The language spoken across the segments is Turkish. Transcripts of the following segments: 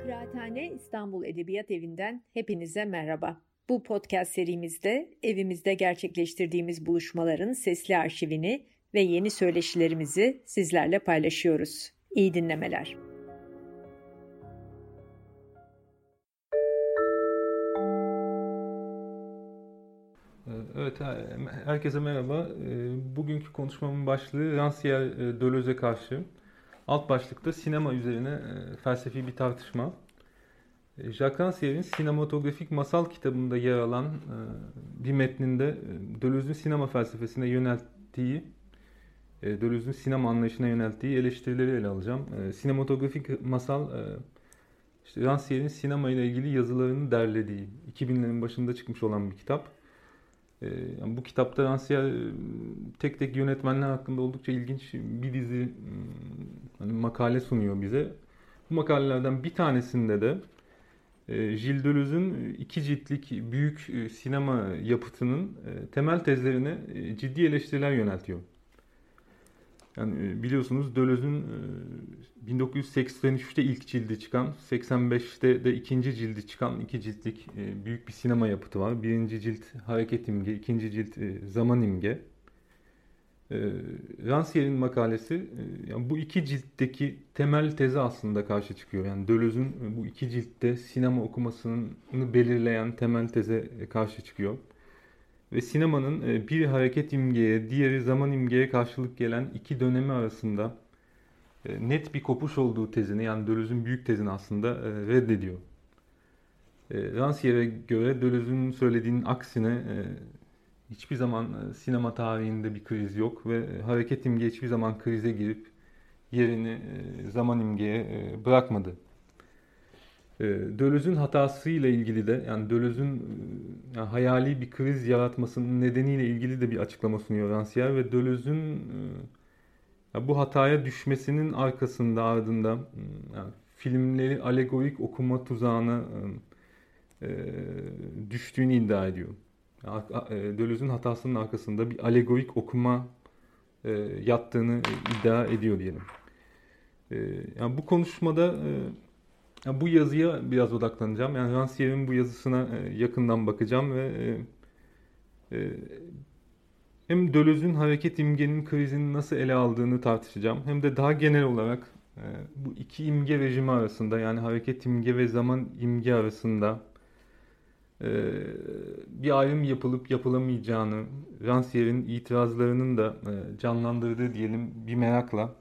Kıraathane İstanbul Edebiyat Evi'nden hepinize merhaba. Bu podcast serimizde evimizde gerçekleştirdiğimiz buluşmaların sesli arşivini ve yeni söyleşilerimizi sizlerle paylaşıyoruz. İyi dinlemeler. Evet, herkese merhaba. Bugünkü konuşmamın başlığı Rancière Deleuze'e karşı. Alt başlıkta sinema üzerine felsefi bir tartışma. Jacques Rancière'in sinematografik masal kitabında yer alan bir metninde Deleuze'ün sinema felsefesine yönelttiği, Deleuze'ün sinema anlayışına yönelttiği eleştirileri ele alacağım. Sinematografik masal, işte Rancière'in sinema ile ilgili yazılarını derlediği, 2000'lerin başında çıkmış olan bir kitap. Yani bu kitapta Rancière tek tek yönetmenler hakkında oldukça ilginç bir dizi makale sunuyor bize. Bu makalelerden bir tanesinde de Gilles Deleuze'ün 2 ciltlik büyük sinema yapıtının temel tezlerine ciddi eleştiriler yöneltiyor. Yani biliyorsunuz Deleuze'ün 1983'te ilk cildi çıkan, 85'te de ikinci cildi çıkan 2 ciltlik büyük bir sinema yapıtı var. Birinci cilt Hareket İmge, ikinci cilt Zaman İmge. Rancière'in makalesi yani bu 2 ciltteki temel teze aslında karşı çıkıyor. Yani Deleuze'ün bu 2 ciltte sinema okumasını belirleyen temel teze karşı çıkıyor. Ve sinemanın biri hareket imgeye, diğeri zaman imgeye karşılık gelen 2 dönemi arasında net bir kopuş olduğu tezini, yani Deleuze'ün büyük tezini aslında reddediyor. Rancière'e göre Deleuze'ün söylediğinin aksine hiçbir zaman sinema tarihinde bir kriz yok ve hareket imge hiçbir zaman krize girip yerini zaman imgeye bırakmadı. Deleuze'ün hatasıyla ilgili de, yani Deleuze'ün yani hayali bir kriz yaratmasının nedeniyle ilgili de bir açıklama sunuyor Rancière ve Deleuze'ün bu hataya düşmesinin ardında yani filmleri alegorik okuma tuzağına düştüğünü iddia ediyor. Deleuze'ün hatasının arkasında bir alegorik okuma yattığını iddia ediyor diyelim. Yani bu konuşmada bu yazıya biraz odaklanacağım. Yani Rancière'in bu yazısına yakından bakacağım ve hem Deleuze'ün hareket imgenin krizini nasıl ele aldığını tartışacağım. Hem de daha genel olarak bu 2 imge rejimi arasında, yani hareket imge ve zaman imge arasında bir ayrım yapılıp yapılamayacağını, Rancière'in itirazlarının da canlandırdığı diyelim bir merakla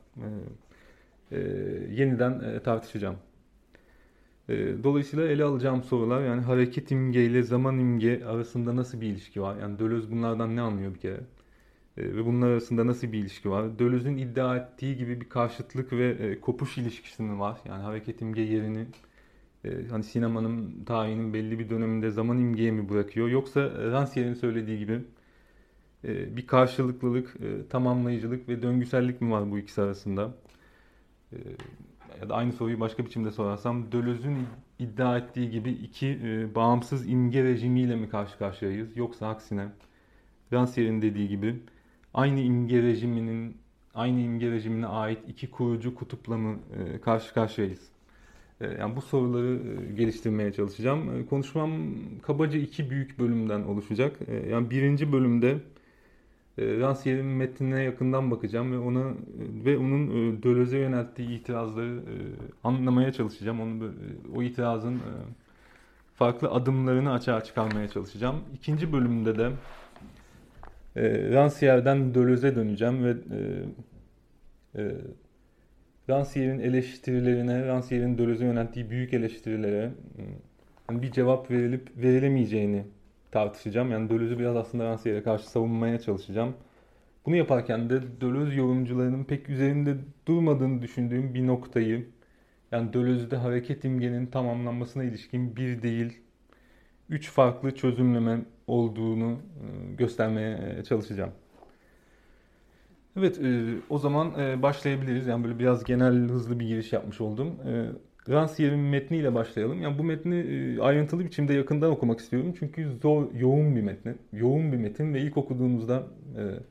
yeniden tartışacağım. Dolayısıyla ele alacağım sorular, yani hareket imge ile zaman imge arasında nasıl bir ilişki var? Yani Deleuze bunlardan ne anlıyor bir kere? Ve bunlar arasında nasıl bir ilişki var? Deleuze'ün iddia ettiği gibi bir karşıtlık ve kopuş ilişkisi mi var? Yani hareket imge yerini hani sinemanın tarihinin belli bir döneminde zaman imgeye mi bırakıyor? Yoksa Rancière'in söylediği gibi bir karşılıklılık, tamamlayıcılık ve döngüsellik mi var bu ikisi arasında? Ya da aynı soruyu başka biçimde sorarsam, Deleuze'ün iddia ettiği gibi 2 bağımsız imge rejimiyle mi karşı karşıyayız? Yoksa aksine Rancière'in dediği gibi aynı imge rejimine ait 2 kurucu kutupla mı karşı karşıyayız? Yani bu soruları geliştirmeye çalışacağım. Konuşmam kabaca 2 büyük bölümden oluşacak. Yani birinci bölümde Rancière'in metnine yakından bakacağım ve onun Deleuze'e yönelttiği itirazları anlamaya çalışacağım. O itirazın farklı adımlarını açığa çıkarmaya çalışacağım. İkinci bölümde de Rancière'den Deleuze'e döneceğim ve Rancière'in eleştirilerine, Rancière'in Deleuze'e yönelttiği büyük eleştirilere bir cevap verilip verilemeyeceğini tartışacağım. Yani Deleuze'ü biraz aslında Rancière'e karşı savunmaya çalışacağım. Bunu yaparken de Deleuze yorumcularının pek üzerinde durmadığını düşündüğüm bir noktayı, yani Deleuze'de hareket imgenin tamamlanmasına ilişkin bir değil, 3 farklı çözümleme olduğunu göstermeye çalışacağım. Evet, o zaman başlayabiliriz. Yani böyle biraz genel, hızlı bir giriş yapmış oldum. Rancière'in metniyle başlayalım. Yani bu metni ayrıntılı biçimde yakından okumak istiyorum. Çünkü yoğun bir metin ve ilk okuduğumuzda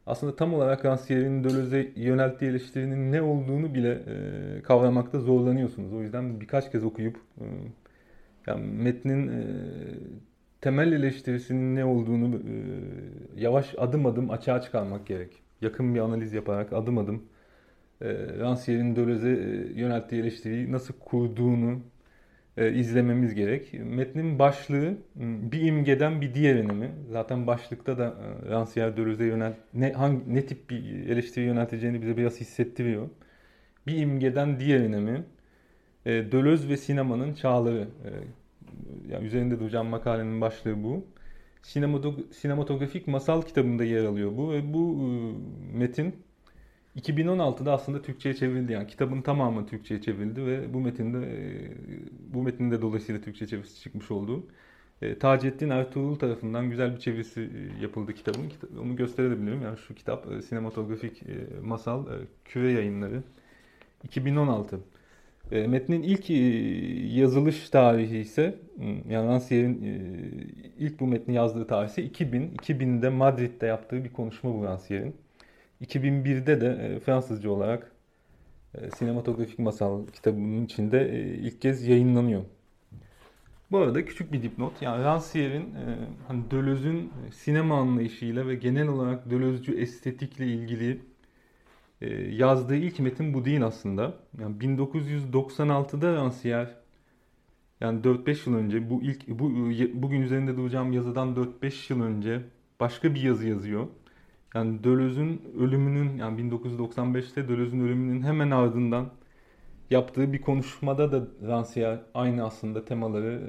aslında tam olarak Rancière'in Deleuze'e yönelttiği eleştirinin ne olduğunu bile kavramakta zorlanıyorsunuz. O yüzden birkaç kez okuyup yani metnin temel eleştirisinin ne olduğunu yavaş adım adım açığa çıkarmak gerek. Yakın bir analiz yaparak adım adım Rancière'in Deleuze'e yönelttiği eleştiriyi nasıl kurduğunu izlememiz gerek. Metnin başlığı bir imgeden bir diğerine mi? Zaten başlıkta da Rancière Deleuze'e ne tip bir eleştiri yönelteceğini bize biraz hissettiriyor. Bir imgeden diğerine mi? Deleuze ve sinemanın çağları. Yani üzerinde duracağım makalenin başlığı bu. Sinematografik Masal kitabında yer alıyor bu ve bu metin 2016'da aslında Türkçe'ye çevrildi. Yani kitabın tamamı Türkçe'ye çevrildi ve bu metnin de dolayısıyla Türkçe çevirisi çıkmış oldu. Taceddin Ertuğrul tarafından güzel bir çevirisi yapıldı kitabın. Onu gösterebilirim. Yani şu kitap Sinematografik Masal Küre Yayınları 2016. Metnin ilk yazılış tarihi ise yani Rancière'in ilk bu metni yazdığı tarih ise 2000. 2000'de Madrid'de yaptığı bir konuşma bu Rancière'in. 2001'de de Fransızca olarak Sinematografik Masal kitabının içinde ilk kez yayınlanıyor. Bu arada küçük bir dipnot. Yani Rancière'in hani Deleuze'ün sinema anlayışıyla ve genel olarak Deleuze'cü estetikle ilgili yazdığı ilk metin bu değil aslında. Yani 1996'da Rancière yani 4-5 yıl önce bugün üzerinde duracağım yazıdan 4-5 yıl önce başka bir yazı yazıyor. Yani Deleuze'ün ölümünün yani 1995'te Deleuze'ün ölümünün hemen ardından yaptığı bir konuşmada da Rancière aynı aslında temaları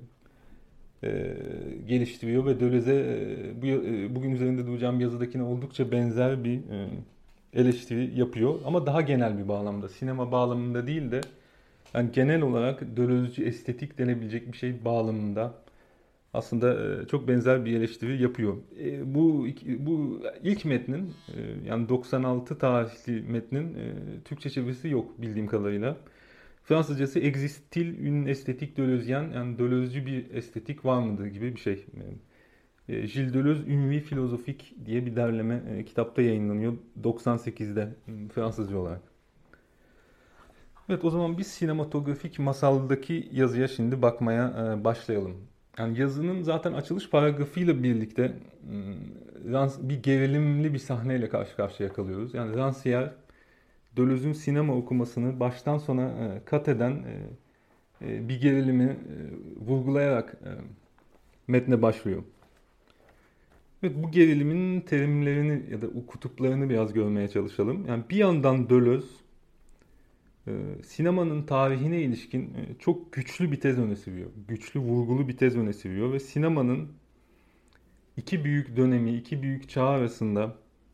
geliştiriyor ve Deleuze bugün üzerinde duracağım yazıdakine oldukça benzer bir eleştiri yapıyor ama daha genel bir bağlamda, sinema bağlamında değil de yani genel olarak Deleuze'cü estetik denebilecek bir şey bağlamında aslında çok benzer bir eleştiri yapıyor. Bu ilk metnin yani 96 tarihli metnin Türkçe çevirisi yok bildiğim kadarıyla. Fransızcası Existe-t-il une esthétique deleuzienne yani Deleuze'cü bir estetik var mıdır gibi bir şey. Gilles Deleuze Une vie philosophique diye bir derleme kitapta yayınlanıyor 98'de Fransızca olarak. Evet o zaman biz sinematografik masaldaki yazıya şimdi bakmaya başlayalım. Yani yazının zaten açılış paragrafıyla birlikte bir gerilimli bir sahneyle karşı karşıya kalıyoruz. Yani Rancière Deleuze'ün sinema okumasını baştan sona kat eden bir gerilimi vurgulayarak metne başlıyor. Evet, bu gerilimin terimlerini ya da kutuplarını biraz görmeye çalışalım. Yani bir yandan Deleuze sinemanın tarihine ilişkin çok güçlü bir tez öne sürüyor. Güçlü, vurgulu bir tez öne sürüyor ve sinemanın iki büyük dönemi, iki büyük çağ arasında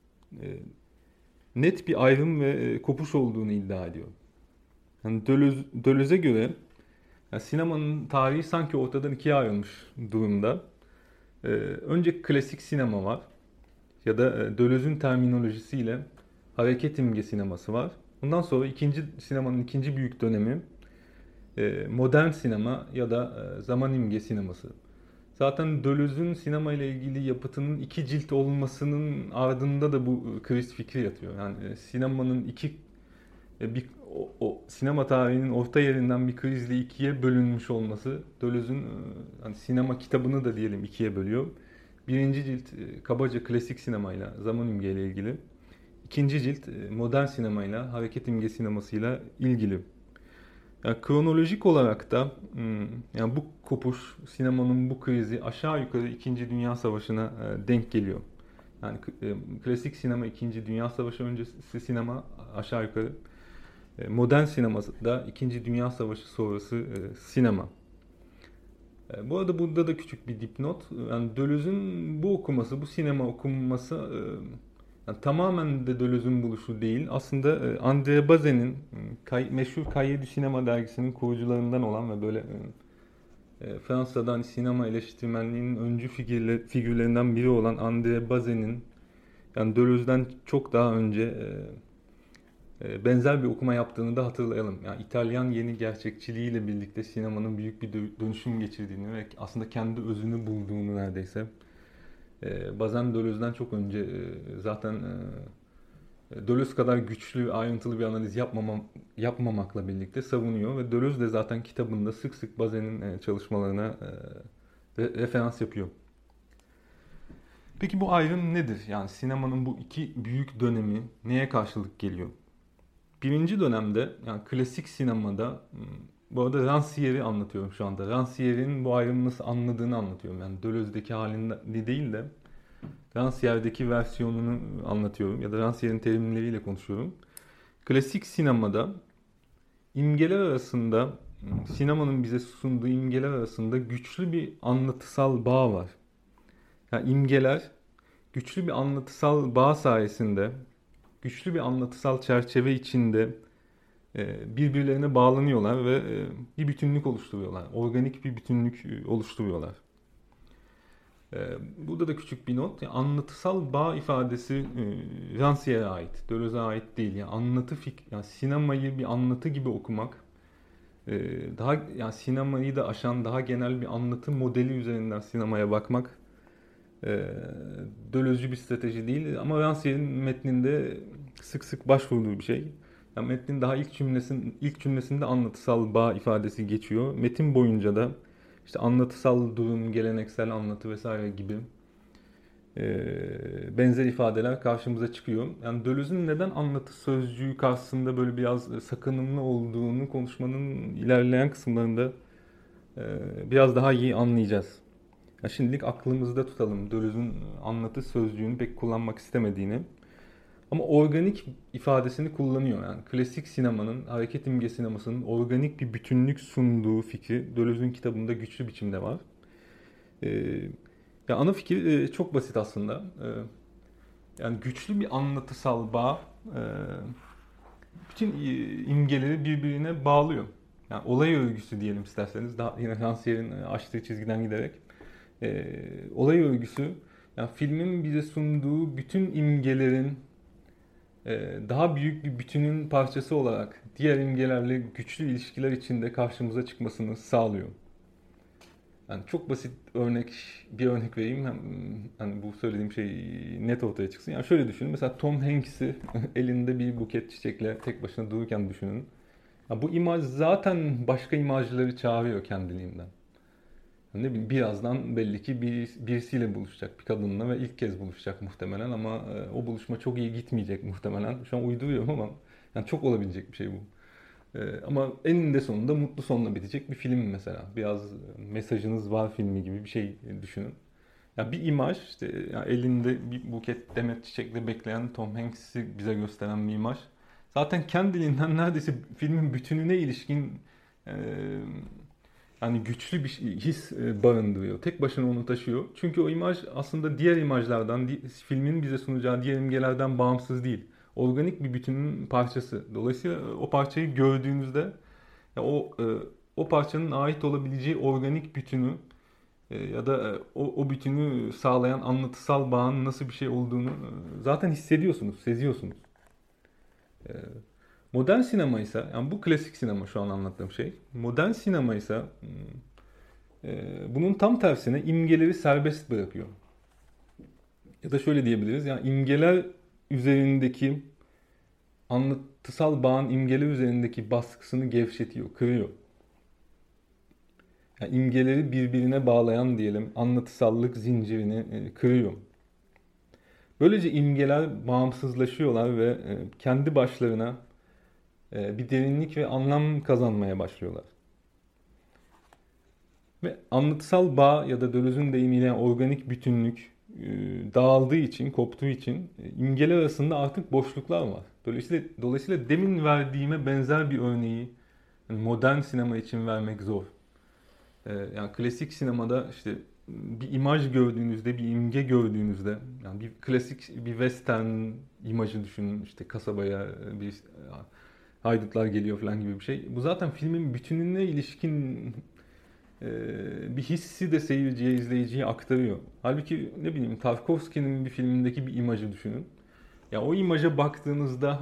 net bir ayrım ve kopuş olduğunu iddia ediyor. Yani Deleuze'e göre yani sinemanın tarihi sanki ortadan ikiye ayrılmış durumda. Önce klasik sinema var ya da Deleuze'ün terminolojisiyle hareket imge sineması var. Ondan sonra sinemanın ikinci büyük dönemi modern sinema ya da zaman imge sineması. Zaten Deleuze'ün sinema ile ilgili yapıtının iki cilt olmasının ardında da bu kriz fikri yatıyor. Yani sinemanın sinema tarihinin orta yerinden bir krizle ikiye bölünmüş olması Deleuze'ün hani sinema kitabını da diyelim ikiye bölüyor. Birinci cilt kabaca klasik sinemayla zaman imge ile ilgili. İkinci cilt modern sinemayla, hareket imge sinemasıyla ilgili. Yani kronolojik olarak da yani bu kopuş, sinemanın bu krizi aşağı yukarı 2. Dünya Savaşı'na denk geliyor. Yani klasik sinema 2. Dünya Savaşı öncesi sinema aşağı yukarı. Modern sinemada 2. Dünya Savaşı sonrası sinema. Bu arada burada da küçük bir dipnot. Yani Deleuze'ün bu okuması, bu sinema okuması yani tamamen de Deleuze'ün buluşu değil. Aslında André Bazin'in meşhur Cahiers du Cinéma dergisinin kurucularından olan ve böyle Fransa'dan sinema eleştirmenliğinin öncü figürlerinden biri olan André Bazin'in yani Deleuze'den çok daha önce benzer bir okuma yaptığını da hatırlayalım. Yani İtalyan yeni gerçekçiliğiyle birlikte sinemanın büyük bir dönüşüm geçirdiğini ve aslında kendi özünü bulduğunu neredeyse Bazen Deleuze'den çok önce zaten Deleuze kadar güçlü, ayrıntılı bir analiz yapmamakla birlikte savunuyor ve Deleuze de zaten kitabında sık sık Bazin'in çalışmalarına referans yapıyor. Peki bu ayrım nedir? Yani sinemanın bu iki büyük dönemi neye karşılık geliyor? Birinci dönemde, yani klasik sinemada, bu arada Rancière'i anlatıyorum şu anda. Rancière'in bu ayrımı nasıl anladığını anlatıyorum. Yani Deleuze'deki halinde değil de Rancière'deki versiyonunu anlatıyorum ya da Rancière'in terimleriyle konuşuyorum. Klasik sinemada imgeler arasında, sinemanın bize sunduğu imgeler arasında güçlü bir anlatısal bağ var. Yani imgeler güçlü bir anlatısal bağ sayesinde, güçlü bir anlatısal çerçeve içinde birbirlerine bağlanıyorlar ve bir bütünlük oluşturuyorlar. Organik bir bütünlük oluşturuyorlar. Burada da küçük bir not. Yani anlatısal bağ ifadesi Rancière'e ait, Deleuze'e ait değil. Yani yani sinemayı bir anlatı gibi okumak, daha yani sinemayı da aşan daha genel bir anlatı modeli üzerinden sinemaya bakmak Deleuze'cü bir strateji değil ama Rancière'in metninde sık sık başvurduğu bir şey. Yani metnin daha ilk cümlesinde anlatısal bağ ifadesi geçiyor. Metin boyunca da işte anlatısal durum, geleneksel anlatı vesaire gibi benzer ifadeler karşımıza çıkıyor. Yani Deleuze'ün neden anlatı sözcüğü karşısında böyle biraz sakınımlı olduğunu konuşmanın ilerleyen kısımlarında biraz daha iyi anlayacağız. Ya şimdilik aklımızda tutalım Deleuze'ün anlatı sözcüğünü pek kullanmak istemediğini. Ama organik ifadesini kullanıyor. Yani klasik sinemanın, hareket imge sinemasının organik bir bütünlük sunduğu fikri Deleuze'ün kitabında güçlü biçimde var. Ya ana fikir çok basit aslında. Yani güçlü bir anlatısal bağ bütün imgeleri birbirine bağlıyor. Yani olay örgüsü diyelim isterseniz. Daha yine Rancière'in açtığı çizgiden giderek. Olay örgüsü, yani filmin bize sunduğu bütün imgelerin daha büyük bir bütünün parçası olarak diğer imgelerle güçlü ilişkiler içinde karşımıza çıkmasını sağlıyor. Yani çok basit bir örnek vereyim. Hani bu söylediğim şey net ortaya çıksın. Yani şöyle düşünün. Mesela Tom Hanks'i elinde bir buket çiçekle tek başına dururken düşünün. Ya bu imaj zaten başka imajları çağırıyor kendiliğinden. Ne bileyim birazdan belli ki birisiyle buluşacak, bir kadınla ve ilk kez buluşacak muhtemelen ama o buluşma çok iyi gitmeyecek muhtemelen. Şu an uyduruyorum ama yani çok olabilecek bir şey bu. Ama eninde sonunda mutlu sonla bitecek bir film mesela. Biraz mesajınız var filmi gibi bir şey düşünün. Ya bir imaj işte ya elinde bir buket demet çiçekle bekleyen Tom Hanks'i bize gösteren bir imaj. Zaten kendiliğinden neredeyse filmin bütününe ilişkin e, yani güçlü bir his barındırıyor. Tek başına onu taşıyor. Çünkü o imaj aslında diğer imajlardan, filmin bize sunacağı diğer imgelerden bağımsız değil. Organik bir bütünün parçası. Dolayısıyla o parçayı gördüğünüzde ya o parçanın ait olabileceği organik bütünü ya da o bütünü sağlayan anlatısal bağın nasıl bir şey olduğunu zaten hissediyorsunuz, seziyorsunuz. E, Modern sinema ise, yani bu klasik sinema şu an anlattığım şey. Modern sinema ise bunun tam tersine imgeleri serbest bırakıyor. Ya da şöyle diyebiliriz, yani imgeler üzerindeki anlatısal bağın imgeler üzerindeki baskısını gevşetiyor, kırıyor. Yani imgeleri birbirine bağlayan diyelim anlatısallık zincirini kırıyor. Böylece imgeler bağımsızlaşıyorlar ve kendi başlarına bir derinlik ve anlam kazanmaya başlıyorlar. Ve anlatısal bağ ya da Deleuze'ün deyimiyle organik bütünlük dağıldığı için, koptuğu için imgeler arasında artık boşluklar var. Dolayısıyla demin verdiğime benzer bir örneği yani modern sinema için vermek zor. Yani klasik sinemada işte bir imaj gördüğünüzde, bir imge gördüğünüzde, yani bir klasik bir western imajı düşünün, işte kasabaya bir haydutlar geliyor falan gibi bir şey. Bu zaten filmin bütününe ilişkin bir hissi de seyirciye, izleyiciye aktarıyor. Halbuki ne bileyim Tarkovski'nin bir filmindeki bir imajı düşünün. Ya o imaja baktığınızda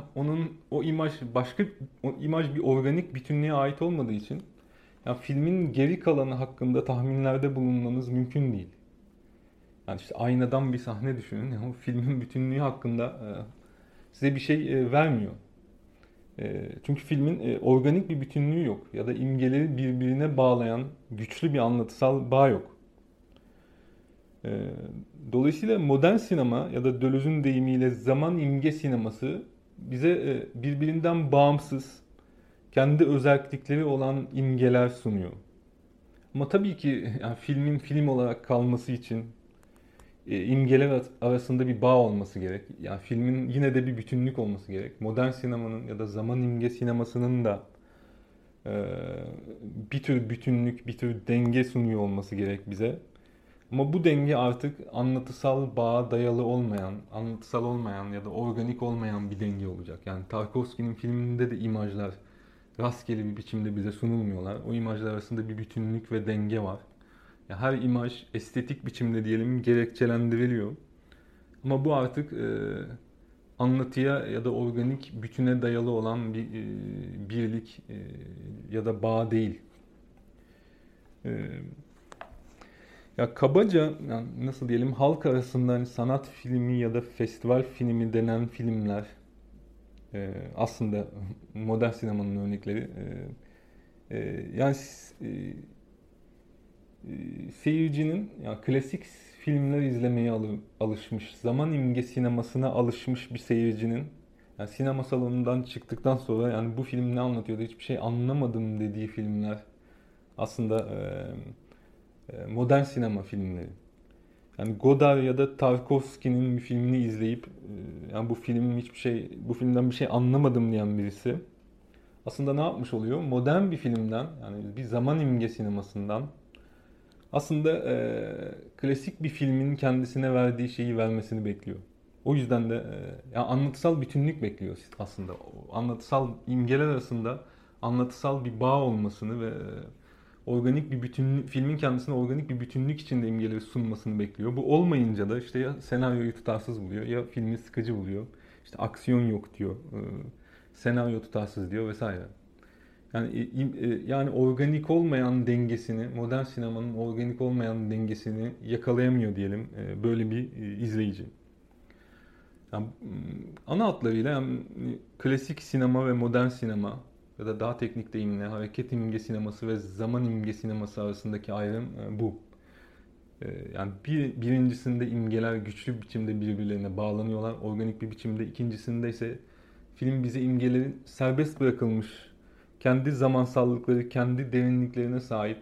o imaj bir organik bütünlüğe ait olmadığı için ya filmin geri kalanı hakkında tahminlerde bulunmanız mümkün değil. Yani işte aynadan bir sahne düşünün. Yani o filmin bütünlüğü hakkında size bir şey vermiyor. Çünkü filmin organik bir bütünlüğü yok. Ya da imgeleri birbirine bağlayan güçlü bir anlatısal bağ yok. E, Dolayısıyla modern sinema ya da Deleuze'ün deyimiyle zaman imge sineması bize birbirinden bağımsız, kendi özellikleri olan imgeler sunuyor. Ama tabii ki yani filmin film olarak kalması için imgeler arasında bir bağ olması gerek. Yani filmin yine de bir bütünlük olması gerek. Modern sinemanın ya da zaman imge sinemasının da e, bir tür bütünlük, bir tür denge sunuyor olması gerek bize. Ama bu denge artık anlatısal bağa dayalı olmayan, anlatısal olmayan ya da organik olmayan bir denge olacak. Yani Tarkovski'nin filminde de imajlar rastgele bir biçimde bize sunulmuyorlar. O imajlar arasında bir bütünlük ve denge var. Ya her imaj estetik biçimde diyelim gerekçelendiriliyor. Ama bu artık anlatıya ya da organik bütüne dayalı olan bir birlik ya da bağ değil. E, Ya kabaca yani nasıl diyelim halk arasında hani sanat filmi ya da festival filmi denen filmler aslında modern sinemanın örnekleri. Yani seyircinin yani klasik filmler izlemeye alışmış, zaman imge sinemasına alışmış bir seyircinin yani sinema salonundan çıktıktan sonra yani bu film ne anlatıyordu hiçbir şey anlamadım dediği filmler aslında modern sinema filmleri. Yani Godard ya da Tarkovski'nin bir filmini izleyip yani bu filmden bir şey anlamadım diyen birisi aslında ne yapmış oluyor? Modern bir filmden yani bir zaman imge sinemasından aslında klasik bir filmin kendisine verdiği şeyi vermesini bekliyor. O yüzden de yani anlatısal bütünlük bekliyor aslında. O anlatısal imgeler arasında anlatısal bir bağ olmasını ve organik bir bütünlük, filmin kendisine organik bir bütünlük içinde imgeleri sunmasını bekliyor. Bu olmayınca da işte ya senaryoyu tutarsız buluyor ya filmi sıkıcı buluyor. İşte aksiyon yok diyor. Senaryo tutarsız diyor vesaire. Yani organik olmayan dengesini, modern sinemanın organik olmayan dengesini yakalayamıyor diyelim böyle bir izleyici. Yani, ana hatlarıyla yani, klasik sinema ve modern sinema ya da daha teknik deyimle hareket imge sineması ve zaman imge sineması arasındaki ayrım bu. Yani birincisinde imgeler güçlü bir biçimde birbirlerine bağlanıyorlar, organik bir biçimde. İkincisinde ise film bize imgelerin serbest bırakılmış, kendi zamansallıkları, kendi derinliklerine sahip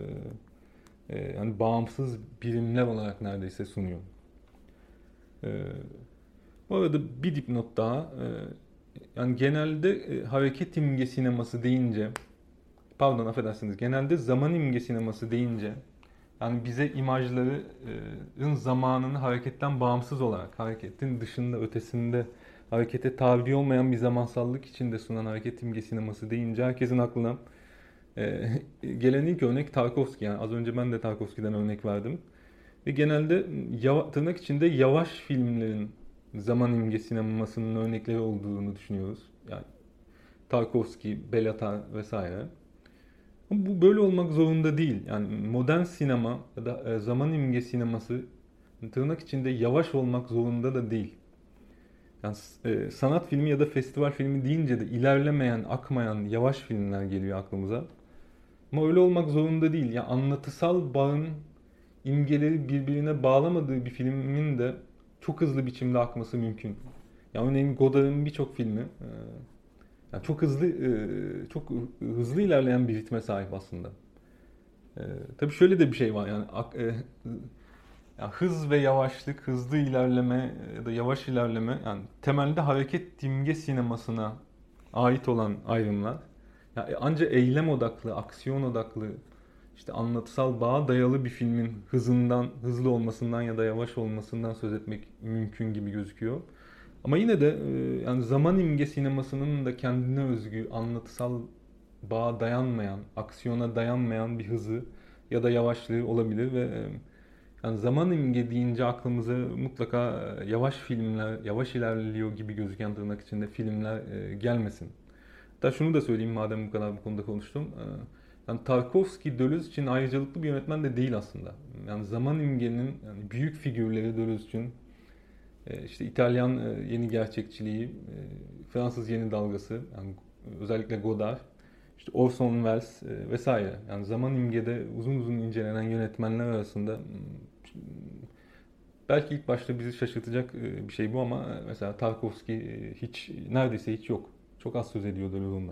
yani bağımsız birimler olarak neredeyse sunuyor. E, Bu arada bir dipnot daha. Yani genelde hareket imge sineması deyince, pardon affedersiniz, genelde zaman imge sineması deyince yani bize imajların zamanını hareketten bağımsız olarak, hareketin dışında, ötesinde, harekete tabi olmayan bir zamansallık içinde sunan hareket imge sineması deyince herkesin aklına gelen ilk örnek Tarkovski. Yani az önce ben de Tarkovski'den örnek verdim. Ve genelde tırnak içinde yavaş filmlerin zaman imge sinemasının örnekleri olduğunu düşünüyoruz. Yani Tarkovski, Belatar vesaire. Ama bu böyle olmak zorunda değil. Yani modern sinema ya da zaman imge sineması tırnak içinde yavaş olmak zorunda da değil. Yani sanat filmi ya da festival filmi deyince de ilerlemeyen, akmayan yavaş filmler geliyor aklımıza. Ama öyle olmak zorunda değil. Yani anlatısal bağın imgeleri birbirine bağlamadığı bir filmin de çok hızlı biçimde akması mümkün. Yani örneğin Godard'ın birçok filmi yani çok hızlı ilerleyen bir ritme sahip aslında. Tabii şöyle de bir şey var yani yani hız ve yavaşlık, hızlı ilerleme ya da yavaş ilerleme yani temelde hareket imge sinemasına ait olan ayrımlar. Yani ancak eylem odaklı, aksiyon odaklı, işte anlatısal bağa dayalı bir filmin hızlı olmasından ya da yavaş olmasından söz etmek mümkün gibi gözüküyor. Ama yine de yani zaman imge sinemasının da kendine özgü anlatısal bağa dayanmayan, aksiyona dayanmayan bir hızı ya da yavaşlığı olabilir ve yani zaman imge deyince aklımıza mutlaka yavaş filmler, yavaş ilerliyor gibi gözüken tırnak içinde filmler gelmesin. Hatta şunu da söyleyeyim madem bu kadar bu konuda konuştum. Yani Tarkovski Deleuze için ayrıcalıklı bir yönetmen de değil aslında. Yani zaman imgenin yani büyük figürleri Deleuze için işte İtalyan yeni gerçekçiliği, Fransız yeni dalgası, yani özellikle Godard, işte Orson Welles vesaire. Yani zaman imgede uzun uzun incelenen yönetmenler arasında belki ilk başta bizi şaşırtacak bir şey bu ama mesela Tarkovski hiç neredeyse hiç yok. Çok az söz ediyor Deleuze'dan.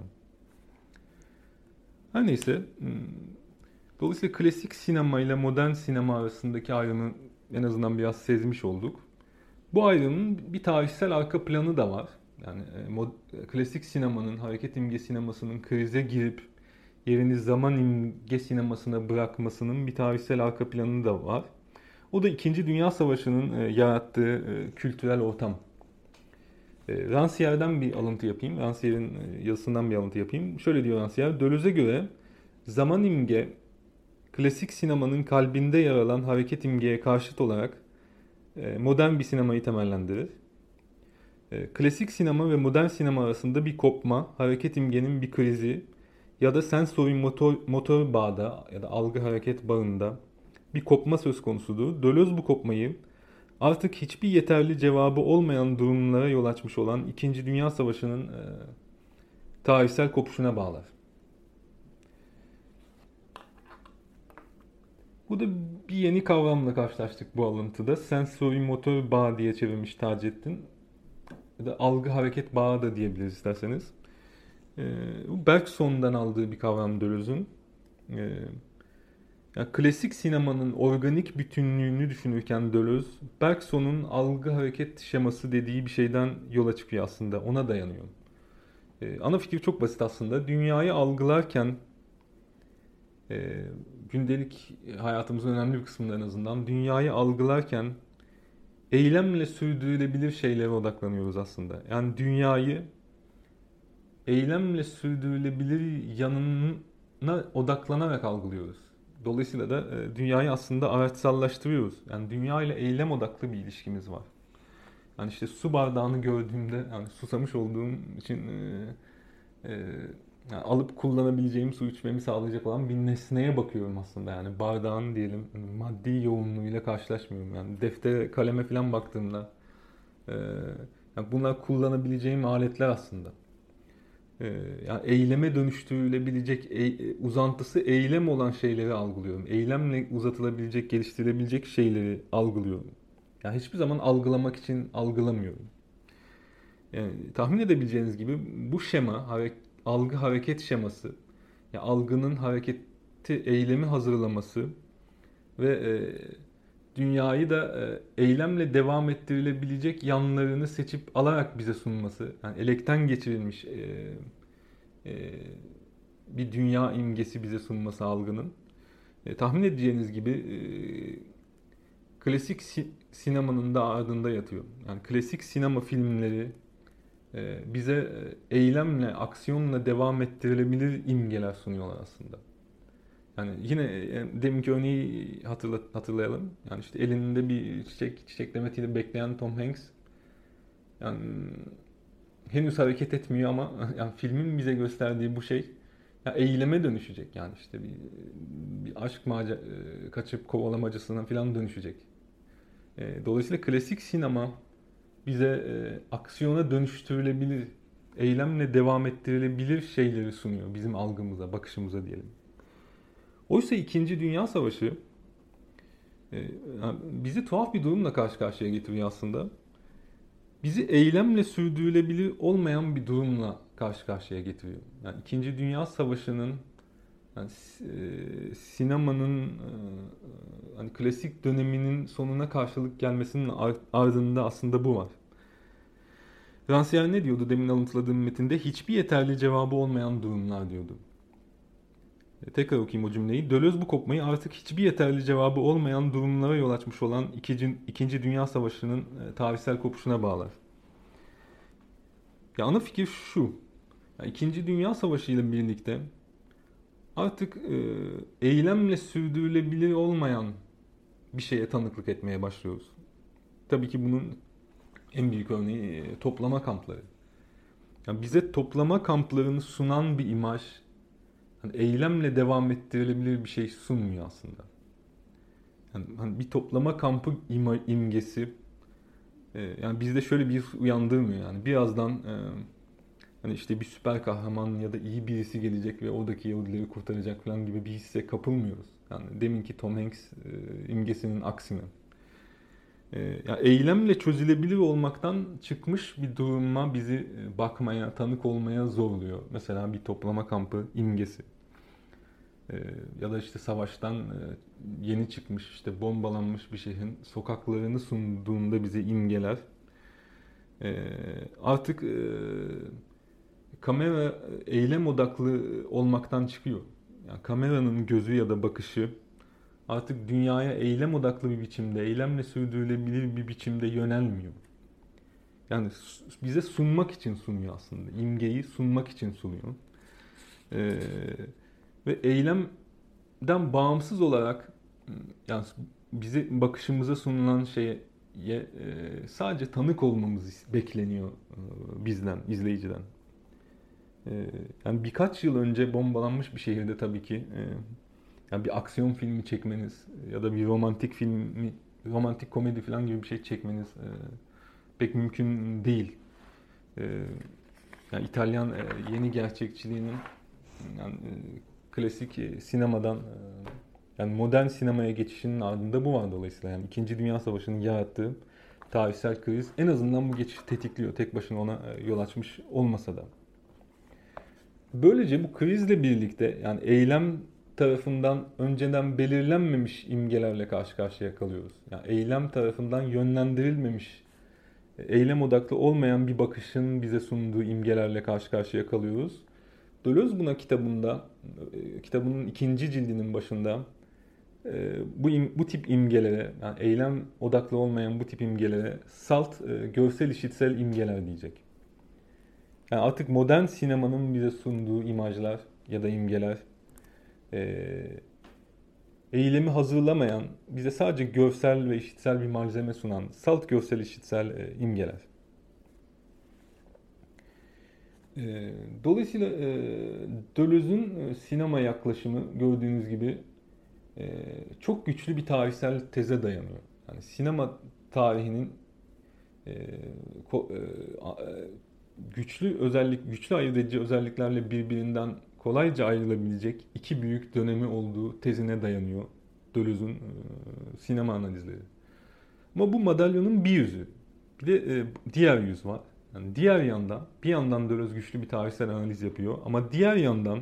Her neyse, dolayısıyla klasik sinema ile modern sinema arasındaki ayrımı en azından biraz sezmiş olduk. Bu ayrımın bir tarihsel arka planı da var. Yani klasik sinemanın, hareket imge sinemasının krize girip yerini zaman imge sinemasına bırakmasının bir tarihsel arka planı da var. O da İkinci Dünya Savaşı'nın yarattığı kültürel ortam. Rancière'den bir alıntı yapayım. Rancière'in yazısından bir alıntı yapayım. Şöyle diyor Rancière, Deleuze'e göre zaman imge, klasik sinemanın kalbinde yer alan hareket imgeye karşıt olarak modern bir sinemayı temellendirir. Klasik sinema ve modern sinema arasında bir kopma, hareket imgenin bir krizi ya da sensory motor bağda ya da algı hareket bağında bir kopma söz konusudur. Deleuze bu kopmayı artık hiçbir yeterli cevabı olmayan durumlara yol açmış olan İkinci Dünya Savaşı'nın tarihsel kopuşuna bağlar. Bu da bir yeni kavramla karşılaştık bu alıntıda. Sensory motor bağ diye çevirmiş Taceddin. Ya da algı hareket bağı da diyebiliriz isterseniz. Bu Bergson'dan aldığı bir kavram Deleuze'ün. Yani klasik sinemanın organik bütünlüğünü düşünürken Deleuze, Bergson'un algı hareket şeması dediği bir şeyden yola çıkıyor aslında. Ona dayanıyor. Ana fikir çok basit aslında. Dünyayı algılarken, gündelik hayatımızın önemli bir kısmında en azından, dünyayı algılarken eylemle sürdürülebilir şeylere odaklanıyoruz aslında. Yani dünyayı eylemle sürdürülebilir yanına odaklanarak algılıyoruz. Dolayısıyla da dünyayı aslında araçsallaştırıyoruz. Yani dünya ile eylem odaklı bir ilişkimiz var. Yani işte su bardağını gördüğümde, yani susamış olduğum için yani alıp kullanabileceğim su içmemi sağlayacak olan bir nesneye bakıyorum aslında. Yani bardağın diyelim maddi yoğunluğuyla karşılaşmıyorum. Yani deftere, kaleme falan baktığımda yani bunlar kullanabileceğim aletler aslında. Yani eyleme dönüştürülebilecek, uzantısı eylem olan şeyleri algılıyorum. Eylemle uzatılabilecek, geliştirilebilecek şeyleri algılıyorum. Yani hiçbir zaman algılamak için algılamıyorum. Yani tahmin edebileceğiniz gibi bu şema, algı hareket şeması, yani algının hareketi, eylemi hazırlaması ve dünyayı da eylemle devam ettirilebilecek yanlarını seçip alarak bize sunması, yani elekten geçirilmiş bir dünya imgesi bize sunması algının. Tahmin edeceğiniz gibi klasik sinemanın da ardında yatıyor. Yani klasik sinema filmleri bize eylemle, aksiyonla devam ettirilebilir imgeler sunuyorlar aslında. Yani yine deminki örneği hatırlayalım. Yani işte elinde bir çiçek demetiyle bekleyen Tom Hanks. Yani henüz hareket etmiyor ama yani filmin bize gösterdiği bu şey ya eyleme dönüşecek. Yani işte bir aşk kaçıp kovalamacasına falan dönüşecek. Dolayısıyla klasik sinema bize aksiyona dönüştürülebilir, eylemle devam ettirilebilir şeyleri sunuyor bizim algımıza, bakışımıza diyelim. Oysa İkinci Dünya Savaşı bizi tuhaf bir durumla karşı karşıya getiriyor aslında. Bizi eylemle sürdürülebilir olmayan bir durumla karşı karşıya getiriyor. Yani İkinci Dünya Savaşı'nın yani sinemanın hani klasik döneminin sonuna karşılık gelmesinin ardında aslında bu var. Rancière ne diyordu demin alıntıladığım metinde? Hiçbir yeterli cevabı olmayan durumlar diyordu. Tekrar okuyayım o cümleyi. Deleuze bu kopmayı artık hiçbir yeterli cevabı olmayan durumlara yol açmış olan İkinci Dünya Savaşı'nın tarihsel kopuşuna bağlar. Ya ana fikir şu. Ya İkinci Dünya Savaşı ile birlikte artık eylemle sürdürülebilir olmayan bir şeye tanıklık etmeye başlıyoruz. Tabii ki bunun en büyük örneği toplama kampları. Yani bize toplama kamplarını sunan bir imaj hani eylemle devam ettirilebilir bir şey sunmuyor aslında. Yani hani bir toplama kampı imgesi yani bizde şöyle bir uyandırmıyor yani. Birazdan hani işte bir süper kahraman ya da iyi birisi gelecek ve oradaki Yahudileri kurtaracak falan gibi bir hisse kapılmıyoruz. Yani deminki Tom Hanks imgesinin aksine. Yani eylemle çözülebilir olmaktan çıkmış bir duruma bizi bakmaya, tanık olmaya zorluyor. Mesela bir toplama kampı imgesi. Ya da işte savaştan yeni çıkmış, işte bombalanmış bir şehrin sokaklarını sunduğunda bize imgeler. Artık kamera eylem odaklı olmaktan çıkıyor. Yani kameranın gözü ya da bakışı artık dünyaya eylem odaklı bir biçimde, eylemle sürdürülebilir bir biçimde yönelmiyor. Yani bize sunmak için sunuyor aslında. İmgeyi sunmak için sunuyor. Ee, Ve eylemden bağımsız olarak yani bize bakışımıza sunulan şeye sadece tanık olmamız bekleniyor bizden, izleyiciden. Yani birkaç yıl önce bombalanmış bir şehirde tabii ki yani bir aksiyon filmi çekmeniz ya da bir romantik filmi, romantik komedi falan gibi bir şey çekmeniz pek mümkün değil. Yani İtalyan yeni gerçekçiliğinin yani klasik sinemadan yani modern sinemaya geçişinin ardında bu var dolayısıyla. Yani İkinci Dünya Savaşı'nın yarattığı tarihsel kriz en azından bu geçişi tetikliyor. Tek başına ona yol açmış olmasa da. Böylece bu krizle birlikte yani eylem tarafından önceden belirlenmemiş imgelerle karşı karşıya kalıyoruz. Yani eylem tarafından yönlendirilmemiş, eylem odaklı olmayan bir bakışın bize sunduğu imgelerle karşı karşıya kalıyoruz. Deleuze buna kitabının ikinci cildinin başında bu tip imgelere, yani eylem odaklı olmayan bu tip imgelere salt görsel işitsel imgeler diyecek. Yani artık modern sinemanın bize sunduğu imajlar ya da imgeler eylemi hazırlamayan, bize sadece görsel ve işitsel bir malzeme sunan salt görsel işitsel imgeler. Dolayısıyla Deleuze'ün sinema yaklaşımı gördüğünüz gibi çok güçlü bir tarihsel teze dayanıyor. Yani sinema tarihinin güçlü ayırt edici özelliklerle birbirinden kolayca ayrılabilecek iki büyük dönemi olduğu tezine dayanıyor Deleuze'ün sinema analizleri. Ama bu madalyonun bir yüzü. Bir de diğer yüz var. Yani diğer yandan, bir yandan Deleuze güçlü bir tarihsel analiz yapıyor ama diğer yandan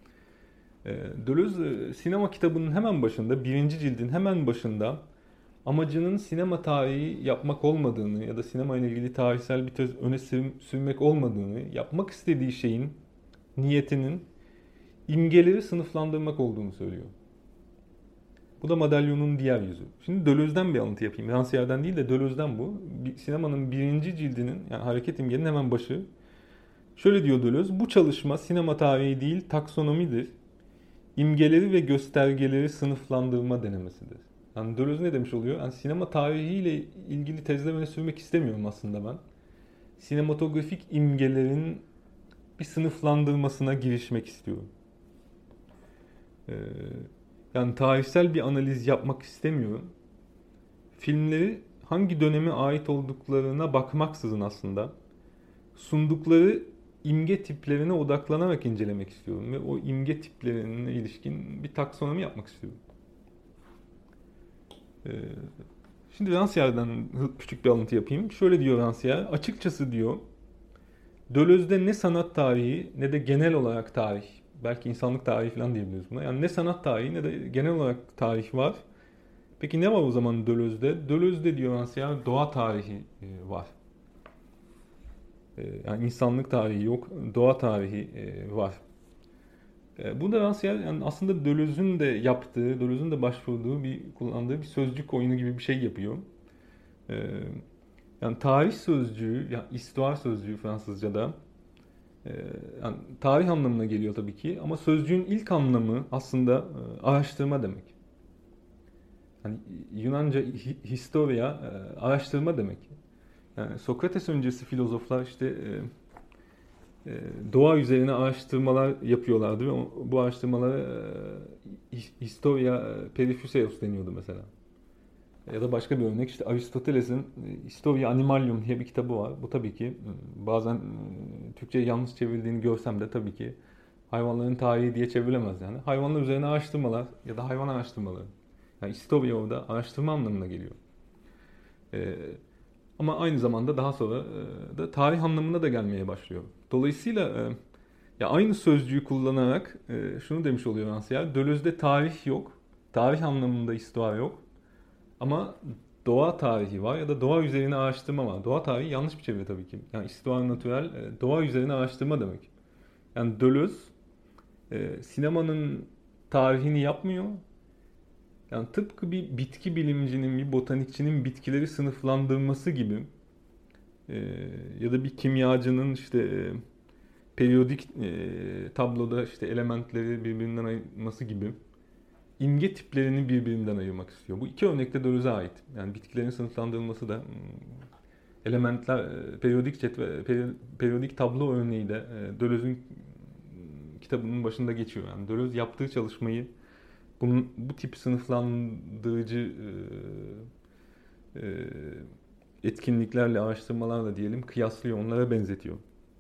Deleuze sinema kitabının hemen başında, birinci cildin hemen başında amacının sinema tarihi yapmak olmadığını ya da sinema ile ilgili tarihsel bir tez öne sürmek olmadığını, yapmak istediği şeyin niyetinin imgeleri sınıflandırmak olduğunu söylüyor. Bu da madalyonun diğer yüzü. Şimdi Deleuze'den bir alıntı yapayım. Rancière'den değil de Deleuze'den bu. Sinemanın birinci cildinin, yani hareket imgenin hemen başı. Şöyle diyor Deleuze, bu çalışma sinema tarihi değil, taksonomidir. İmgeleri ve göstergeleri sınıflandırma denemesidir. Yani Deleuze ne demiş oluyor? Yani sinema tarihiyle ilgili tezler öne sürmek istemiyorum aslında ben. Sinematografik imgelerin bir sınıflandırmasına girişmek istiyorum. Yani tarihsel bir analiz yapmak istemiyorum. Filmleri hangi döneme ait olduklarına bakmaksızın aslında sundukları imge tiplerine odaklanarak incelemek istiyorum ve o imge tiplerine ilişkin bir taksonomi yapmak istiyorum. Şimdi Rancière'den küçük bir alıntı yapayım. Şöyle diyor Rancière, açıkçası diyor, Deleuze'de ne sanat tarihi ne de genel olarak tarih, belki insanlık tarihi falan diyebiliriz buna. Yani ne sanat tarihi ne de genel olarak tarih var. Peki ne var o zaman Deleuze'de? Deleuze'de diyor Rancière, doğa tarihi var. Yani insanlık tarihi yok, doğa tarihi var. Burada Rancière yani aslında Deleuze'ün de yaptığı, Deleuze'ün de başvurduğu kullandığı bir sözcük oyunu gibi bir şey yapıyor. Yani tarih sözcüğü, yani histoire sözcüğü Fransızca'da yani tarih anlamına geliyor tabii ki ama sözcüğün ilk anlamı aslında araştırma demek. Yani Yunanca historia araştırma demek. Yani Sokrates öncesi filozoflar işte doğa üzerine araştırmalar yapıyorlardı ve bu araştırmalara Historia Periphyseos deniyordu mesela. Ya da başka bir örnek işte Aristoteles'in Historia Animalium diye bir kitabı var. Bu tabii ki bazen Türkçe'ye yanlış çevrildiğini görsem de tabii ki hayvanların tarihi diye çevrilemez yani. Hayvanlar üzerine araştırmalar ya da hayvan araştırmaları. Yani Historia orada araştırma anlamına geliyor. Ama aynı zamanda daha sonra da tarih anlamına da gelmeye başlıyor. Dolayısıyla ya aynı sözcüğü kullanarak şunu demiş oluyor Rancière. Deleuze'de tarih yok. Tarih anlamında histoire yok. Ama doğa tarihi var ya da doğa üzerine araştırma var. Doğa tarihi yanlış bir çeviri tabii ki. Yani histoire naturelle doğa üzerine araştırma demek. Yani Deleuze sinemanın tarihini yapmıyor. Yani tıpkı bir bitki bilimcinin, bir botanikçinin bitkileri sınıflandırması gibi ya da bir kimyacının işte periyodik tabloda işte elementleri birbirinden ayırması gibi imge tiplerini birbirinden ayırmak istiyor. Bu iki örnekte Deleuze'e ait. Yani bitkilerin sınıflandırılması da elementler periyodik tablo örneği de Deleuze'ün kitabının başında geçiyor. Yani Deleuze yaptığı çalışmayı bu tip sınıflandırıcı etkinliklerle, araştırmalarla diyelim kıyaslıyor, onlara benzetiyor.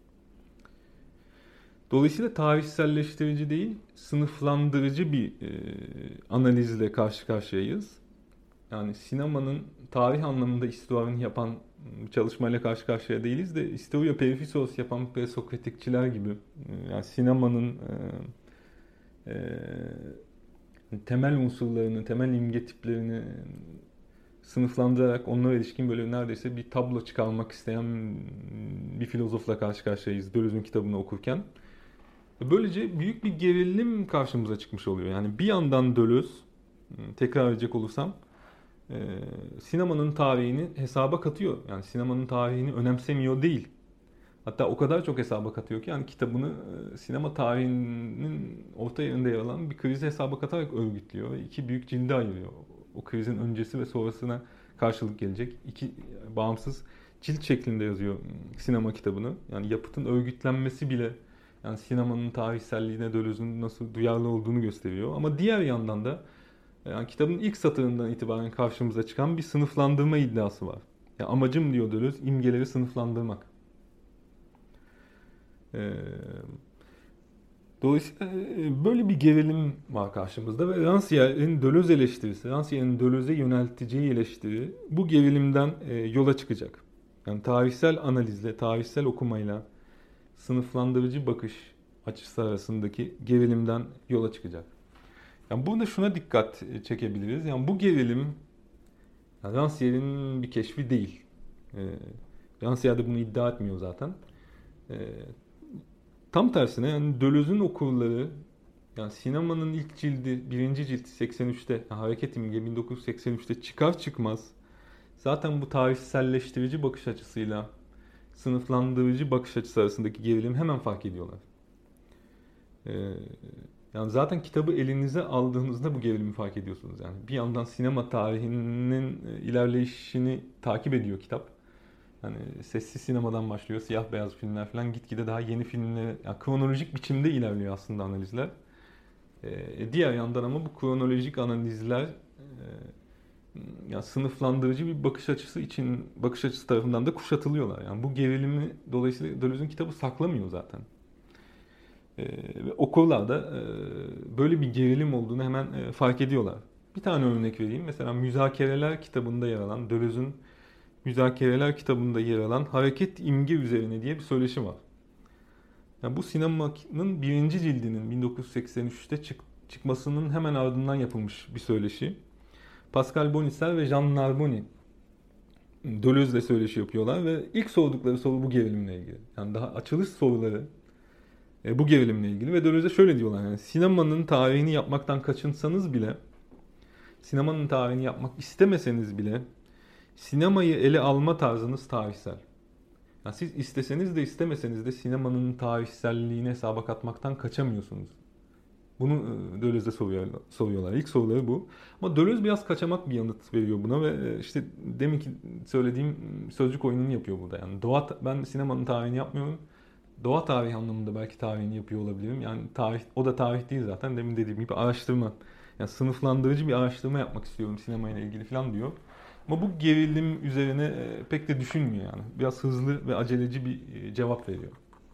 Dolayısıyla tarihselleştirici değil, sınıflandırıcı bir analizle karşı karşıyayız. Yani sinemanın tarih anlamında istuarını yapan çalışmayla karşı karşıya değiliz de Historia Periphyseos yapan presokratikçiler gibi yani sinemanın temel unsurlarını, temel imge tiplerini sınıflandırarak onlara ilişkin böyle neredeyse bir tablo çıkarmak isteyen bir filozofla karşı karşıyayız Deleuze'ün kitabını okurken. Böylece büyük bir gerilim karşımıza çıkmış oluyor. Yani bir yandan Deleuze, tekrar edecek olursam, sinemanın tarihini hesaba katıyor. Yani sinemanın tarihini önemsemiyor değil. Hatta o kadar çok hesaba katıyor ki yani kitabını sinema tarihinin orta yerinde yer alan bir krizi hesaba katarak örgütlüyor ve iki büyük cilde ayırıyor. O krizin öncesi ve sonrasına karşılık gelecek iki bağımsız cilt şeklinde yazıyor sinema kitabını. Yani yapıtın örgütlenmesi bile yani sinemanın tarihselliğine Deleuze'ün nasıl duyarlı olduğunu gösteriyor. Ama diğer yandan da yani kitabın ilk satırından itibaren karşımıza çıkan bir sınıflandırma iddiası var. Yani amacım diyor Deleuze imgeleri sınıflandırmak. Dolayısıyla böyle bir gerilim var karşımızda ve Rancière'in Deleuze eleştirisi, Rancière'in Deleuze'e yönelteceği eleştiri bu gerilimden yola çıkacak. Yani tarihsel analizle, tarihsel okumayla sınıflandırıcı bakış açısı arasındaki gerilimden yola çıkacak. Yani burada şuna dikkat çekebiliriz. Yani bu gerilim yani Rancière'in bir keşfi değil. Rancière de bunu iddia etmiyor zaten. Tam tersine yani Deleuze'ün okurları yani sinemanın ilk cildi, birinci cilt 83'te yani Hareket İmge 1983'te çıkar çıkmaz zaten bu tarihselleştirici bakış açısıyla sınıflandırıcı bakış açısı arasındaki gerilimi hemen fark ediyorlar. Yani zaten kitabı elinize aldığınızda bu gerilimi fark ediyorsunuz. Yani bir yandan sinema tarihinin ilerleyişini takip ediyor kitap. Yani sessiz sinemadan başlıyor, siyah beyaz filmler falan gitgide daha yeni filmlere, yani kronolojik biçimde ilerliyor aslında analizler. Diğer yandan ama bu kronolojik analizler yani sınıflandırıcı bir bakış açısı tarafından da kuşatılıyorlar. Yani bu gerilimi dolayısıyla Deleuze'ün kitabı saklamıyor zaten. Ve okurlar da böyle bir gerilim olduğunu hemen fark ediyorlar. Bir tane örnek vereyim. Mesela Müzakereler kitabında yer alan, Deleuze'ün Müzakereler kitabında yer alan hareket imge üzerine diye bir söyleşi var. Yani bu sinemanın birinci cildinin 1983'te çıkmasının hemen ardından yapılmış bir söyleşi. Pascal Bonisser ve Jean Narbonne Deleuze'le söyleşi yapıyorlar ve ilk sordukları soru bu gerilimle ilgili. Yani daha açılış soruları bu gerilimle ilgili ve Deleuze'e şöyle diyorlar yani sinemanın tarihini yapmaktan kaçınsanız bile, sinemanın tarihini yapmak istemeseniz bile sinemayı ele alma tarzınız tarihsel. Yani siz isteseniz de istemeseniz de sinemanın tarihselliğini hesaba katmaktan kaçamıyorsunuz. Bunu Deleuze'e soruyorlar. İlk soruları bu. Ama Deleuze biraz kaçamak bir yanıt veriyor buna ve işte deminki söylediğim sözcük oyununu yapıyor burada. Yani ben sinemanın tarihini yapmıyorum. doğa tarihi anlamında belki tarihini yapıyor olabilirim. Yani tarih, o da tarih değil zaten. Demin dediğim gibi araştırma. Yani sınıflandırıcı bir araştırma yapmak istiyorum sinemayla ilgili falan diyor. Ama bu gerilim üzerine pek de düşünmüyor yani. Biraz hızlı ve aceleci bir cevap veriyor.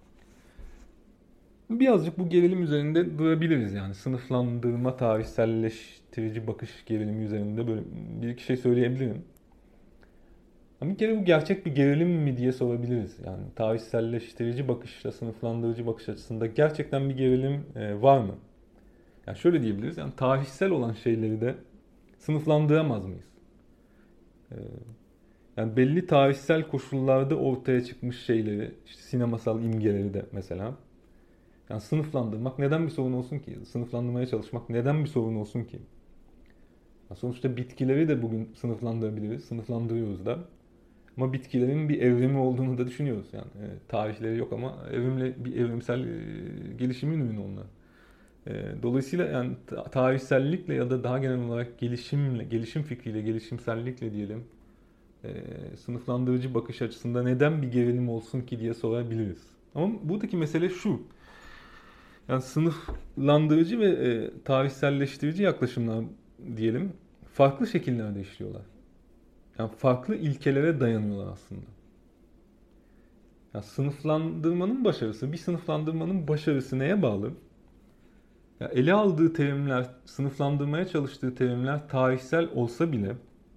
Birazcık bu gerilim üzerinde durabiliriz yani. Sınıflandırma, tarihselleştirici bakış gerilimi üzerinde böyle bir iki şey söyleyebilirim. Ama bir kere bu gerçek bir gerilim mi diye sorabiliriz. Yani tarihselleştirici bakışla sınıflandırıcı bakış açısında gerçekten bir gerilim var mı? Yani şöyle diyebiliriz. Yani tarihsel olan şeyleri de sınıflandıramaz mıyız? E, Yani belli tarihsel koşullarda ortaya çıkmış şeyleri, işte sinemasal imgeleri de mesela. Yani sınıflandırmak neden bir sorun olsun ki? Sınıflandırmaya çalışmak neden bir sorun olsun ki? Yani sonuçta bitkileri de bugün sınıflandırabiliriz. Sınıflandırıyoruz da. Ama bitkilerin bir evrimi olduğunu da düşünüyoruz. Yani tarihleri yok ama bir evrimsel gelişimin ürünü onlar. Dolayısıyla yani tarihsellikle ya da daha genel olarak gelişim fikriyle, gelişimsellikle diyelim, sınıflandırıcı bakış açısında neden bir gerilim olsun ki diye sorabiliriz. Ama buradaki mesele şu. Yani sınıflandırıcı ve tarihselleştirici yaklaşımlar diyelim farklı şekillerde işliyorlar. Yani farklı ilkelere dayanıyorlar aslında. Yani bir sınıflandırmanın başarısı neye bağlı? Ya ele aldığı terimler, sınıflandırmaya çalıştığı terimler tarihsel olsa bile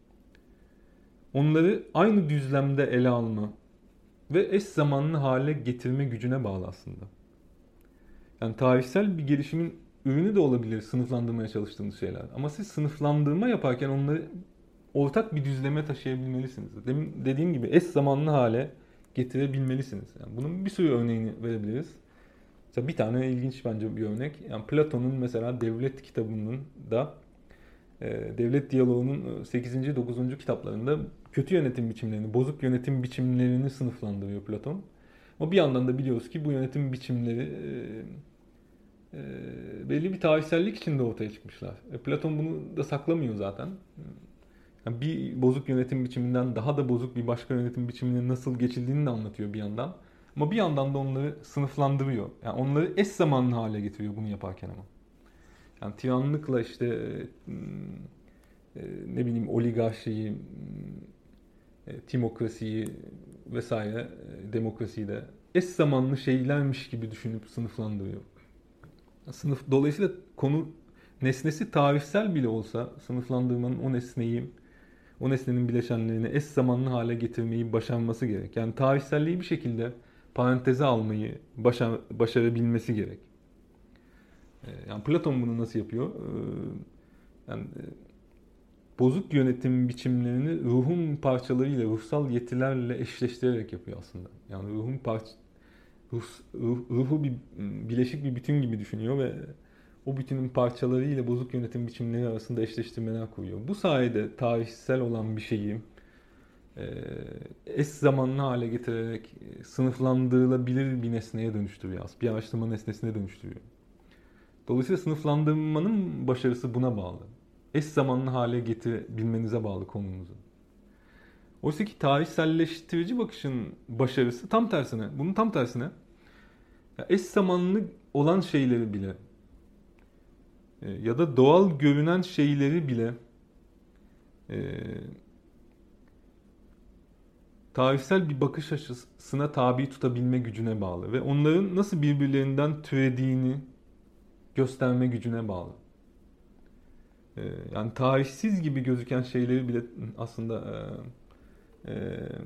onları aynı düzlemde ele alma ve eş zamanlı hale getirme gücüne bağlı aslında. Yani tarihsel bir gelişimin ürünü de olabilir sınıflandırmaya çalıştığınız şeyler. Ama siz sınıflandırma yaparken onları ortak bir düzleme taşıyabilmelisiniz. Demin dediğim gibi eş zamanlı hale getirebilmelisiniz. Yani bunun bir sürü örneğini verebiliriz. Mesela bir tane ilginç bence bir örnek. Yani Platon'un mesela Devlet kitabının da Devlet Diyaloğu'nun 8. 9. kitaplarında kötü yönetim biçimlerini, bozuk yönetim biçimlerini sınıflandırıyor Platon. Ama bir yandan da biliyoruz ki bu yönetim biçimleri belli bir tarihsellik içinde ortaya çıkmışlar. Platon bunu da saklamıyor zaten. Yani bir bozuk yönetim biçiminden daha da bozuk bir başka yönetim biçimine nasıl geçildiğini de anlatıyor bir yandan. Ama bir yandan da onları sınıflandırıyor. Yani onları eş zamanlı hale getiriyor bunu yaparken ama. Yani tiranlıkla işte ne bileyim oligarşiyi, timokrasiyi vesaire, demokrasiyi de eş zamanlı şeylermiş gibi düşünüp sınıflandırıyor. Dolayısıyla nesnesi tarihsel bile olsa sınıflandırmanın o nesnenin bileşenlerini eş zamanlı hale getirmeyi başarması gerek. Yani tarihselliği bir şekilde paranteze almayı başarabilmesi gerek. Yani Platon bunu nasıl yapıyor? Yani bozuk yönetim biçimlerini ruhun parçalarıyla, ruhsal yetilerle eşleştirerek yapıyor aslında. Yani ruhu bir bileşik bir bütün gibi düşünüyor ve o bütünün parçaları ile bozuk yönetim biçimleri arasında eşleştirmeler kuruyor. Bu sayede tarihsel olan bir şeyi e, eş zamanlı hale getirerek sınıflandırılabilir bir nesneye dönüştürüyor. Bir araştırma nesnesine dönüştürüyor. Dolayısıyla sınıflandırmanın başarısı buna bağlı. Eş zamanlı hale getirebilmenize bağlı konunuzu. Oysa ki tarihselleştirici bakışın başarısı tam tersine, bunun tam tersine eş zamanlı olan şeyleri bile ya da doğal görünen şeyleri bile e, tarihsel bir bakış açısına tabi tutabilme gücüne bağlı ve onların nasıl birbirlerinden türediğini gösterme gücüne bağlı. Yani tarihsiz gibi gözüken şeyleri bile aslında e,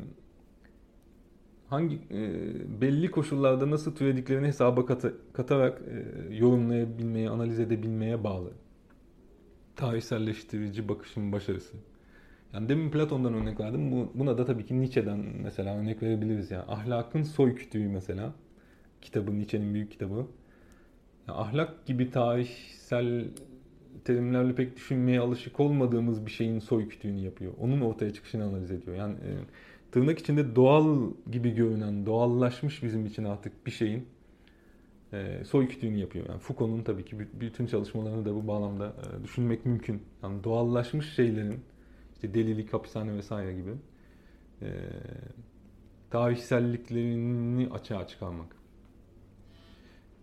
belli koşullarda nasıl türediklerini hesaba katarak yorumlayabilmeye, analiz edebilmeye bağlı. Tarihselleştirici bakışın başarısı. Yani demin Platon'dan örnek verdim. Buna da tabii ki Nietzsche'den mesela örnek verebiliriz. Yani Ahlakın Soy Kütüğü mesela. Kitabı, Nietzsche'nin büyük kitabı. Yani ahlak gibi tarihsel terimlerle pek düşünmeye alışık olmadığımız bir şeyin soy kütüğünü yapıyor. Onun ortaya çıkışını analiz ediyor. Yani tırnak içinde doğal gibi görünen, doğallaşmış bizim için artık bir şeyin soy kütüğünü yapıyor. Yani Foucault'un tabii ki bütün çalışmalarını da bu bağlamda düşünmek mümkün. Yani doğallaşmış şeylerin işte delilik, hapishane vesaire gibi e, tarihselliklerini açığa çıkarmak.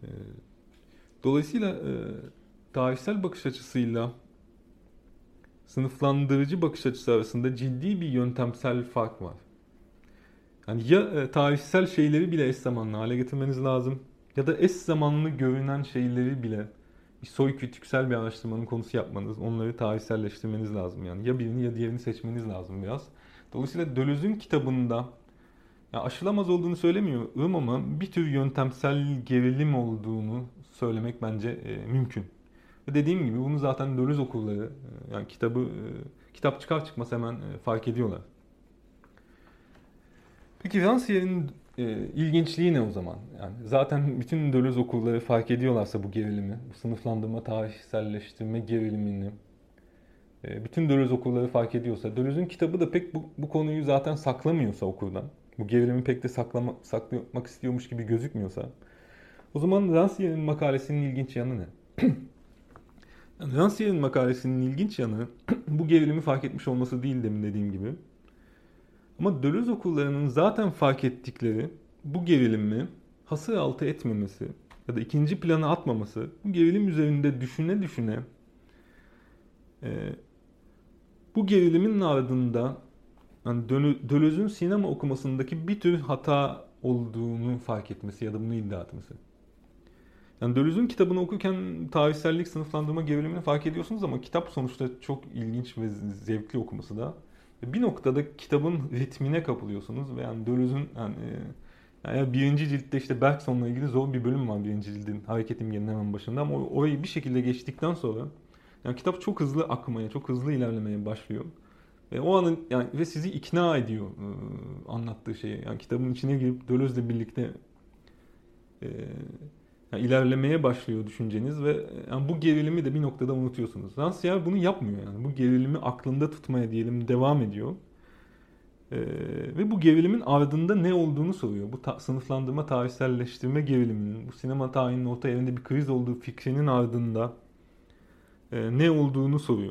Dolayısıyla tarihsel bakış açısıyla sınıflandırıcı bakış açısı arasında ciddi bir yöntemsel fark var. Yani ya tarihsel şeyleri bile eş zamanlı hale getirmeniz lazım ya da eş zamanlı görünen şeyleri bile bir soykütüksel bir araştırmanın konusu yapmanız, onları tarihselleştirmeniz lazım yani. Ya birini ya diğerini seçmeniz lazım biraz. Dolayısıyla Deleuze'ün kitabında ya aşılamaz olduğunu söylemiyorum ama bir tür yöntemsel gerilim olduğunu söylemek bence mümkün. Ve dediğim gibi bunu zaten Deleuze okurları yani kitap çıkar çıkmaz hemen fark ediyorlar. Peki Rancière'in ilginçliği ne o zaman? Yani zaten bütün Deleuze okurları fark ediyorlarsa bu gerilimi, bu sınıflandırma, tarihselleştirme gerilimini, bütün Deleuze okurları fark ediyorsa, Deleuze'ün kitabı da pek bu konuyu zaten saklamıyorsa okurdan, bu gerilimi pek de saklamak istiyormuş gibi gözükmüyorsa, o zaman Rancière'in makalesinin ilginç yanı ne? Yani Rancière'in makalesinin ilginç yanı bu gerilimi fark etmiş olması değil demin dediğim gibi. Ama Deleuze okurlarının zaten fark ettikleri bu gerilimi hasır altı etmemesi ya da ikinci plana atmaması, bu gerilim üzerinde düşüne düşüne bu gerilimin ardında yani Deleuze'ün sinema okumasındaki bir tür hata olduğunu fark etmesi ya da bunu iddia etmesi. Yani Deleuze'ün kitabını okurken tarihsellik, sınıflandırma gerilimini fark ediyorsunuz ama kitap sonuçta çok ilginç ve zevkli okuması da. Bir noktada kitabın ritmine kapılıyorsunuz ve yani Deleuze'ün yani birinci ciltte işte Bergson'la ilgili zor bir bölüm var birinci cildin hareket imgenin hemen başında ama orayı bir şekilde geçtikten sonra yani kitap çok hızlı akmaya, çok hızlı ilerlemeye başlıyor. Ve o anın yani ve sizi ikna ediyor anlattığı şeye. Yani kitabın içine girip Deleuze'le birlikte yani ilerlemeye başlıyor düşünceniz ve yani bu gerilimi de bir noktada unutuyorsunuz. Rancière bunu yapmıyor yani. Bu gerilimi aklında tutmaya diyelim devam ediyor. Ve bu gerilimin ardında ne olduğunu soruyor. Bu sınıflandırma, tarihselleştirme geriliminin, bu sinema tarihinin orta yerinde bir kriz olduğu fikrinin ardında ne olduğunu soruyor.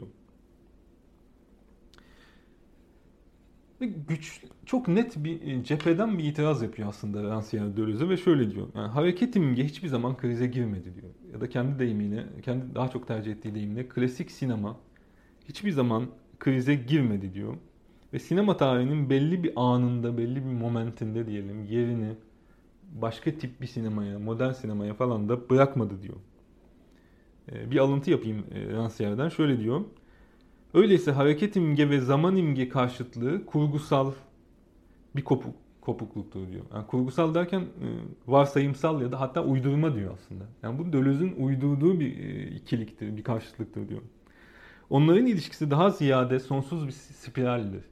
Ve çok net bir cepheden bir itiraz yapıyor aslında Rancière Deleuze'e ve şöyle diyor. Yani hareket imge hiçbir zaman krize girmedi diyor. Ya da kendi deyimiyle, kendi daha çok tercih ettiği deyimle klasik sinema hiçbir zaman krize girmedi diyor. Ve sinema tarihinin belli bir anında, belli bir momentinde diyelim yerini başka tip bir sinemaya, modern sinemaya falan da bırakmadı diyor. Bir alıntı yapayım Rancière'den. Şöyle diyor. Öyleyse hareket imge ve zaman imge karşıtlığı kurgusal bir kopukluktur diyor. Yani kurgusal derken varsayımsal ya da hatta uydurma diyor aslında. Yani bu Deleuze'ün uydurduğu bir ikiliktir, bir karşıtlıktır diyor. Onların ilişkisi daha ziyade sonsuz bir spiraldir.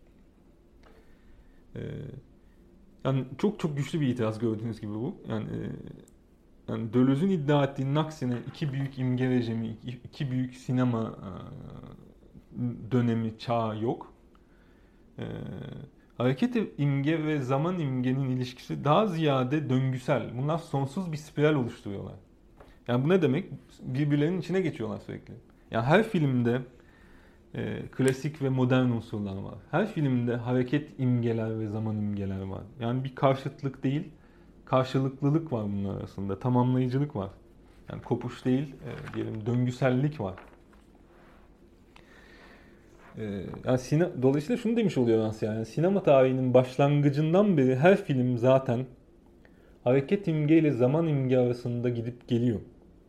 Yani çok çok güçlü bir itiraz gördüğünüz gibi bu. Yani Deleuze'ün iddia ettiğinin aksine iki büyük imge rejimi, iki büyük sinema dönemi, çağı yok. Hareket imge ve zaman imgenin ilişkisi daha ziyade döngüsel. Bunlar sonsuz bir spiral oluşturuyorlar. Yani bu ne demek? Birbirlerinin içine geçiyorlar sürekli. Yani her filmde klasik ve modern unsurlar var. Her filmde hareket imgeler ve zaman imgeler var. Yani bir karşıtlık değil, karşılıklılık var bunlar arasında. Tamamlayıcılık var. Yani kopuş değil, diyelim döngüsellik var. Yani dolayısıyla şunu demiş oluyor Rancière. Yani sinema tarihinin başlangıcından beri her film zaten hareket imge ile zaman imge arasında gidip geliyor.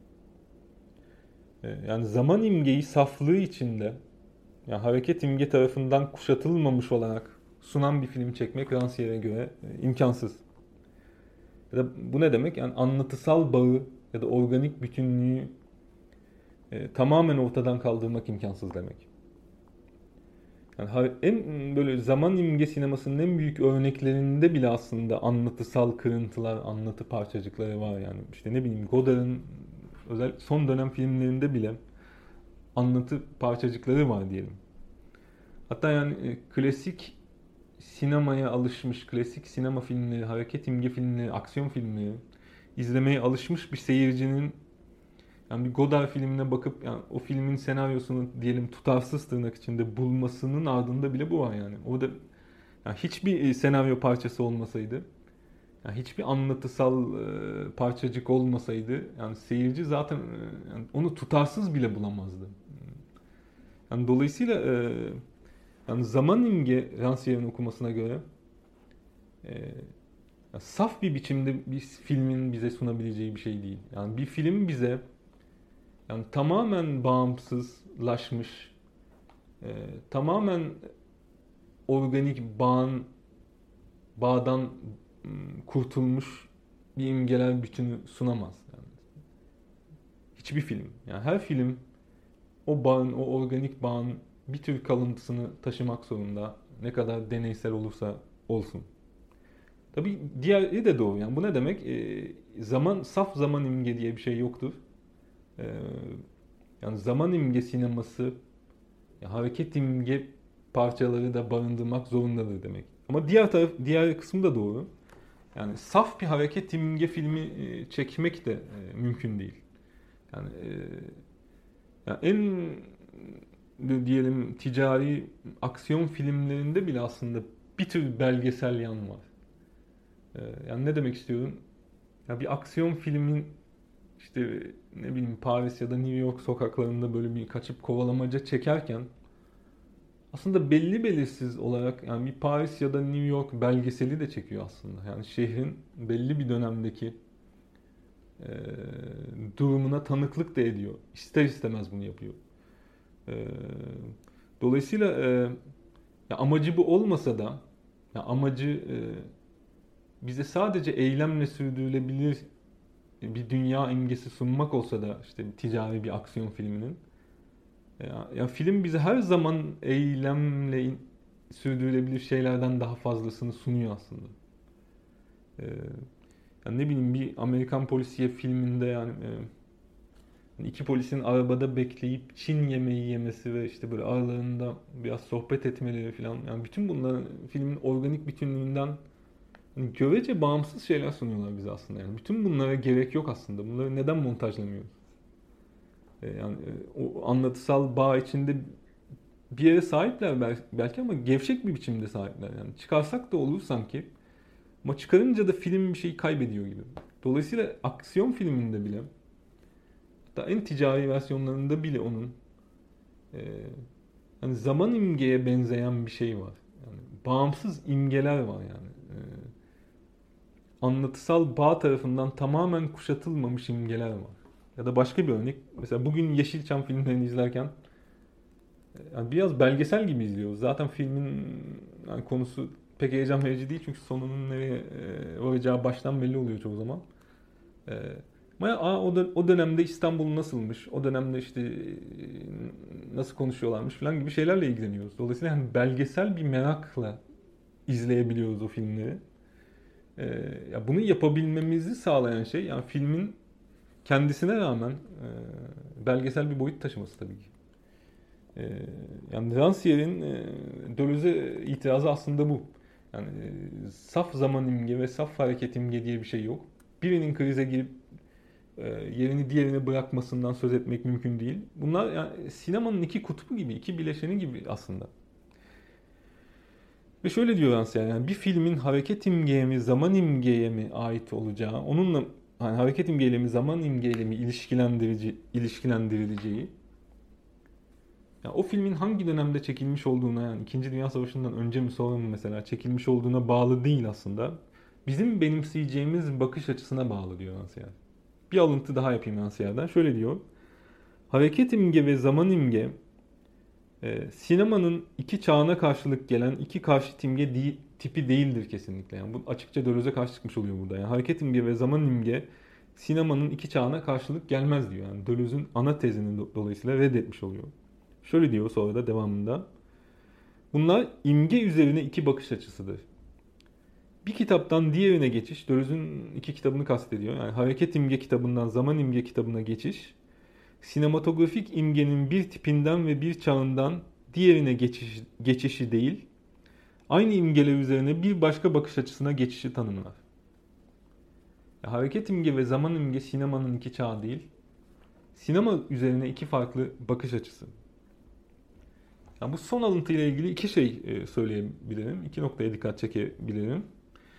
Yani zaman imgeyi saflığı içinde yani hareket imge tarafından kuşatılmamış olarak sunan bir film çekmek Rancière'e göre imkansız. Ya da bu ne demek? Yani anlatısal bağı ya da organik bütünlüğü tamamen ortadan kaldırmak imkansız demek. Yani en böyle zaman imge sinemasının en büyük örneklerinde bile aslında anlatısal kırıntılar, anlatı parçacıkları var yani. İşte ne bileyim Godard'ın özel son dönem filmlerinde bile anlatı parçacıkları var diyelim. Hatta yani klasik sinemaya alışmış, klasik sinema filmleri, hareket imge filmleri, aksiyon filmleri izlemeye alışmış bir seyircinin yani bir Godard filmine bakıp yani o filmin senaryosunu diyelim tutarsız tırnak içinde bulmasının ardında bile bu var yani. Orada yani hiçbir senaryo parçası olmasaydı Yani hiçbir anlatısal parçacık olmasaydı yani seyirci zaten yani onu tutarsız bile bulamazdı. Yani dolayısıyla yani zaman imge Rancière'in okumasına göre saf bir biçimde bir filmin bize sunabileceği bir şey değil. Yani bir film bize yani tamamen bağımsızlaşmış, tamamen organik bağdan kurtulmuş bir imgeler bütünü sunamaz. Yani hiçbir film. Yani her film o bağın, o organik bağın bir tür kalıntısını taşımak zorunda. Ne kadar deneysel olursa olsun. Tabii diğeri de doğru. Yani bu ne demek? Saf zaman imge diye bir şey yoktur. Ee, Yani zaman imge sineması, ya hareket imge parçaları da barındırmak zorundadır demek. Ama diğer kısmı da doğru. Yani saf bir hareket imge filmi çekmek de mümkün değil. Yani, yani diyelim ticari aksiyon filmlerinde bile aslında bir tür belgesel yan var. Yani ne demek istiyorum? Ya bir aksiyon filmin işte ne bileyim Paris ya da New York sokaklarında böyle bir kaçıp kovalamaca çekerken aslında belli belirsiz olarak yani bir Paris ya da New York belgeseli de çekiyor aslında. Yani şehrin belli bir dönemdeki e, durumuna tanıklık da ediyor. İster istemez bunu yapıyor. E, Dolayısıyla ya amacı bu olmasa da ya amacı bize sadece eylemle sürdürülebilir bir dünya imgesi sunmak olsa da işte bir ticari bir aksiyon filminin ya film bize her zaman eylemle sürdürülebilir şeylerden daha fazlasını sunuyor aslında. Ee, Yani ne bileyim bir Amerikan polisiye filminde yani iki polisin arabada bekleyip Çin yemeği yemesi ve işte böyle aralarında biraz sohbet etmeleri falan yani bütün bunlar filmin organik bütünlüğünden hani görece bağımsız şeyler sunuyorlar bize aslında yani bütün bunlara gerek yok aslında. Bunları neden montajlamıyoruz? Yani o anlatısal bağ içinde bir yere sahipler belki ama gevşek bir biçimde sahipler. Yani çıkarsak da olur sanki. Ama çıkarınca da film bir şeyi kaybediyor gibi. Dolayısıyla aksiyon filminde bile hatta en ticari versiyonlarında bile onun e, hani zaman imgeye benzeyen bir şey var. Yani bağımsız imgeler var yani. Anlatısal bağ tarafından tamamen kuşatılmamış imgeler var. Ya da başka bir örnek. Mesela bugün Yeşilçam filmlerini izlerken yani biraz belgesel gibi izliyoruz. Zaten filmin yani konusu pek heyecan verici değil çünkü sonunun nereye varacağı baştan belli oluyor çoğu zaman. E, Ama o dönemde İstanbul nasılmış, o dönemde işte nasıl konuşuyorlarmış falan gibi şeylerle ilgileniyoruz. Dolayısıyla hani belgesel bir merakla izleyebiliyoruz o filmleri. E, Ya bunu yapabilmemizi sağlayan şey yani filmin kendisine rağmen belgesel bir boyut taşıması tabii ki. Ee, Yani Rancière'in Deleuze'e itirazı aslında bu. Yani saf zaman imge ve saf hareket imge diye bir şey yok. Birinin krize girip yerini diğerine bırakmasından söz etmek mümkün değil. Bunlar yani sinemanın iki kutbu gibi, iki bileşeni gibi aslında. Ve şöyle diyor Rancière yani bir filmin hareket imgeye mi, zaman imgeye mi ait olacağı, onunla hani hareket imgeyle mi, zaman imgeyle mi ilişkilendirileceği ya o filmin hangi dönemde çekilmiş olduğuna yani İkinci Dünya Savaşı'ndan önce mi sonra mı mesela çekilmiş olduğuna bağlı değil aslında. Bizim benimseyeceğimiz bakış açısına bağlı diyor Rancière. Bir alıntı daha yapayım Rancière'den. Şöyle diyor. Hareket imge ve zaman imge sinemanın iki çağına karşılık gelen iki karşıt imge tipi değildir kesinlikle. Yani bu açıkça Deleuze'e karşı çıkmış oluyor burada. Yani hareket imge ve zaman imge sinemanın iki çağına karşılık gelmez diyor. Yani Deleuze'ün ana tezini dolayısıyla reddetmiş oluyor. Şöyle diyor sonra da devamında. Bunlar imge üzerine iki bakış açısıdır. Bir kitaptan diğerine geçiş, Deleuze'ün iki kitabını kastediyor. Yani hareket imge kitabından zaman imge kitabına geçiş, sinematografik imgenin bir tipinden ve bir çağından diğerine geçişi değil, aynı imgeler üzerine bir başka bakış açısına geçişi tanımlar. Hareket imge ve zaman imge sinemanın iki çağı değil, sinema üzerine iki farklı bakış açısı. Yani bu son alıntı ile ilgili iki şey söyleyebilirim. İki noktaya dikkat çekebilirim.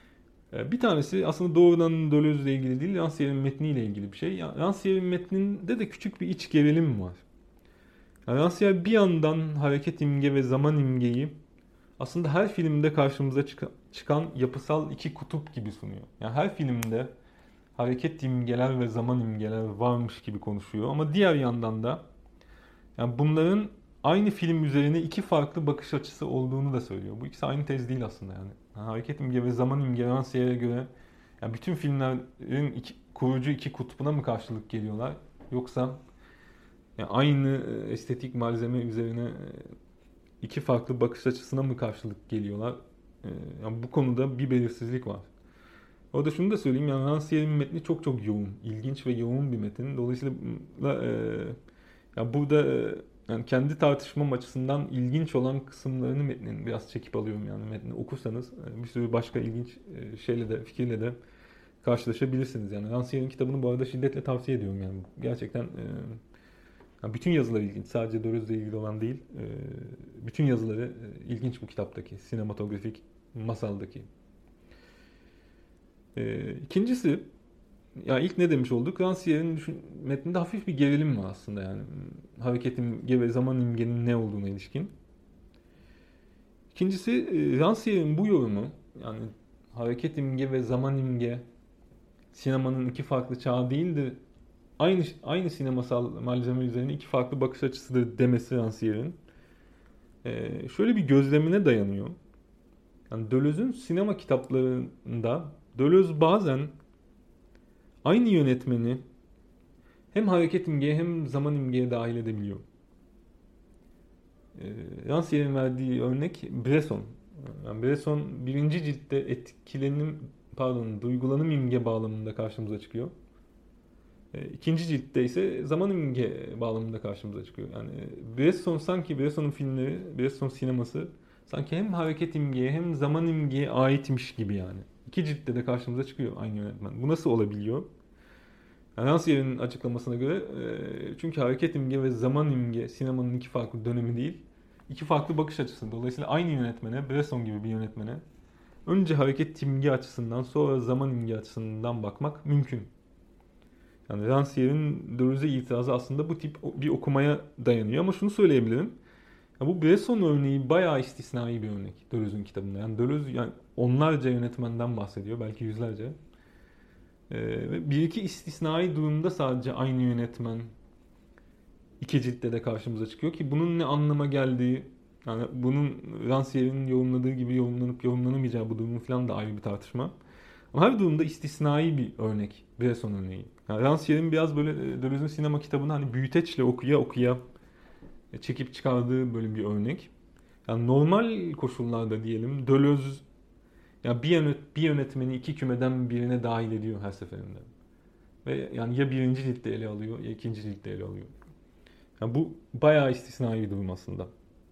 Bir tanesi aslında doğrudan Döloz'la ilgili değil, Rancière'in metniyle ilgili bir şey. Rancière'in metninde de küçük bir iç gerilim var. Rancière bir yandan hareket imge ve zaman imgeyi aslında her filmde karşımıza çıkan yapısal iki kutup gibi sunuyor. Yani her filmde hareket imgeler ve zaman imgeler varmış gibi konuşuyor. Ama diğer yandan da yani bunların aynı film üzerine iki farklı bakış açısı olduğunu da söylüyor. Bu ikisi aynı tez değil aslında yani. Hareket imge ve zaman imge Rancière'e göre yani bütün filmlerin kurucu iki kutbuna mı karşılık geliyorlar? Yoksa yani aynı estetik malzeme üzerine iki farklı bakış açısına mı karşılık geliyorlar? Yani bu konuda bir belirsizlik var. Orada şunu da söyleyeyim, yani Rancière'in metni çok çok yoğun, ilginç ve yoğun bir metin. Dolayısıyla ya burada yani kendi tartışmam açısından ilginç olan kısımlarını metnin biraz çekip alıyorum, yani metni okursanız bir sürü başka ilginç şeyle de, fikirle de karşılaşabilirsiniz. Yani Rancière'in kitabını bu arada şiddetle tavsiye ediyorum yani. Gerçekten yani bütün yazıları ilginç, sadece Deleuze'le ilgili olan değil. Bütün yazıları ilginç bu kitaptaki, sinematografik, masaldaki. İkincisi, ya ilk ne demiş olduk? Rancière'in metninde hafif bir gerilim var aslında yani. Hareket imge ve zaman imgenin ne olduğuna ilişkin. İkincisi, Rancière'in bu yorumu, yani hareket imge ve zaman imge sinemanın iki farklı çağı değildir, aynı sinemasal malzeme üzerine iki farklı bakış açısıdır demesi Rancière'in şöyle bir gözlemine dayanıyor. Yani Deleuze'ün sinema kitaplarında Deleuze bazen aynı yönetmeni hem hareket imgeye hem zaman imgeye dahil edebiliyor. Rancière'in verdiği örnek Bresson. Yani Bresson birinci ciltte duygulanım imge bağlamında karşımıza çıkıyor. İkinci ciltte ise zaman imge bağlamında karşımıza çıkıyor. Yani Bresson'un filmleri, Bresson sineması sanki hem hareket imgeye hem zaman imgeye aitmiş gibi yani. İki ciltte de karşımıza çıkıyor aynı yönetmen. Bu nasıl olabiliyor? Yani Rancière'in açıklamasına göre çünkü hareket imge ve zaman imge sinemanın iki farklı dönemi değil, iki farklı bakış açısı. Dolayısıyla aynı yönetmene, Bresson gibi bir yönetmene önce hareket imge açısından sonra zaman imge açısından bakmak mümkün. Yani Rancière'in Deleuze'e itirazı aslında bu tip bir okumaya dayanıyor. Ama şunu söyleyebilirim. Ya bu Bresson örneği bayağı istisnai bir örnek Deleuze'ün kitabında. Yani Deleuze yani onlarca yönetmenden bahsediyor, belki yüzlerce. Ve bir iki istisnai durumda sadece aynı yönetmen iki ciltte de karşımıza çıkıyor ki bunun ne anlama geldiği, yani bunun Rancière'in yorumladığı gibi yorumlanıp yorumlanamayacağı bu durumun falan da ayrı bir tartışma. Ama her durumda istisnai bir örnek Bresson örneği. Yani Rancière'in biraz böyle Deleuze'ün sinema kitabını hani büyüteçle okuya çekip çıkardığı böyle bir örnek. Yani normal koşullarda diyelim Deleuze yani bir yönetmeni iki kümeden birine dahil ediyor her seferinde. Ve yani ya birinci ciltte ele alıyor ya ikinci ciltte ele alıyor. Yani bu bayağı istisnai bir durum aslında.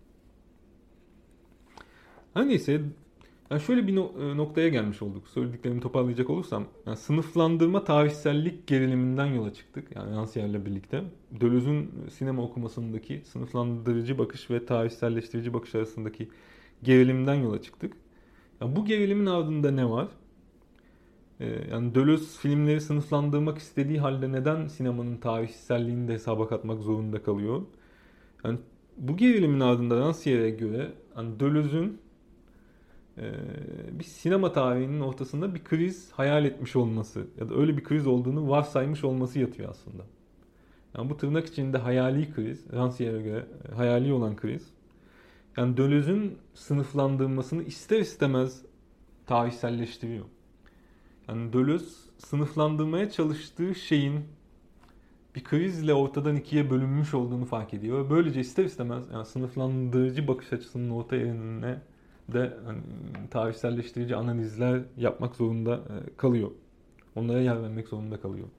Her neyse, yani şöyle bir noktaya gelmiş olduk. Söylediklerimi toparlayacak olursam, yani sınıflandırma tarihsellik geriliminden yola çıktık. Yani Rancière'le birlikte. Deleuze'ün sinema okumasındaki sınıflandırıcı bakış ve tarihselleştirici bakış arasındaki gerilimden yola çıktık. Yani bu gerilimin ardında ne var? Yani Deleuze filmleri sınıflandırmak istediği halde neden sinemanın tarihselliğini de hesaba katmak zorunda kalıyor? Yani bu gerilimin ardında Rancière'e göre yani Deleuze'ün bir sinema tarihinin ortasında bir kriz hayal etmiş olması ya da öyle bir kriz olduğunu varsaymış olması yatıyor aslında. Yani bu tırnak içinde hayali kriz, Rancière'e göre hayali olan kriz. Yani Deleuze'ün sınıflandırmasını ister istemez tarihselleştiriyor. Yani Deleuze sınıflandırmaya çalıştığı şeyin bir krizle ortadan ikiye bölünmüş olduğunu fark ediyor. Ve böylece ister istemez yani sınıflandırıcı bakış açısının orta yerine de hani, tarihselleştirici analizler yapmak zorunda kalıyor. Onlara yer vermek zorunda kalıyor.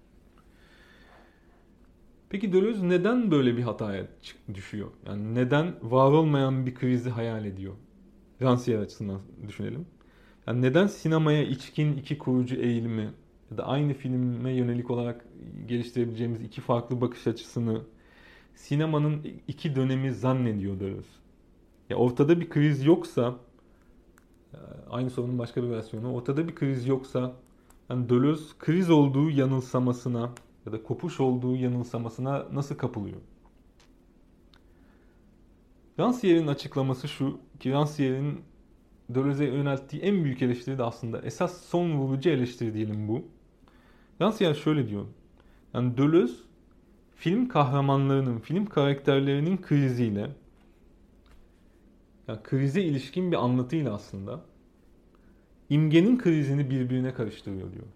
Peki Deleuze neden böyle bir hataya düşüyor? Yani neden var olmayan bir krizi hayal ediyor? Rancière açısından düşünelim. Yani neden sinemaya içkin iki kurucu eğilimi ya da aynı filme yönelik olarak geliştirebileceğimiz iki farklı bakış açısını sinemanın iki dönemi zannediyor Deleuze? Ya ortada bir kriz yoksa Aynı sorunun başka bir versiyonu. Ortada bir kriz yoksa yani Deleuze kriz olduğu yanılsamasına ya da kopuş olduğu yanılsamasına nasıl kapılıyor? Rancière'in açıklaması şu ki Rancière'in Deleuze'ye yönelttiği en büyük eleştiri de aslında esas son vurucu eleştiri diyelim bu. Rancière şöyle diyor. Yani Deleuze film kahramanlarının, film karakterlerinin kriziyle yani krize ilişkin bir anlatıyla aslında imgenin krizini birbirine karıştırıyor diyor.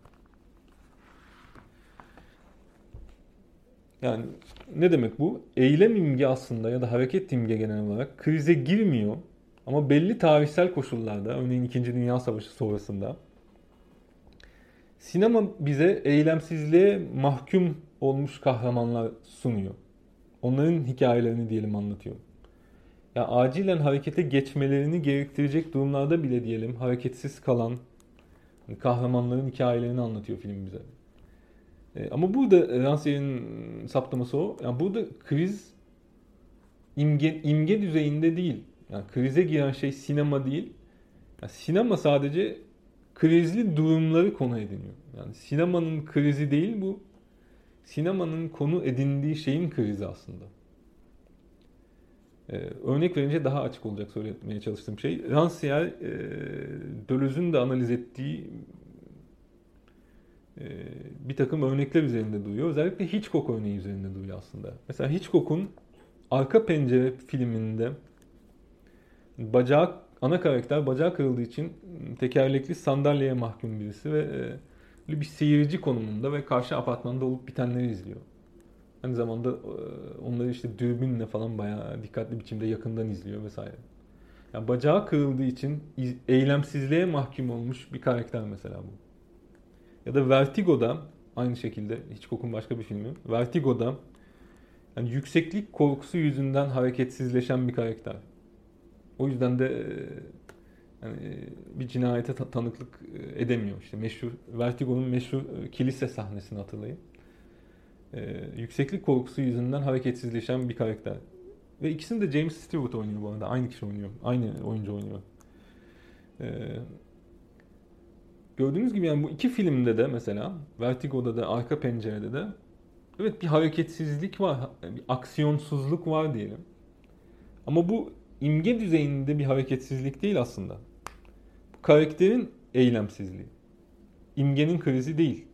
Yani ne demek bu? Eylem imge aslında ya da hareket imge genel olarak krize girmiyor. Ama belli tarihsel koşullarda, örneğin 2. Dünya Savaşı sonrasında sinema bize eylemsizliğe mahkum olmuş kahramanlar sunuyor. Onların hikayelerini diyelim anlatıyor. Ya acilen harekete geçmelerini gerektirecek durumlarda bile diyelim hareketsiz kalan kahramanların hikayelerini anlatıyor film bize. Ama burada Rancière'in saptaması o. Yani burada kriz imge düzeyinde değil. Yani krize giren şey sinema değil. Yani sinema sadece krizli durumları konu ediniyor. Yani sinemanın krizi değil bu. Sinemanın konu edindiği şeyin krizi aslında. Örnek verince daha açık olacak söylemeye çalıştığım şey. Rancière, Deleuze'ün de analiz ettiği bir takım örnekler üzerinde duruyor. Özellikle Hitchcock örneği üzerinde duruyor aslında. Mesela Hitchcock'un Arka Pencere filminde ana karakter bacağı kırıldığı için tekerlekli sandalyeye mahkum birisi ve bir seyirci konumunda ve karşı apartmanda olup bitenleri izliyor. Aynı zamanda onları işte dürbünle falan bayağı dikkatli biçimde yakından izliyor vesaire. Yani bacağı kırıldığı için eylemsizliğe mahkum olmuş bir karakter mesela bu. Ya da Vertigo'da aynı şekilde Hitchcock'un başka bir filmi. Vertigo'da yani yükseklik korkusu yüzünden hareketsizleşen bir karakter. O yüzden de yani bir cinayete tanıklık edemiyor. İşte Vertigo'nun meşhur kilise sahnesini hatırlayın. Yükseklik korkusu yüzünden hareketsizleşen bir karakter. Ve ikisini de James Stewart oynuyor bu arada. Aynı kişi oynuyor. Aynı oyuncu oynuyor. Gördüğünüz gibi yani bu iki filmde de mesela Vertigo'da da Arka Pencere'de de evet bir hareketsizlik var. Bir aksiyonsuzluk var diyelim. Ama bu imge düzeyinde bir hareketsizlik değil aslında. Bu karakterin eylemsizliği. İmgenin krizi değil.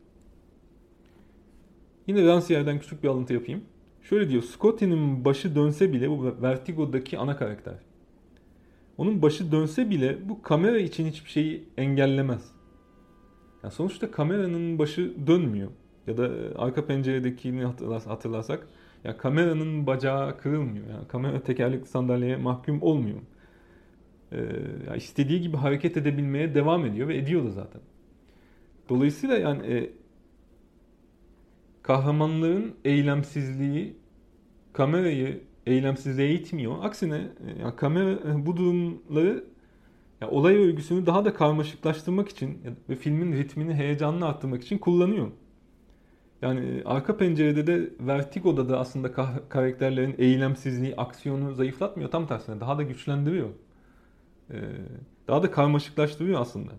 Yine Rancière'den küçük bir alıntı yapayım. Şöyle diyor. Scotty'nin başı dönse bile bu Vertigo'daki ana karakter. Onun başı dönse bile bu kamera için hiçbir şeyi engellemez. Yani sonuçta kameranın başı dönmüyor. Ya da Arka Penceredekini hatırlarsak ya kameranın bacağı kırılmıyor. Yani kamera tekerlekli sandalyeye mahkum olmuyor. Ya istediği gibi hareket edebilmeye devam ediyor ve ediyor da zaten. Dolayısıyla yani kahramanların eylemsizliği kamerayı eylemsizliğe itmiyor. Aksine yani kamera bu durumları ya olay örgüsünü daha da karmaşıklaştırmak için ve filmin ritmini heyecanlı arttırmak için kullanıyor. Yani Arka Pencere'de de Vertigo'da da aslında karakterlerin eylemsizliği, aksiyonu zayıflatmıyor. Tam tersine daha da güçlendiriyor. Daha da karmaşıklaştırıyor aslında.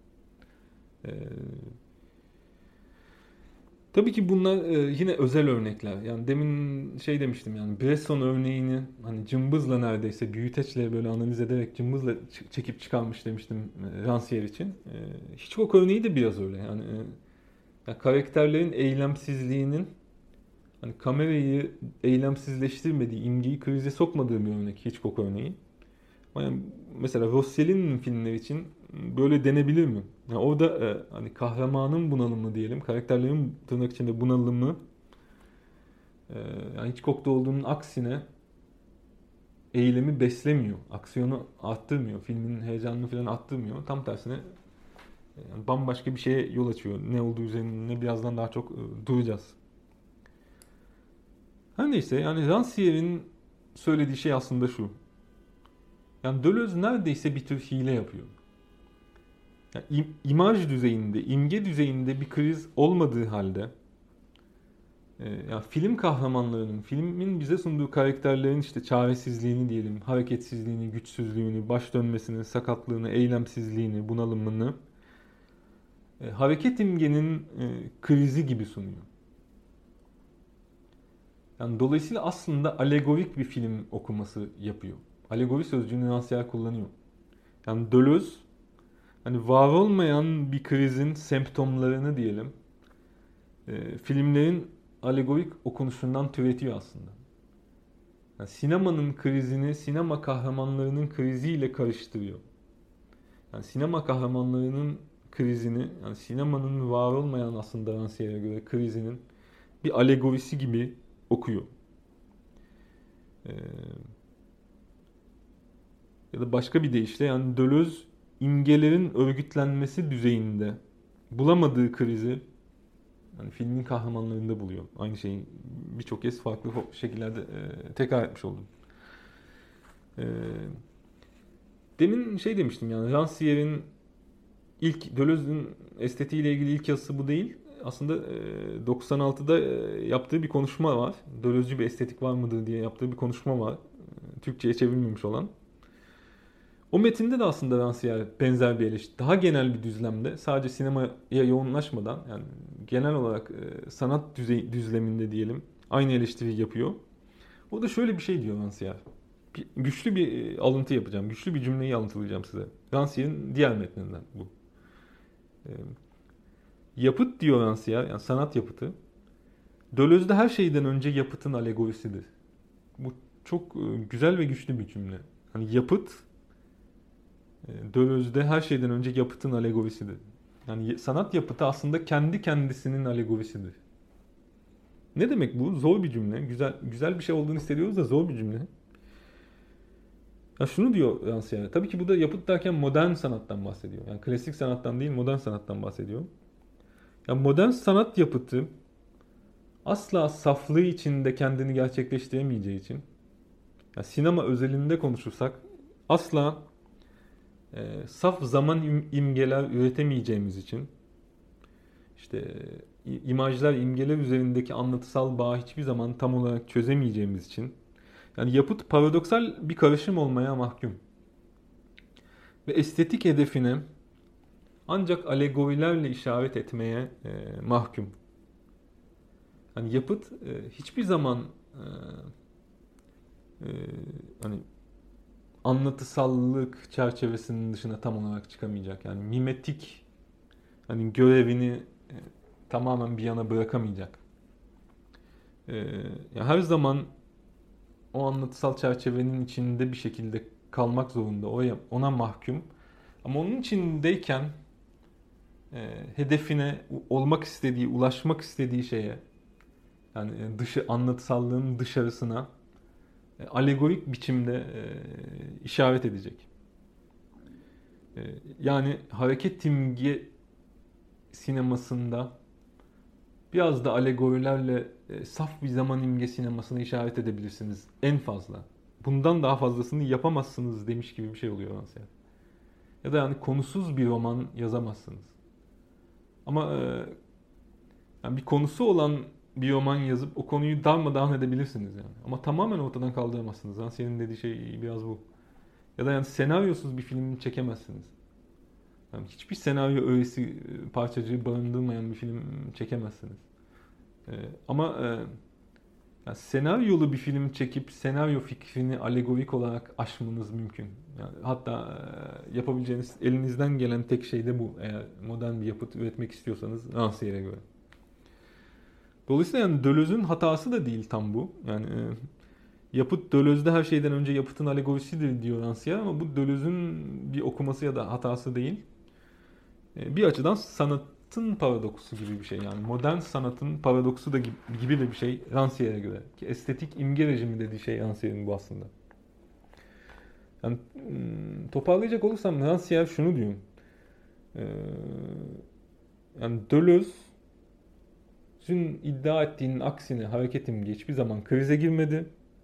Tabii ki bunlar yine özel örnekler. Yani demin şey demiştim yani Bresson örneğini hani cımbızla neredeyse büyüteçle böyle analiz ederek cımbızla çekip çıkarmış demiştim Rancière için. Hitchcock örneği de biraz öyle. Yani karakterlerin eylemsizliğinin hani kamerayı eylemsizleştirmediği, imgeyi krize sokmadığı bir örnek Hitchcock örneği. Yani mesela Rossellini'nin filmleri için böyle denebilir mi? Yani orada hani kahramanın bunalımı diyelim, karakterlerin tırnak içinde bunalımı yani Hitchcock'ta olduğunun aksine eylemi beslemiyor, aksiyonu arttırmıyor, filmin heyecanını falan arttırmıyor. Tam tersine yani bambaşka bir şeye yol açıyor. Ne olduğu üzerine birazdan daha çok duracağız. Her neyse yani Rancière'in söylediği şey aslında şu. Yani Deleuze neredeyse bir tür hile yapıyor. Yani imaj düzeyinde, imge düzeyinde bir kriz olmadığı halde Yani film kahramanlarının, filmin bize sunduğu karakterlerin işte çaresizliğini diyelim, hareketsizliğini, güçsüzlüğünü, baş dönmesini, sakatlığını, eylemsizliğini, bunalımını hareket imgenin krizi gibi sunuyor. Yani dolayısıyla aslında alegorik bir film okuması yapıyor. Alegori sözcüğünü Rancière kullanıyor. Yani Deleuze hani var olmayan bir krizin semptomlarını diyelim filmlerin alegorik okunuşundan türetiyor aslında. Yani sinemanın krizini sinema kahramanlarının kriziyle karıştırıyor. Yani sinema kahramanlarının krizini, yani sinemanın var olmayan aslında Rancière'e göre krizinin bir alegorisi gibi okuyor. Ee, Ya da başka bir deyişle yani Deleuze imgelerin örgütlenmesi düzeyinde bulamadığı krizi yani filmin kahramanlarında buluyor. Aynı şeyi birçok kez farklı şekillerde tekrar etmiş oldum. E, Demin şey demiştim yani Rancière'in ilk Deleuze'ün estetiğiyle ilgili ilk yazısı bu değil. Aslında 96'da yaptığı bir konuşma var. Deleuze'cü bir estetik var mıdır diye yaptığı bir konuşma var. Türkçe'ye çevrilmemiş olan. O metinde de aslında Rancière benzer bir eleştiri. Daha genel bir düzlemde sadece sinemaya yoğunlaşmadan yani genel olarak sanat düzleminde diyelim aynı eleştiriyi yapıyor. O da şöyle bir şey diyor Rancière. Güçlü bir alıntı yapacağım. Güçlü bir cümleyi alıntılayacağım size. Rancière'in diğer metninden bu. E, Yapıt diyor Rancière, yani sanat yapıtı. Deleuze'de her şeyden önce yapıtın alegorisidir. Bu çok güzel ve güçlü bir cümle. Hani yapıt Deleuze'de her şeyden önce yapıtın alegorisidir. Yani sanat yapıtı aslında kendi kendisinin alegorisidir. Ne demek bu? Zor bir cümle. Güzel bir şey olduğunu hissediyoruz da zor bir cümle. Ya şunu diyor Rancière. Tabii ki bu da yapıt derken modern sanattan bahsediyor. Yani klasik sanattan değil, modern sanattan bahsediyor. Ya modern sanat yapıtı asla saflığı içinde kendini gerçekleştiremeyeceği için, ya sinema özelinde konuşursak asla saf zaman imgeler üretemeyeceğimiz için, işte imajlar, imgeler üzerindeki anlatısal bağı hiçbir zaman tam olarak çözemeyeceğimiz için, yani yapıt paradoksal bir karışım olmaya mahkum. Ve estetik hedefine ancak alegorilerle işaret etmeye mahkum. Yani yapıt hiçbir zaman e, hani anlatısallık çerçevesinin dışına tam olarak çıkamayacak. Yani mimetik hani görevini tamamen bir yana bırakamayacak. Yani her zaman o anlatısal çerçevenin içinde bir şekilde kalmak zorunda. Ona mahkum. Ama onun içindeyken hedefine, olmak istediği, ulaşmak istediği şeye, yani anlatısallığın dışarısına alegorik biçimde işaret edecek. Yani hareket imge sinemasında biraz da alegorilerle saf bir zaman imge sinemasına işaret edebilirsiniz en fazla. Bundan daha fazlasını yapamazsınız demiş gibi bir şey oluyor Rancière. Ya da yani konusuz bir roman yazamazsınız. Ama yani bir konusu olan bir roman yazıp o konuyu darmadağın edebilirsiniz yani. Ama tamamen ortadan kaldıramazsınız. Rancière'in dediği şey biraz bu. Ya da yani senaryosuz bir film çekemezsiniz. Yani hiçbir senaryo öğesi parçacığı barındırmayan bir film çekemezsiniz. Ama yani senaryolu bir film çekip senaryo fikrini alegorik olarak aşmanız mümkün. Yani hatta yapabileceğiniz elinizden gelen tek şey de bu. Eğer modern bir yapıt üretmek istiyorsanız Rancière'e göre. Dolayısıyla yani Deleuze'ün hatası da değil tam bu. Yani yapıt Deleuze'de her şeyden önce yapıtın alegorisidir diyor Rancière ama bu Deleuze'ün bir okuması ya da hatası değil. Bir açıdan sanatın paradoksu gibi bir şey. Yani modern sanatın paradoksu da gibi de bir şey Rancière'e göre. Ki estetik imge rejimi dediği şey Rancière'in bu aslında. Yani toparlayacak olursam Rancière şunu diyor. Yani Deleuze'ün iddia ettiğinin aksine hareket imge hiçbir zaman krize girmedi.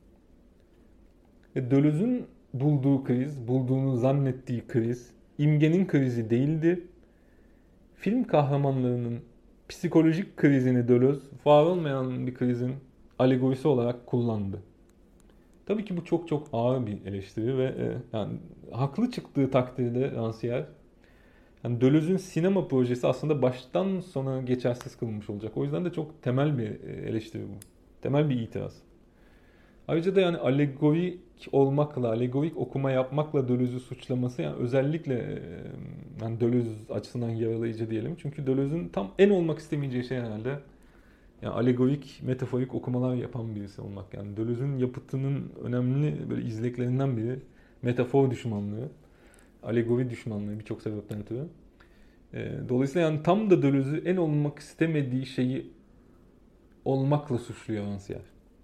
Ve Deleuze'ün bulduğu kriz, bulduğunu zannettiği kriz, imgenin krizi değildi. Film kahramanlarının psikolojik krizini Deleuze var olmayan bir krizin alegorisi olarak kullandı. Tabii ki bu çok çok ağır bir eleştiri ve yani haklı çıktığı takdirde Rancière, yani Deleuze'ün sinema projesi aslında baştan sona geçersiz kılınmış olacak. O yüzden de çok temel bir eleştiri bu. Temel bir itiraz. Ayrıca da yani alegorik olmakla, alegorik okuma yapmakla Deleuze'ü suçlaması yani özellikle yani Deleuze açısından yaralayıcı diyelim. Çünkü Deleuze'ün tam en olmak istemeyeceği şey herhalde yani alegorik, metaforik okumalar yapan birisi olmak. Yani Deleuze'ün yapıtının önemli böyle izleklerinden biri metafor düşmanlığı, alegori düşmanlığı birçok sebepten ötürü. Dolayısıyla yani tam da Deleuze'ü en olmak istemediği şeyi olmakla suçluyor Rancière.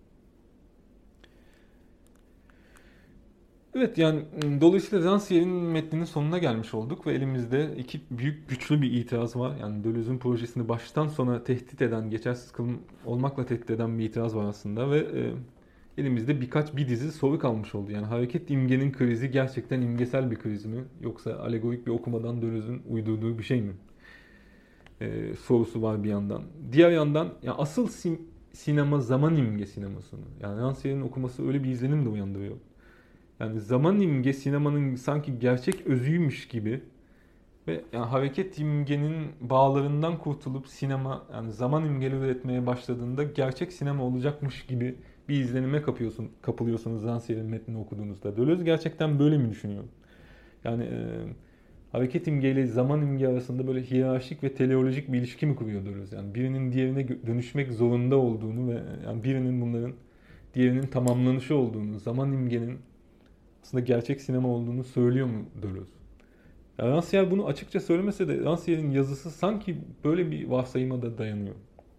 Evet yani dolayısıyla Rancière'in metninin sonuna gelmiş olduk ve elimizde iki büyük güçlü bir itiraz var. Yani Deleuze'ün projesini baştan sona tehdit eden, geçersiz olmakla tehdit eden bir itiraz var aslında ve elimizde bir dizi soru kalmış oldu. Yani hareket imgenin krizi gerçekten imgesel bir kriz mi yoksa alegorik bir okumadan Deleuze'ün uydurduğu bir şey mi? Sorusu var bir yandan. Diğer yandan ya asıl sinema zaman imge sinemasını. Yani Rancière'in okuması öyle bir izlenim de uyandırıyor. Yani zaman imge sinemanın sanki gerçek özüymüş gibi ve yani hareket imgenin bağlarından kurtulup sinema yani zaman imgeli üretmeye başladığında gerçek sinema olacakmış gibi bir izlenime kapılıyorsunuz Rancière'in metnini okuduğunuzda. Deleuze gerçekten böyle mi düşünüyor? Yani hareket imgeyle zaman imge arasında böyle hiyerarşik ve teleolojik bir ilişki mi kuruyor Deleuze? Yani birinin diğerine dönüşmek zorunda olduğunu ve yani birinin bunların diğerinin tamamlanışı olduğunu, zaman imgenin aslında gerçek sinema olduğunu söylüyor mu Deleuze? Yani Rancière bunu açıkça söylemese de Rancière'in yazısı sanki böyle bir varsayıma da dayanıyor.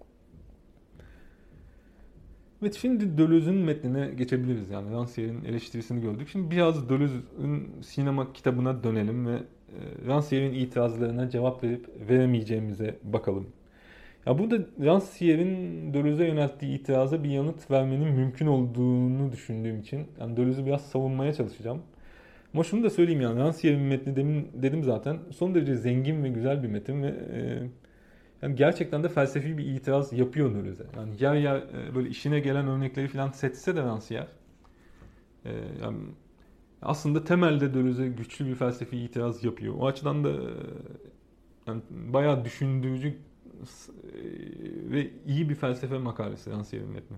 Evet şimdi Deleuze'ün metnine geçebiliriz. Yani Rancière'in eleştirisini gördük. Şimdi biraz Deleuze'ün sinema kitabına dönelim ve Rancière'in itirazlarına cevap verip veremeyeceğimize bakalım. Ya burada Rancière'in Deleuze'e yönelttiği itiraza bir yanıt vermenin mümkün olduğunu düşündüğüm için yani Deleuze'ü biraz savunmaya çalışacağım. Ama şunu da söyleyeyim yani Rancière'in metni dedim zaten son derece zengin ve güzel bir metin ve yani gerçekten de felsefi bir itiraz yapıyor Deleuze. Yani yer yer böyle işine gelen örnekleri falan seçse de Rancière yani aslında temelde Deleuze güçlü bir felsefi itiraz yapıyor. O açıdan da yani bayağı düşündürücü ve iyi bir felsefe makalesi Rancière'in metni.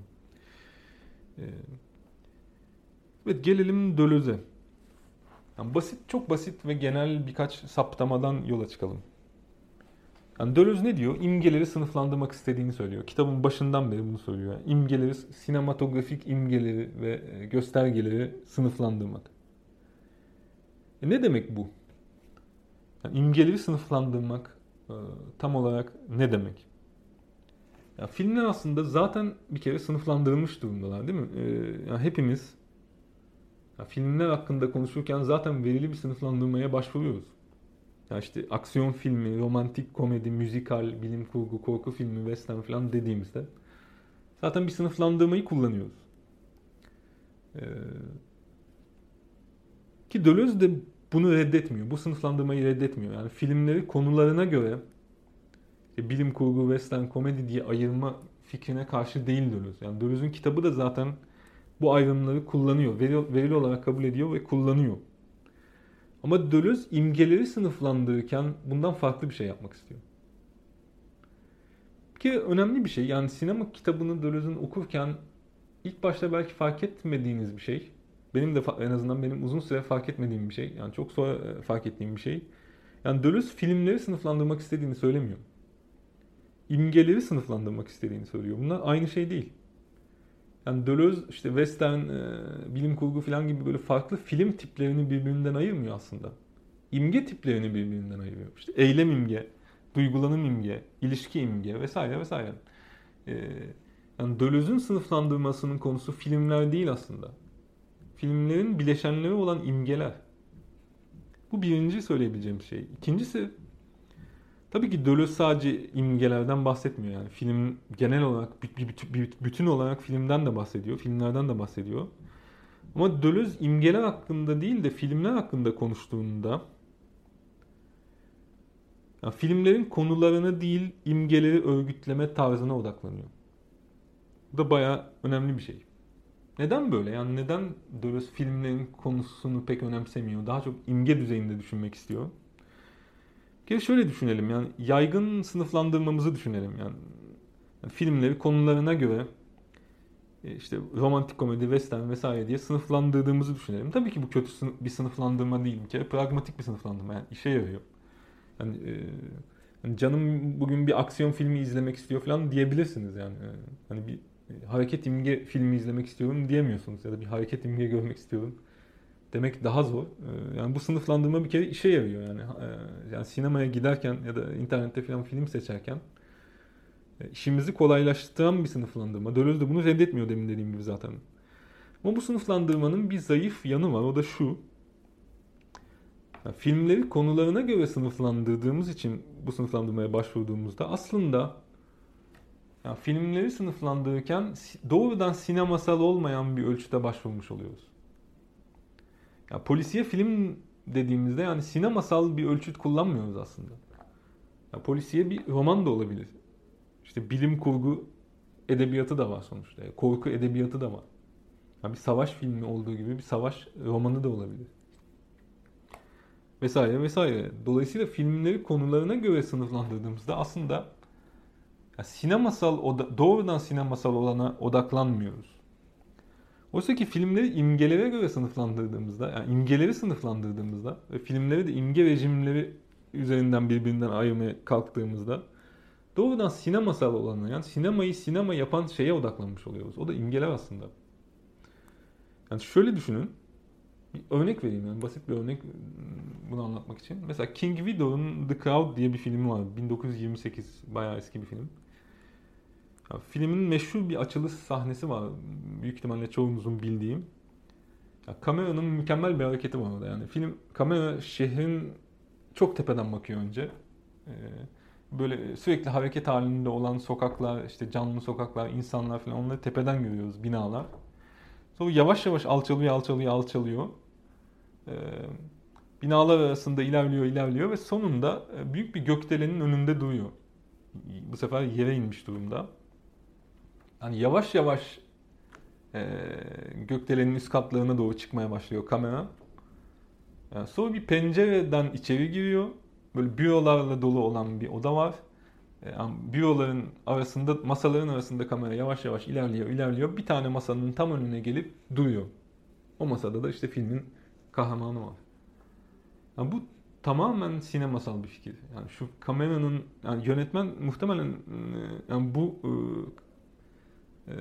Evet gelelim Deleuze'e. Yani çok basit ve genel birkaç saptamadan yola çıkalım. Yani Deleuze ne diyor? İmgeleri sınıflandırmak istediğini söylüyor. Kitabın başından beri bunu söylüyor. Yani İmgeleri, sinematografik imgeleri ve göstergeleri sınıflandırmak. Ne demek bu? Yani imgeleri sınıflandırmak tam olarak ne demek? Ya filmler aslında zaten bir kere sınıflandırılmış durumdalar değil mi? Yani hepimiz ya filmler hakkında konuşurken zaten verili bir sınıflandırmaya başvuruyoruz. Ya işte aksiyon filmi, romantik komedi, müzikal, bilim kurgu, korku filmi, western falan dediğimizde zaten bir sınıflandırmayı kullanıyoruz. Ee, Ki Deleuze de bunu reddetmiyor. Bu sınıflandırmayı reddetmiyor. Yani filmleri konularına göre bilim kurgu, western, komedi diye ayırma fikrine karşı değil Deleuze. Yani Deleuze'ün kitabı da zaten bu ayrımları kullanıyor. Verili olarak kabul ediyor ve kullanıyor. Ama Deleuze imgeleri sınıflandırırken bundan farklı bir şey yapmak istiyor. Bir kere önemli bir şey. Yani sinema kitabını Deleuze'ün okurken ilk başta belki fark etmediğiniz bir şey. Benim de en azından benim uzun süre fark etmediğim bir şey. Yani çok sonra fark ettiğim bir şey. Yani Deleuze filmleri sınıflandırmak istediğini söylemiyor. İmgeleri sınıflandırmak istediğini söylüyor. Bunlar aynı şey değil. Yani Deleuze işte western, bilim kurgu falan gibi böyle farklı film tiplerini birbirinden ayırmıyor aslında. İmge tiplerini birbirinden ayırıyor. İşte eylem imge, duygulanım imge, ilişki imge vesaire vesaire. Yani Deleuze'ün sınıflandırmasının konusu filmler değil aslında. Filmlerin bileşenleri olan imgeler. Bu birinci söyleyebileceğim şey. İkincisi tabii ki Deleuze sadece imgelerden bahsetmiyor yani. Film genel olarak bir bütün olarak filmden de bahsediyor, filmlerden de bahsediyor. Ama Deleuze imgeler hakkında değil de filmler hakkında konuştuğunda Yani filmlerin konularına değil, imgeleri örgütleme tarzına odaklanıyor. Bu da bayağı önemli bir şey. Neden böyle? Yani neden Deleuze filmlerin konusunu pek önemsemiyor? Daha çok imge düzeyinde düşünmek istiyor. Bir kere şöyle düşünelim, yani yaygın sınıflandırmamızı düşünelim. Yani filmleri konularına göre işte romantik komedi, western vesaire diye sınıflandırdığımızı düşünelim. Tabii ki bu kötü bir sınıflandırma değil bir kere. Pragmatik bir sınıflandırma. Yani işe yarıyor. Yani, hani canım bugün bir aksiyon filmi izlemek istiyor falan diyebilirsiniz yani. Hani bir hareket imge filmi izlemek istiyorum diyemiyorsunuz ya da bir hareket imge görmek istiyorum demek daha zor. Yani bu sınıflandırma bir kere işe yarıyor yani. Yani sinemaya giderken ya da internette falan film seçerken işimizi kolaylaştıran bir sınıflandırma. Deleuze de bunu reddetmiyor demin dediğim gibi zaten. Ama bu sınıflandırmanın bir zayıf yanı var. O da şu. Yani filmleri konularına göre sınıflandırdığımız için bu sınıflandırmaya başvurduğumuzda aslında yani filmleri sınıflandırırken doğrudan sinemasal olmayan bir ölçüte başvurmuş oluyoruz. Yani polisiye film dediğimizde yani sinemasal bir ölçüt kullanmıyoruz aslında. Yani polisiye bir roman da olabilir. İşte bilim kurgu edebiyatı da var sonuçta. Yani korku edebiyatı da var. Yani bir savaş filmi olduğu gibi bir savaş romanı da olabilir. Vesaire vesaire. Dolayısıyla filmleri konularına göre sınıflandırdığımızda aslında yani doğrudan sinemasal olana odaklanmıyoruz. Oysa ki filmleri imgelere göre sınıflandırdığımızda, yani imgeleri sınıflandırdığımızda ve filmleri de imge rejimleri üzerinden birbirinden ayırmaya kalktığımızda doğrudan sinemasal olana, yani sinemayı sinema yapan şeye odaklanmış oluyoruz. O da imgeler aslında. Yani şöyle düşünün. Bir örnek vereyim, yani basit bir örnek bunu anlatmak için. Mesela King Vidor'un The Crowd diye bir filmi var. 1928, bayağı eski bir film. Ya, filmin meşhur bir açılış sahnesi var. Büyük ihtimalle çoğunuzun bildiğim. Ya, kameranın mükemmel bir hareketi var orada yani. Kamera şehrin çok tepeden bakıyor önce. Ee, Böyle sürekli hareket halinde olan sokaklar, işte canlı sokaklar, insanlar falan onları tepeden görüyoruz, binalar. Sonra yavaş yavaş alçalıyor. Ee, Binalar arasında ilerliyor ve sonunda büyük bir gökdelenin önünde duruyor. Bu sefer yere inmiş durumda. Yani yavaş yavaş gökdelenin üst katlarına doğru çıkmaya başlıyor kamera. Yani sonra bir pencereden içeri giriyor. Böyle bürolarla dolu olan bir oda var. Yani büroların arasında, masaların arasında kamera yavaş yavaş ilerliyor. Bir tane masanın tam önüne gelip duruyor. O masada da işte filmin kahramanı var. Yani bu tamamen sinemasal bir fikir. Yani şu kameranın, yani yönetmen muhtemelen yani bu e,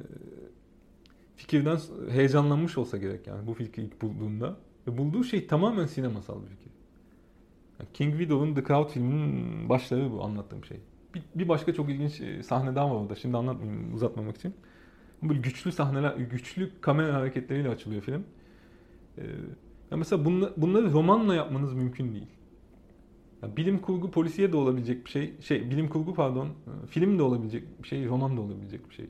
fikirden heyecanlanmış olsa gerek yani bu fikri ilk bulduğunda. Ve bulduğu şey tamamen sinemasal bir fikir. Yani King Vidor'un The Crowd filminin başları bu anlattığım şey. Bir başka çok ilginç sahne daha var orada. Şimdi anlatmayayım uzatmamak için. Böyle güçlü sahneler, güçlü kamera hareketleriyle açılıyor film. Ya mesela bunları romanla yapmanız mümkün değil. Ya bilim kurgu polisiye de olabilecek bir bilim kurgu pardon, film de olabilecek bir şey, roman da olabilecek bir şey.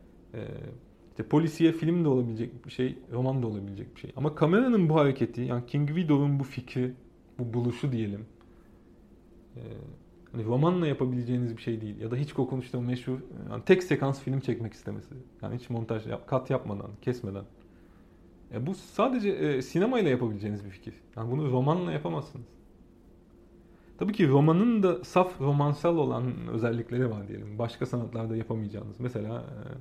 İşte polisiye film de olabilecek bir şey, roman da olabilecek bir şey. Ama kameranın bu hareketi, yani King Vidor'un bu fikri, bu buluşu diyelim. Ee, Hani romanla yapabileceğiniz bir şey değil. Ya da Hitchcock'un işte o meşhur yani tek sekans film çekmek istemesi. Yani hiç kat yapmadan, kesmeden. Bu sadece sinemayla yapabileceğiniz bir fikir. Yani bunu romanla yapamazsınız. Tabii ki romanın da saf romansal olan özellikleri var diyelim. Başka sanatlarda yapamayacağınız. Mesela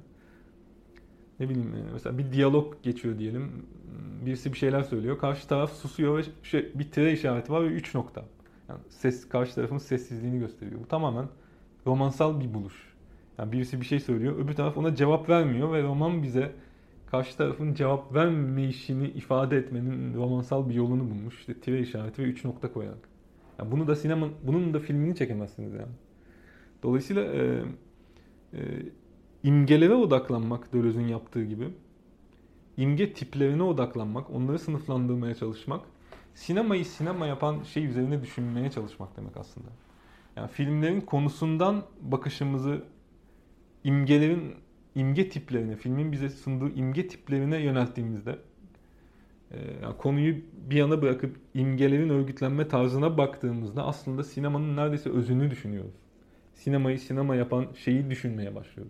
ne bileyim mesela bir diyalog geçiyor diyelim. Birisi bir şeyler söylüyor. Karşı taraf susuyor ve bir tire işareti var ve 3 nokta. Yani karşı tarafın sessizliğini gösteriyor. Bu tamamen romansal bir buluş. Yani birisi bir şey söylüyor, öbür taraf ona cevap vermiyor ve roman bize karşı tarafın cevap vermeyişini ifade etmenin romansal bir yolunu bulmuş. İşte tire işareti ve 3 nokta koyarak. Yani bunun da filmini çekemezsiniz yani. Dolayısıyla e, imgelere odaklanmak Deleuze'ün yaptığı gibi, imge tiplerine odaklanmak, onları sınıflandırmaya çalışmak, sinemayı sinema yapan şey üzerine düşünmeye çalışmak demek aslında. Yani filmlerin konusundan bakışımızı imge tiplerine, filmin bize sunduğu imge tiplerine yönelttiğimizde Yani konuyu bir yana bırakıp imgelerin örgütlenme tarzına baktığımızda aslında sinemanın neredeyse özünü düşünüyoruz. Sinemayı sinema yapan şeyi düşünmeye başlıyoruz.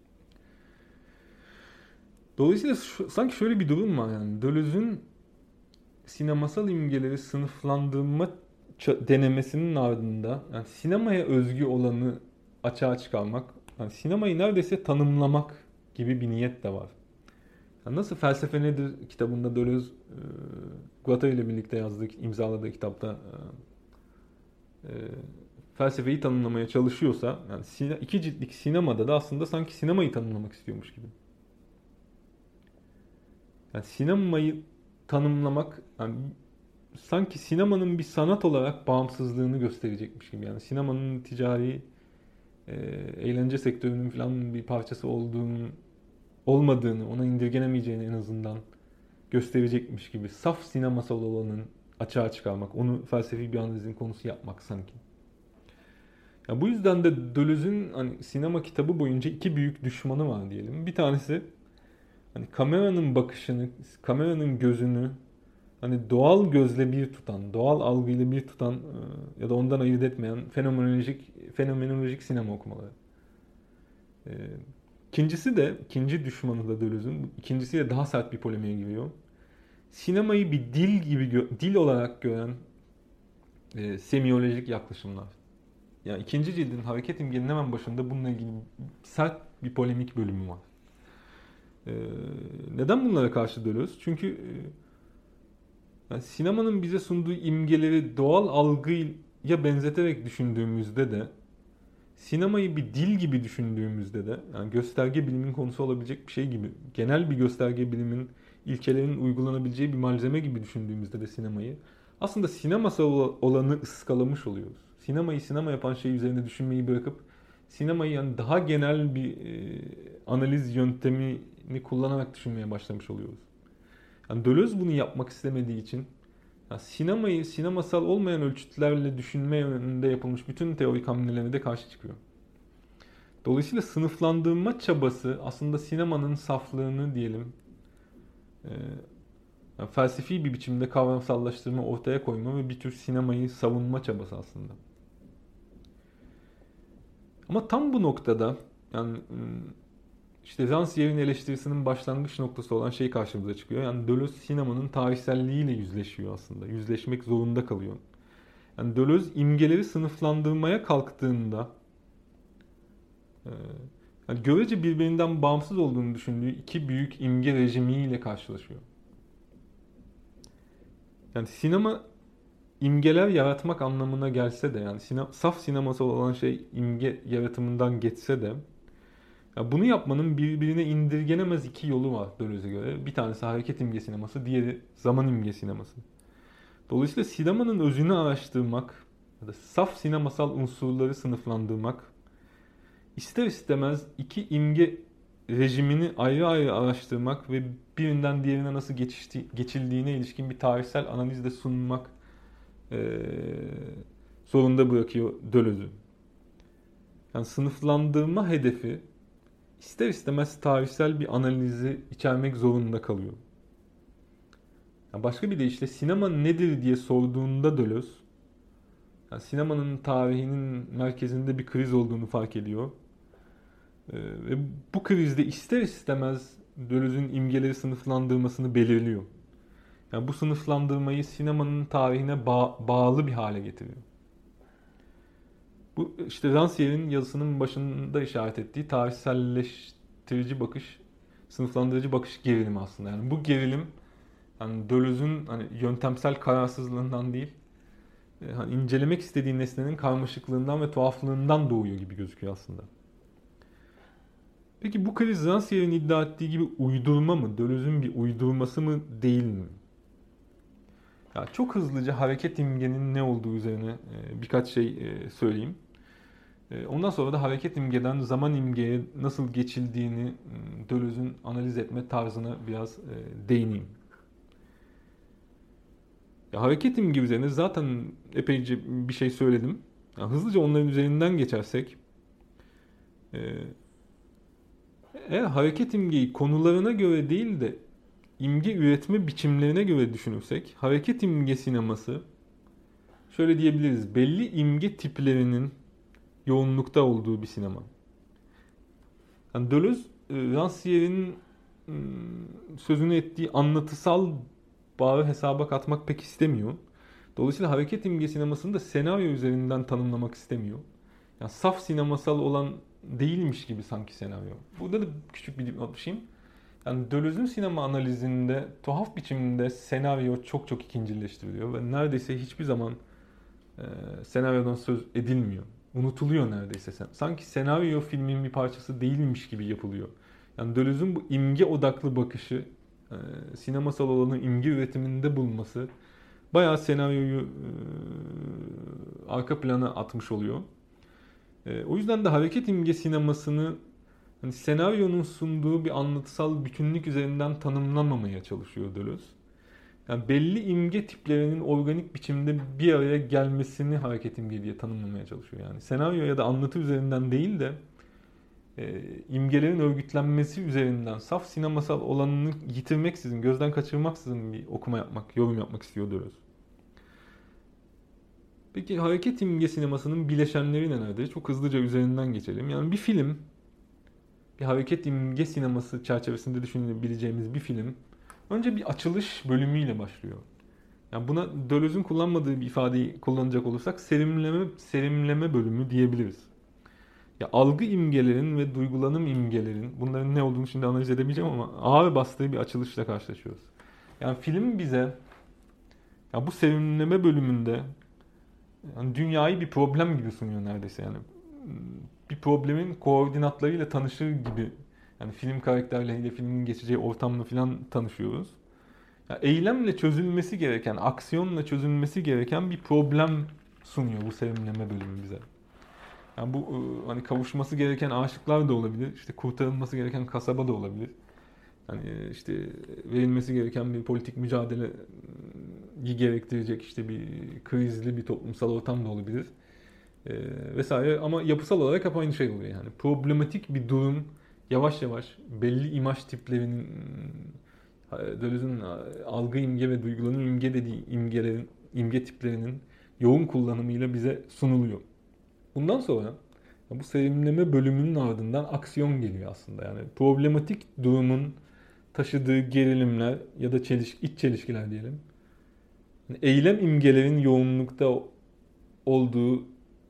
Dolayısıyla sanki şöyle bir durum var yani. Deleuze'ün sinemasal imgeleri sınıflandırma denemesinin ardında yani sinemaya özgü olanı açığa çıkarmak, yani sinemayı neredeyse tanımlamak gibi bir niyet de var. Yani nasıl Felsefe Nedir kitabında Deleuze Guattari ile birlikte imzaladığı kitapta e, felsefeyi tanımlamaya çalışıyorsa, yani iki ciltlik sinemada da aslında sanki sinemayı tanımlamak istiyormuş gibi. Yani sinemayı tanımlamak, yani sanki sinemanın bir sanat olarak bağımsızlığını gösterecekmiş gibi. Yani sinemanın ticari e, eğlence sektörünün falan bir parçası olmadığını, ona indirgenemeyeceğini en azından gösterecekmiş gibi. Saf sinemasal olanın açığa çıkarmak, onu felsefi bir analizin konusu yapmak sanki. Ya bu yüzden de Deleuze'ün hani sinema kitabı boyunca iki büyük düşmanı var diyelim. Bir tanesi hani kameranın bakışını, kameranın gözünü hani doğal gözle bir tutan, doğal algıyla bir tutan ya da ondan ayırt etmeyen fenomenolojik sinema okumaları. E, ikinci düşmanı da Deleuze'ün, ikincisiyle daha sert bir polemiğe giriyor. Sinemayı bir dil olarak gören semiyolojik yaklaşımlar. Yani ikinci cildin hareket imgenin hemen başında bununla ilgili sert bir polemik bölümü var. E, Neden bunlara karşı Deleuze? Çünkü yani sinemanın bize sunduğu imgeleri doğal algıya benzeterek düşündüğümüzde de, sinemayı bir dil gibi düşündüğümüzde de, yani gösterge bilimin konusu olabilecek bir şey gibi, genel bir gösterge bilimin ilkelerinin uygulanabileceği bir malzeme gibi düşündüğümüzde de sinemayı, aslında sinemasal olanı ıskalamış oluyoruz. Sinemayı sinema yapan şey üzerine düşünmeyi bırakıp, sinemayı yani daha genel bir analiz yöntemini kullanarak düşünmeye başlamış oluyoruz. Yani Deleuze bunu yapmak istemediği için yani sinemayı sinemasal olmayan ölçütlerle düşünme yönünde yapılmış bütün teorik hamlelerine de karşı çıkıyor. Dolayısıyla sınıflandırma çabası aslında sinemanın saflığını diyelim, e, yani felsefi bir biçimde kavramsallaştırma ortaya koyma ve bir tür sinemayı savunma çabası aslında. Ama tam bu noktada yani işte Rancière'in eleştirisinin başlangıç noktası olan şey karşımıza çıkıyor. Yani Deleuze sinemanın tarihselliğiyle yüzleşiyor aslında. Yüzleşmek zorunda kalıyor. Yani Deleuze imgeleri sınıflandırmaya kalktığında e, yani görece birbirinden bağımsız olduğunu düşündüğü iki büyük imge rejimiyle karşılaşıyor. Yani sinema imgeler yaratmak anlamına gelse de, yani saf sinemasal olan şey imge yaratımından geçse de, ya bunu yapmanın birbirine indirgenemez iki yolu var Deleuze'e göre. Bir tanesi hareket imge sineması, diğeri zaman imge sineması. Dolayısıyla sinemanın özünü araştırmak ya da saf sinemasal unsurları sınıflandırmak, ister istemez iki imge rejimini ayrı ayrı araştırmak ve birinden diğerine nasıl geçildiğine ilişkin bir tarihsel analiz de sunmak eee, zorunda bırakıyor Deleuze'ü. Yani sınıflandırma hedefi ister istemez tarihsel bir analizi içermek zorunda kalıyor. Yani başka bir deyişle sinema nedir diye sorduğunda Deleuze, yani sinemanın tarihinin merkezinde bir kriz olduğunu fark ediyor. Ve bu krizde ister istemez Deleuze'ün imgeleri sınıflandırmasını belirliyor. Yani bu sınıflandırmayı sinemanın tarihine bağlı bir hale getiriyor. Bu işte Rancière'in yazısının başında işaret ettiği tarihselleştirici bakış, sınıflandırıcı bakış gerilimi aslında. Yani bu gerilim hani Deleuze'ün hani yöntemsel kararsızlığından değil, hani incelemek istediği nesnenin karmaşıklığından ve tuhaflığından doğuyor gibi gözüküyor aslında. Peki bu kriz Rancière'in iddia ettiği gibi uydurma mı? Deleuze'ün bir uydurması mı değil mi? Ya çok hızlıca hareket imgenin ne olduğu üzerine birkaç şey söyleyeyim. Ondan sonra da hareket imgeden zaman imgeye nasıl geçildiğini Deleuze'ün analiz etme tarzına biraz değineyim. Ya hareket imge üzerine zaten epeyce bir şey söyledim. Ya hızlıca onların üzerinden geçersek, eğer hareket imgeyi konularına göre değil de imge üretme biçimlerine göre düşünürsek hareket imge sineması şöyle diyebiliriz. Belli imge tiplerinin yoğunlukta olduğu bir sinema. Yani Deleuze, Rancière'in sözünü ettiği anlatısal bağı hesaba katmak pek istemiyor. Dolayısıyla hareket imge sinemasını da senaryo üzerinden tanımlamak istemiyor. Yani saf sinemasal olan değilmiş gibi sanki senaryo. Burada da küçük bir dipnot düşeyim. Yani Deleuze'ün sinema analizinde tuhaf biçimde senaryo çok çok ikincileştiriliyor ve neredeyse hiçbir zaman senaryodan söz edilmiyor. Unutuluyor neredeyse. Sanki senaryo filmin bir parçası değilmiş gibi yapılıyor. Yani Deleuze'ün bu imge odaklı bakışı, sinemasal olanı imge üretiminde bulması bayağı senaryoyu arka plana atmış oluyor. O yüzden de hareket imge sinemasını hani senaryonun sunduğu bir anlatısal bütünlük üzerinden tanımlamamaya çalışıyor Deleuze. Yani belli imge tiplerinin organik biçimde bir araya gelmesini hareket imge diye tanımlamaya çalışıyor. Yani senaryo ya da anlatı üzerinden değil de imgelerin örgütlenmesi üzerinden saf sinemasal olanını yitirmeksizin, gözden kaçırmaksızın bir okuma yapmak, yorum yapmak istiyor Deleuze. Peki hareket imge sinemasının bileşenleri nelerdir? Çok hızlıca üzerinden geçelim. Yani bir film, bir hareket imge sineması çerçevesinde düşünebileceğimiz bir film önce bir açılış bölümüyle başlıyor. Yani buna Deleuze'ün kullanmadığı bir ifadeyi kullanacak olursak serimleme bölümü diyebiliriz. Ya algı imgelerin ve duygulanım imgelerin, bunların ne olduğunu şimdi analiz edemeyeceğim ama ağır bastığı bir açılışla karşılaşıyoruz. Yani film bize ya bu serimleme bölümünde yani dünyayı bir problem gibi sunuyor neredeyse yani. Bir problemin koordinatlarıyla tanışır gibi. Yani film karakterleriyle filmin geçeceği ortamla falan tanışıyoruz. Yani eylemle çözülmesi gereken, aksiyonla çözülmesi gereken bir problem sunuyor bu serimleme bölümü bize. Yani bu hani kavuşması gereken aşıklar da olabilir, işte kurtarılması gereken kasaba da olabilir. Yani işte verilmesi gereken bir politik mücadeleyi gerektirecek işte bir krizli bir toplumsal ortam da olabilir. Vesaire ama yapısal olarak hep aynı şey oluyor yani. Problematik bir durum yavaş yavaş belli imaj tiplerinin Deleuze'ün algı imge ve duygulanım imge dediği imge tiplerinin yoğun kullanımıyla bize sunuluyor. Bundan sonra bu serimleme bölümünün ardından aksiyon geliyor aslında. Yani problematik durumun taşıdığı gerilimler ya da iç çelişkiler diyelim. Yani eylem imgelerin yoğunlukta olduğu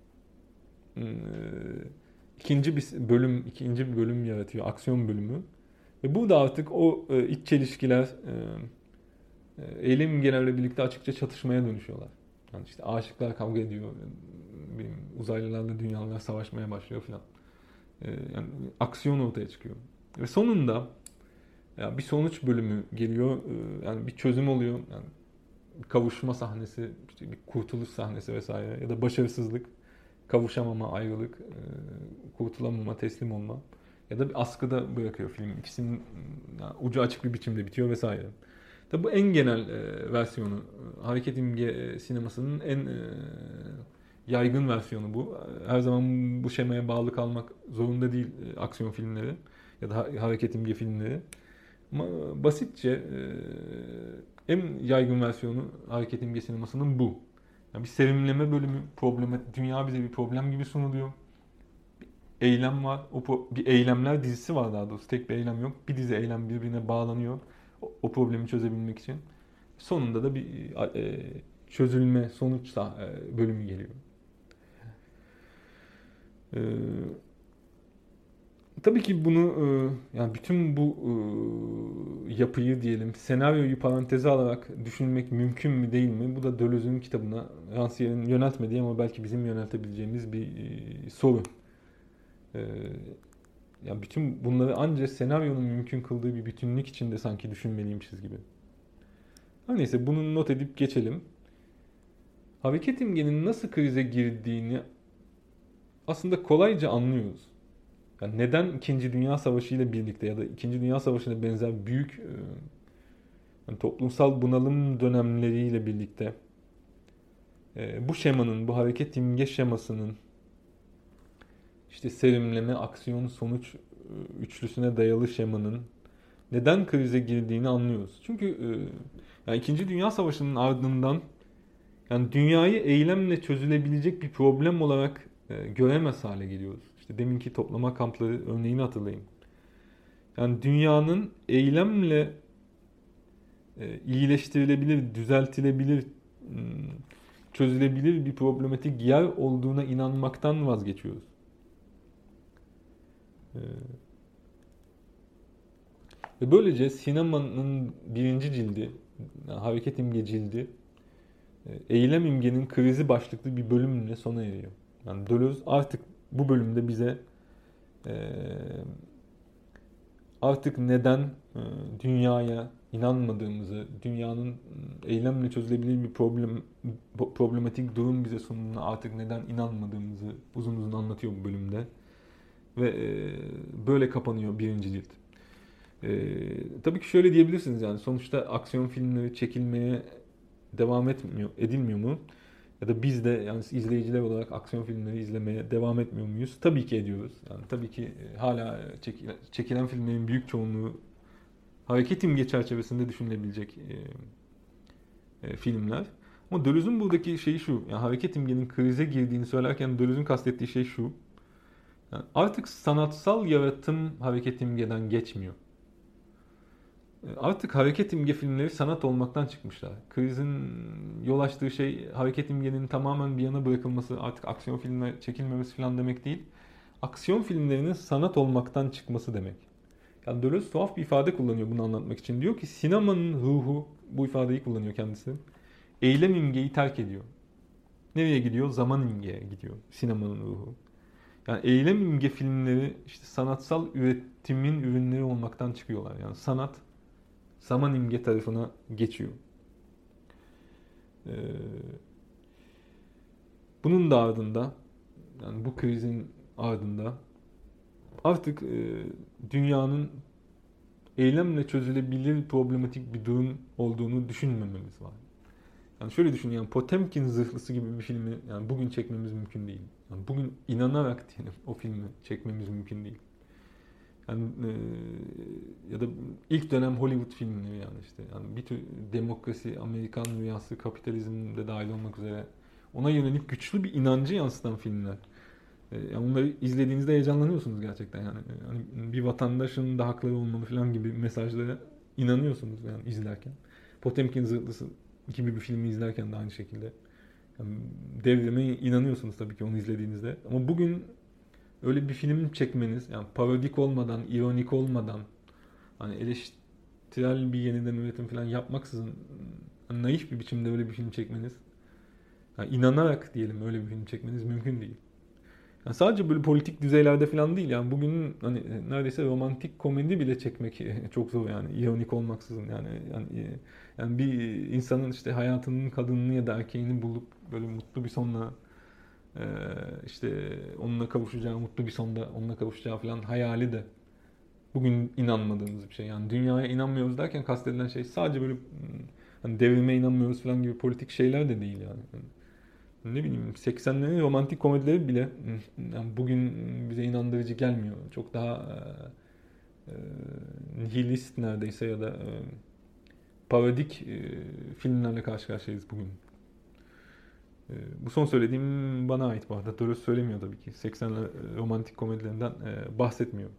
ikinci bir bölüm yaratıyor. Aksiyon bölümü. Ve bu da artık o iç çelişkiler eylem imgelerle birlikte açıkça çatışmaya dönüşüyorlar. Yani işte aşıklar kavga ediyor. Uzaylılarla dünyalar savaşmaya başlıyor falan. Yani aksiyon ortaya çıkıyor. Ve sonunda bir sonuç bölümü geliyor. Yani bir çözüm oluyor. Yani bir kavuşma sahnesi, işte bir kurtuluş sahnesi vesaire ya da başarısızlık, kavuşamama, ayrılık, kurtulamama, teslim olma ya da bir askıda bırakıyor film. İkisinin yani ucu açık bir biçimde bitiyor vesaire. Tabi bu en genel versiyonu. Hareket imge sinemasının en yaygın versiyonu bu. Her zaman bu şemaya bağlı kalmak zorunda değil aksiyon filmleri ya da hareket imge filmleri. Ama basitçe en yaygın versiyonu hareket imge sinemasının bu. Yani bir serimleme bölümü, dünya bize bir problem gibi sunuluyor. Bir eylem var, bir eylemler dizisi var daha doğrusu. Tek bir eylem yok. Bir dizi eylem birbirine bağlanıyor o problemi çözebilmek için. Sonunda da bir çözülme, sonuç bölümü geliyor. Tabii ki bunu yani bütün bu yapıyı diyelim senaryoyu paranteze alarak düşünmek mümkün mü değil mi? Bu da Deleuze'ün kitabına Rancière'in yöneltmediği ama belki bizim yöneltebileceğimiz bir soru. Yani bütün bunları ancak senaryonun mümkün kıldığı bir bütünlük içinde sanki düşünmeliymişiz gibi. Her neyse bunu not edip geçelim. Hareket imgenin nasıl krize girdiğini aslında kolayca anlıyoruz. Yani neden İkinci Dünya Savaşı ile birlikte ya da İkinci Dünya Savaşı'na benzer büyük yani toplumsal bunalım dönemleriyle birlikte bu şemanın, bu hareket imge şemasının işte serimleme, aksiyon, sonuç üçlüsüne dayalı şemanın neden krize girdiğini anlıyoruz. Çünkü yani İkinci Dünya Savaşı'nın ardından yani dünyayı eylemle çözülebilecek bir problem olarak göremez hale geliyoruz. İşte deminki toplama kampları örneğini hatırlayın. Yani dünyanın eylemle iyileştirilebilir, düzeltilebilir, çözülebilir bir problematik yer olduğuna inanmaktan vazgeçiyoruz. Ve böylece sinemanın birinci cildi, yani hareket imge cildi, eylem imgenin krizi başlıklı bir bölümle sona eriyor. Yani Deleuze artık bu bölümde bize artık neden dünyaya inanmadığımızı, dünyanın eylemle çözülebilir bir problematik durum bize sunduğuna artık neden inanmadığımızı uzun uzun anlatıyor bu bölümde. Ve böyle kapanıyor birinci cilt. Tabii ki şöyle diyebilirsiniz, yani sonuçta aksiyon filmleri çekilmeye devam edilmiyor mu? Ya da biz de yani izleyiciler olarak aksiyon filmleri izlemeye devam etmiyor muyuz? Tabii ki ediyoruz. Yani tabii ki hala çekilen filmlerin büyük çoğunluğu hareket imge çerçevesinde düşünülebilecek filmler. Ama Deleuze'ün buradaki şeyi şu. Yani hareket imgenin krize girdiğini söylerken Deleuze'ün kastettiği şey şu. Yani artık sanatsal yaratım hareket imgeden geçmiyor. Artık hareket imge filmleri sanat olmaktan çıkmışlar. Krizin yol açtığı şey hareket imgenin tamamen bir yana bırakılması, artık aksiyon filmler çekilmemesi falan demek değil. Aksiyon filmlerinin sanat olmaktan çıkması demek. Yani Deleuze tuhaf bir ifade kullanıyor bunu anlatmak için. Diyor ki sinemanın ruhu, bu ifadeyi kullanıyor kendisi, eylem imgeyi terk ediyor. Nereye gidiyor? Zaman imgeye gidiyor sinemanın ruhu. Yani eylem imge filmleri işte sanatsal üretimin ürünleri olmaktan çıkıyorlar. Yani sanat zaman imge tarafına geçiyor. Bunun da ardında, yani bu krizin ardında artık dünyanın eylemle çözülebilir problematik bir durum olduğunu düşünmememiz var. Yani şöyle düşün, yani Potemkin zırhlısı gibi bir filmi yani bugün çekmemiz mümkün değil. Yani bugün inanarak diyelim o filmi çekmemiz mümkün değil. Yani ya da ilk dönem Hollywood filmleri, yani işte yani bir tür demokrasi, Amerikan rüyası, kapitalizm de dahil olmak üzere ona yönelik güçlü bir inancı yansıtan filmler. Yani onları izlediğinizde heyecanlanıyorsunuz gerçekten, yani bir vatandaşın da hakları olmalı falan gibi mesajlara inanıyorsunuz yani izlerken. Potemkin zırhlısı gibi bir filmi izlerken de aynı şekilde. Yani devrime inanıyorsunuz tabii ki onu izlediğinizde. Ama bugün öyle bir film çekmeniz, yani parodik olmadan, ironik olmadan, hani eleştirel bir yeniden üretim falan yapmaksızın hani naif bir biçimde öyle bir film çekmeniz, yani inanarak diyelim öyle bir film çekmeniz mümkün değil. Yani sadece böyle politik düzeylerde falan değil, yani bugün hani neredeyse romantik komedi bile çekmek çok zor, yani ironik olmaksızın, yani bir insanın işte hayatının kadınını ya da erkeğini bulup böyle mutlu bir sonla işte onunla kavuşacağı, mutlu bir sonda onunla kavuşacağı falan hayali de bugün inanmadığımız bir şey. Yani dünyaya inanmıyoruz derken kastedilen şey sadece böyle hani devrime inanmıyoruz falan gibi politik şeyler de değil yani. Ne bileyim 80'lerin romantik komedileri bile yani bugün bize inandırıcı gelmiyor. Çok daha nihilist neredeyse ya da parodik filmlerle karşı karşıyayız bugün. Bu son söylediğim bana ait bu arada. Deleuze söylemiyor tabii ki. 80'ler romantik komedilerinden bahsetmiyor.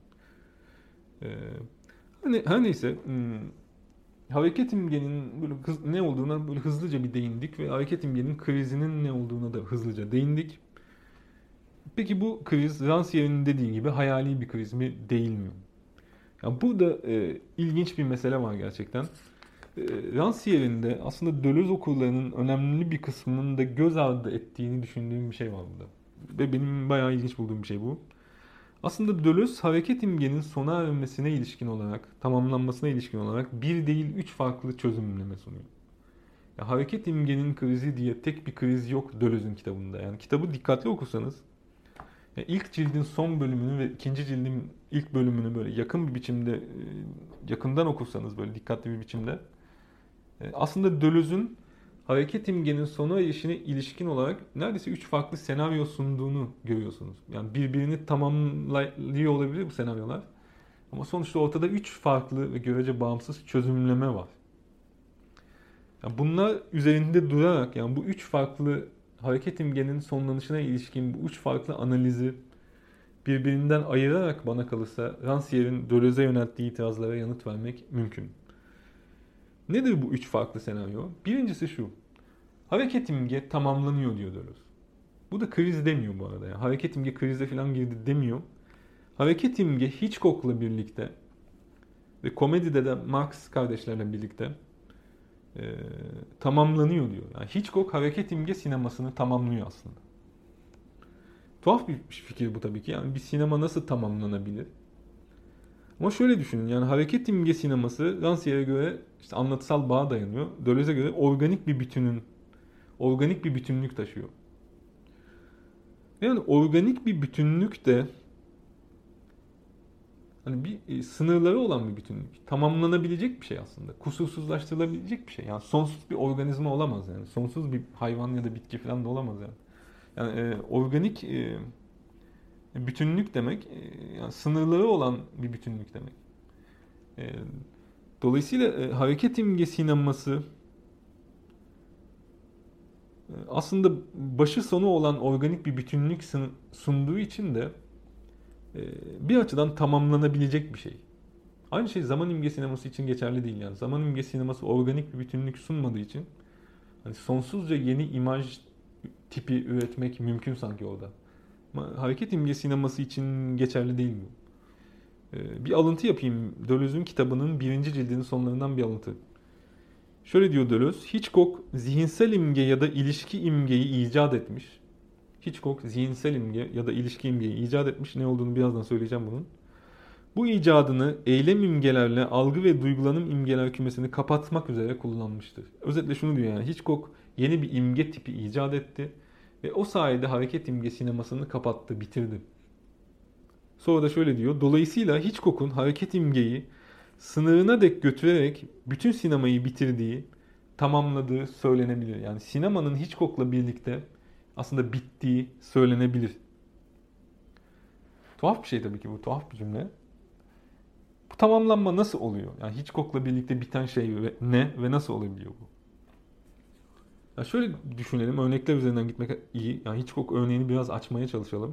Hani her neyse, hareket imgenin böyle ne olduğuna böyle hızlıca bir değindik ve hareket imgenin krizinin ne olduğuna da hızlıca değindik. Peki bu kriz Rancière'nin dediği gibi hayali bir kriz mi değil mi? Yani burada ilginç bir mesele var gerçekten. Rancière'nin de aslında Deleuze okurlarının önemli bir kısmının da göz ardı ettiğini düşündüğüm bir şey var burada. Ve benim bayağı ilginç bulduğum bir şey bu. Aslında Deleuze hareket imgenin sona ermesine ilişkin olarak, tamamlanmasına ilişkin olarak bir değil üç farklı çözümleme sunuyor. Ya hareket imgenin krizi diye tek bir kriz yok Deleuze'ün kitabında. Yani kitabı dikkatli okursanız, yani ilk cildin son bölümünü ve ikinci cildin ilk bölümünü böyle yakın bir biçimde, yakından okursanız böyle dikkatli bir biçimde, aslında Deleuze'ün hareket imgenin sona erişine ilişkin olarak neredeyse 3 farklı senaryo sunduğunu görüyorsunuz. Yani birbirini tamamlıyor olabilir bu senaryolar. Ama sonuçta ortada 3 farklı ve görece bağımsız çözümleme var. Yani bunlar üzerinde durarak, yani bu 3 farklı hareket imgenin sonlanışına ilişkin bu 3 farklı analizi birbirinden ayırarak, bana kalırsa Rancière'in Deleuze'e yönelttiği itirazlara yanıt vermek mümkün. Nedir bu 3 farklı senaryo? Birincisi şu: hareket imge tamamlanıyor diyor Deleuze. Bu da kriz demiyor bu arada. Yani hareket imge krize falan girdi demiyor. Hareket imge Hitchcock'la birlikte ve komedide de Marx kardeşlerle birlikte tamamlanıyor diyor. Yani Hitchcock hareket imge sinemasını tamamlıyor aslında. Tuhaf bir fikir bu tabii ki. Yani bir sinema nasıl tamamlanabilir? Ama şöyle düşünün. Yani hareket imge sineması Rancière'e göre işte anlatısal bağa dayanıyor. Deleuze'e göre organik bir bütünlük taşıyor. Yani organik bir bütünlük de hani bir sınırları olan bir bütünlük. Tamamlanabilecek bir şey aslında. Kusursuzlaştırılabilecek bir şey. Yani sonsuz bir organizma olamaz yani. Sonsuz bir hayvan ya da bitki falan da olamaz yani. Yani organik bütünlük demek, yani sınırları olan bir bütünlük demek. Dolayısıyla hareket imge sineması aslında başı sonu olan organik bir bütünlük sunduğu için de bir açıdan tamamlanabilecek bir şey. Aynı şey zaman imge sineması için geçerli değil yani. Zaman imge sineması organik bir bütünlük sunmadığı için hani sonsuzca yeni imaj tipi üretmek mümkün sanki orada. Ama hareket imge sineması için geçerli değil bu. Bir alıntı yapayım. Deleuze'ün kitabının 1. cildinin sonlarından bir alıntı. Şöyle diyor Deleuze: Hitchcock zihinsel imge ya da ilişki imgeyi icat etmiş. Hitchcock zihinsel imge ya da ilişki imgeyi icat etmiş. Ne olduğunu birazdan söyleyeceğim bunun. Bu icadını eylem imgelerle algı ve duygulanım imgeler kümesini kapatmak üzere kullanmıştır. Özetle şunu diyor yani: Hitchcock yeni bir imge tipi icat etti ve o sayede hareket imge sinemasını kapattı, bitirdi. Sonra da şöyle diyor: dolayısıyla Hitchcock'un hareket imgeyi sınırına dek götürerek bütün sinemayı bitirdiği, tamamladığı söylenebilir. Yani sinemanın Hitchcock'la birlikte aslında bittiği söylenebilir. Tuhaf bir şey tabii ki bu, tuhaf bir cümle. Bu tamamlanma nasıl oluyor? Yani Hitchcock'la birlikte biten şey ne ve nasıl olabiliyor bu? Ya şöyle düşünelim, örnekler üzerinden gitmek iyi. Yani Hitchcock örneğini biraz açmaya çalışalım.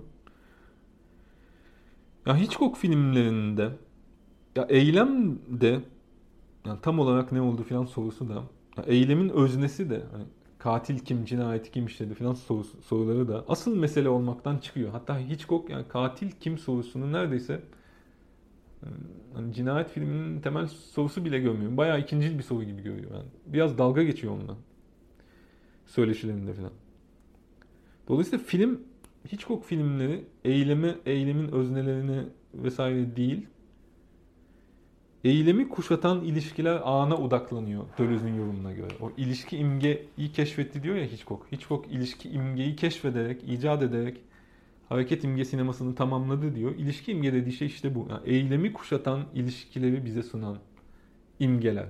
Ya Hitchcock filmlerinde ya eylem de, yani tam olarak ne oldu filan sorusu da, ya eylemin öznesi de, hani katil kim, cinayeti kim işledi filan soruları da asıl mesele olmaktan çıkıyor. Hatta Hitchcock yani katil kim sorusunu neredeyse hani cinayet filminin temel sorusu bile görmüyor. Bayağı ikincil bir soru gibi görüyor. Yani biraz dalga geçiyor onunla söyleşilerinde filan. Dolayısıyla Hitchcock filmleri eylemin öznelerine vesaire değil, eylemi kuşatan ilişkiler ağına odaklanıyor Deleuze'ün yorumuna göre. O ilişki imgeyi keşfetti diyor ya Hitchcock. Hitchcock ilişki imgeyi keşfederek, icat ederek hareket imge sinemasını tamamladı diyor. İlişki imge dediği şey işte bu. Yani eylemi kuşatan ilişkileri bize sunan imgeler.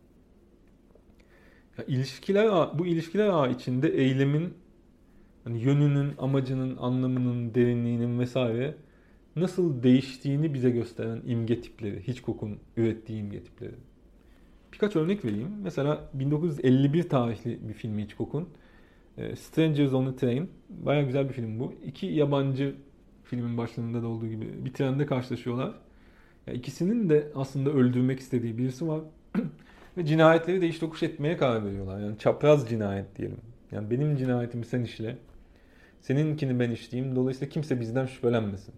Ya bu ilişkiler ağı içinde eylemin hani yönünün, amacının, anlamının, derinliğinin vesaire nasıl değiştiğini bize gösteren imge tipleri, Hitchcock'un ürettiği imge tipleri. Birkaç örnek vereyim. Mesela 1951 tarihli bir film Hitchcock'un. Strangers on a Train. Bayağı güzel bir film bu. İki yabancı, filmin başlarında da olduğu gibi, bir trende karşılaşıyorlar. Ya ikisinin de aslında öldürmek istediği birisi var. Ve cinayetleri değiş tokuş etmeye karar veriyorlar. Yani çapraz cinayet diyelim. Yani benim cinayetimi sen işle, seninkini ben işleyeyim. Dolayısıyla kimse bizden şüphelenmesin.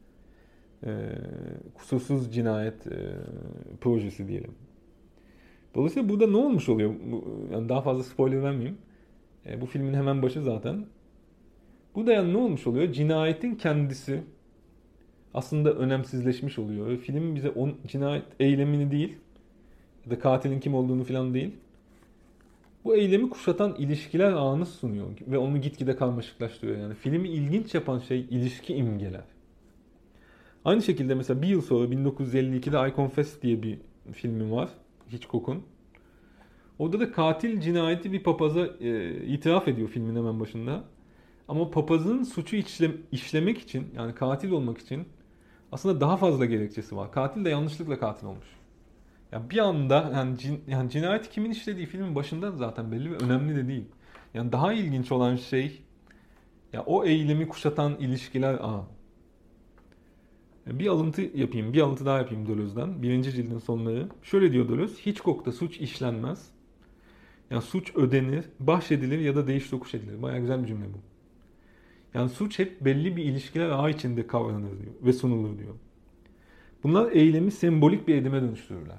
Kusursuz cinayet projesi diyelim. Dolayısıyla burada ne olmuş oluyor? Yani daha fazla spoiler vermeyeyim. Bu filmin hemen başı zaten. Burada yani ne olmuş oluyor? Cinayetin kendisi aslında önemsizleşmiş oluyor. Ve film bize cinayet eylemini değil ya da katilin kim olduğunu falan değil, bu eylemi kuşatan ilişkiler ağını sunuyor ve onu gitgide karmaşıklaştırıyor. Yani filmi ilginç yapan şey ilişki imgeler. Aynı şekilde mesela bir yıl sonra 1952'de I Confess diye bir filmi var Hitchcock'un. Orada da katil cinayeti bir papaza itiraf ediyor filmin hemen başında. Ama papazın suçu işlemek için, yani katil olmak için aslında daha fazla gerekçesi var. Katil de yanlışlıkla katil olmuş. Yani bir anda yani cinayeti kimin işlediği filmin başında zaten belli ve önemli de değil. Yani daha ilginç olan şey ya o eylemi kuşatan ilişkiler ağı. Bir alıntı yapayım, bir alıntı daha yapayım Deleuze'den. Birinci cildin sonları. Şöyle diyor Deleuze, Hitchcock'ta suç işlenmez. Yani suç ödenir, bahşedilir ya da değiş tokuş edilir. Bayağı güzel bir cümle bu. Yani suç hep belli bir ilişkiler ağı içinde kavranır diyor ve sunulur diyor. Bunlar eylemi sembolik bir edime dönüştürürler.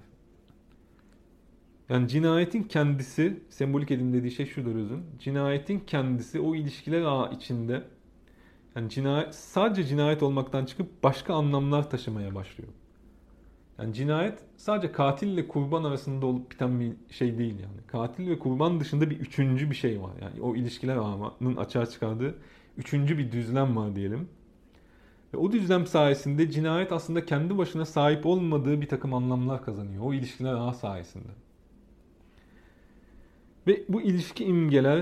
Yani cinayetin kendisi, sembolik edim dediği şey şudur özün. Cinayetin kendisi o ilişkiler ağı içinde yani sadece cinayet olmaktan çıkıp başka anlamlar taşımaya başlıyor. Yani cinayet sadece katille kurban arasında olup biten bir şey değil yani. Katil ve kurban dışında bir üçüncü bir şey var. Yani o ilişkiler ağının açığa çıkardığı üçüncü bir düzlem var diyelim. Ve o düzlem sayesinde cinayet aslında kendi başına sahip olmadığı bir takım anlamlar kazanıyor. O ilişkiler ağı sayesinde. Ve bu ilişki imgeler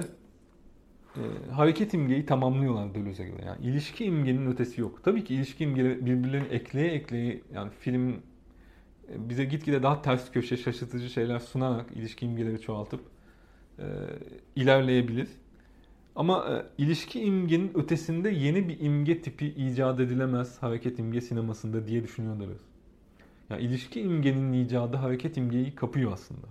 hareket imgeyi tamamlıyorlar Deleuze'e göre. Yani ilişki imgenin ötesi yok. Tabii ki ilişki imgeleri birbirlerini ekleye yani film bize gitgide daha ters köşe, şaşırtıcı şeyler sunarak ilişki imgeleri çoğaltıp ilerleyebilir. Ama ilişki imgenin ötesinde yeni bir imge tipi icat edilemez hareket imge sinemasında diye düşünüyor Deleuze. Yani ilişki imgenin icadı hareket imgeyi kapıyor aslında.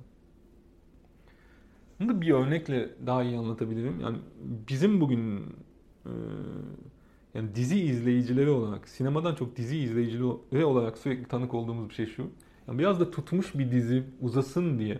Bunu da bir örnekle daha iyi anlatabilirim. Yani bizim bugün e, yani dizi izleyicileri olarak, sinemadan çok dizi izleyicileri olarak sürekli tanık olduğumuz bir şey şu. Yani biraz da tutmuş bir dizi uzasın diye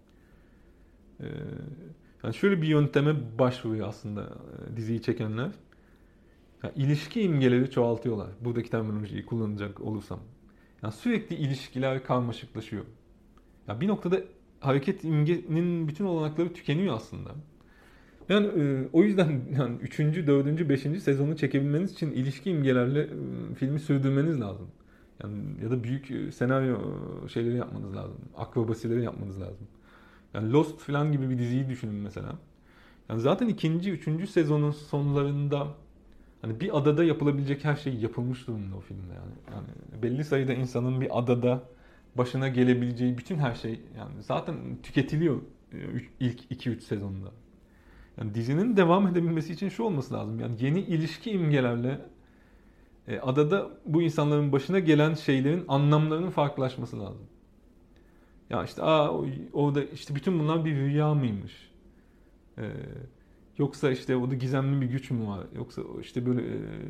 e, yani şöyle bir yönteme başvuruyor aslında diziyi çekenler. Yani ilişki imgeleri çoğaltıyorlar. Buradaki terminolojiyi kullanacak olursam. Yani sürekli ilişkiler karmaşıklaşıyor. Yani bir noktada hareket imgenin bütün olanakları tükeniyor aslında. Yani o yüzden yani 3. 4. 5. sezonu çekebilmeniz için ilişki imgelerle filmi sürdürmeniz lazım. Yani ya da büyük senaryo şeyleri yapmanız lazım. Akrobasileri yapmanız lazım. Yani Lost falan gibi bir diziyi düşünün mesela. Yani zaten 2. 3. sezonun sonlarında hani bir adada yapılabilecek her şey yapılmış durumda o filmde yani. Yani belli sayıda insanın bir adada başına gelebileceği bütün her şey yani zaten tüketiliyor ilk 2-3 sezonda. Yani dizinin devam edebilmesi için şu olması lazım. Yani yeni ilişki imgelerle adada bu insanların başına gelen şeylerin anlamlarının farklılaşması lazım. Ya işte orada işte bütün bunlar bir rüya mıymış? E, Yoksa işte orada gizemli bir güç mü var? Yoksa işte böyle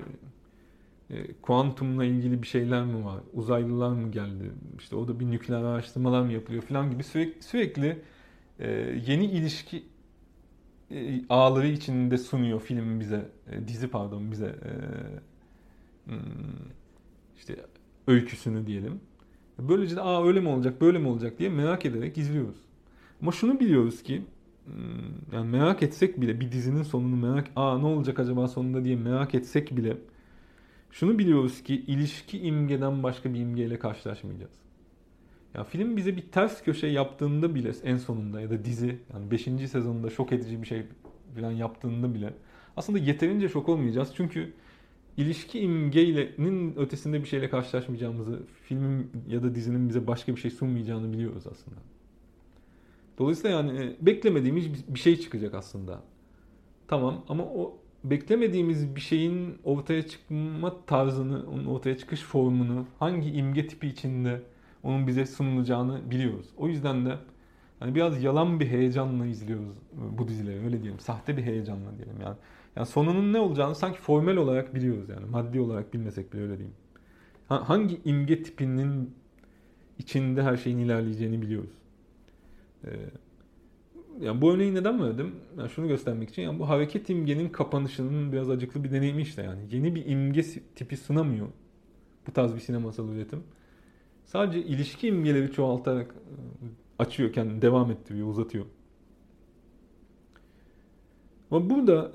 kuantumla ilgili bir şeyler mi var? Uzaylılar mı geldi? İşte orada bir nükleer araştırmalar mı yapılıyor falan gibi sürekli yeni ilişki ağları içinde sunuyor film bize, dizi pardon bize hmm, işte öyküsünü diyelim. Böylece de öyle mi olacak, böyle mi olacak diye merak ederek izliyoruz. Ama şunu biliyoruz ki yani merak etsek bile bir dizinin sonunu ne olacak acaba sonunda diye merak etsek bile şunu biliyoruz ki ilişki imgeden başka bir imgeyle karşılaşmayacağız. Ya film bize bir ters köşe yaptığında bile en sonunda ya da dizi yani 5. sezonunda şok edici bir şey falan yaptığında bile aslında yeterince şok olmayacağız. Çünkü ilişki imgenin ötesinde bir şeyle karşılaşmayacağımızı, filmin ya da dizinin bize başka bir şey sunmayacağını biliyoruz aslında. Dolayısıyla yani beklemediğimiz bir şey çıkacak aslında. Tamam ama o beklemediğimiz bir şeyin ortaya çıkma tarzını, onun ortaya çıkış formunu, hangi imge tipi içinde onun bize sunulacağını biliyoruz. O yüzden de hani biraz yalan bir heyecanla izliyoruz bu dizileri öyle diyelim. Sahte bir heyecanla diyelim yani. Yani sonunun ne olacağını sanki formel olarak biliyoruz yani. Maddi olarak bilmesek bile öyle diyeyim. Hangi imge tipinin içinde her şeyin ilerleyeceğini biliyoruz. Ee, Yani bu örneği neden verdim? Yani şunu göstermek için yani bu hareket imgenin kapanışının biraz acıklı bir deneyimi işte yani. Yeni bir imge tipi sunamıyor bu tarz bir sinemasal üretim. Sadece ilişki imgeleri çoğaltarak açıyor kendini, devam ettiriyor, uzatıyor. Ama burada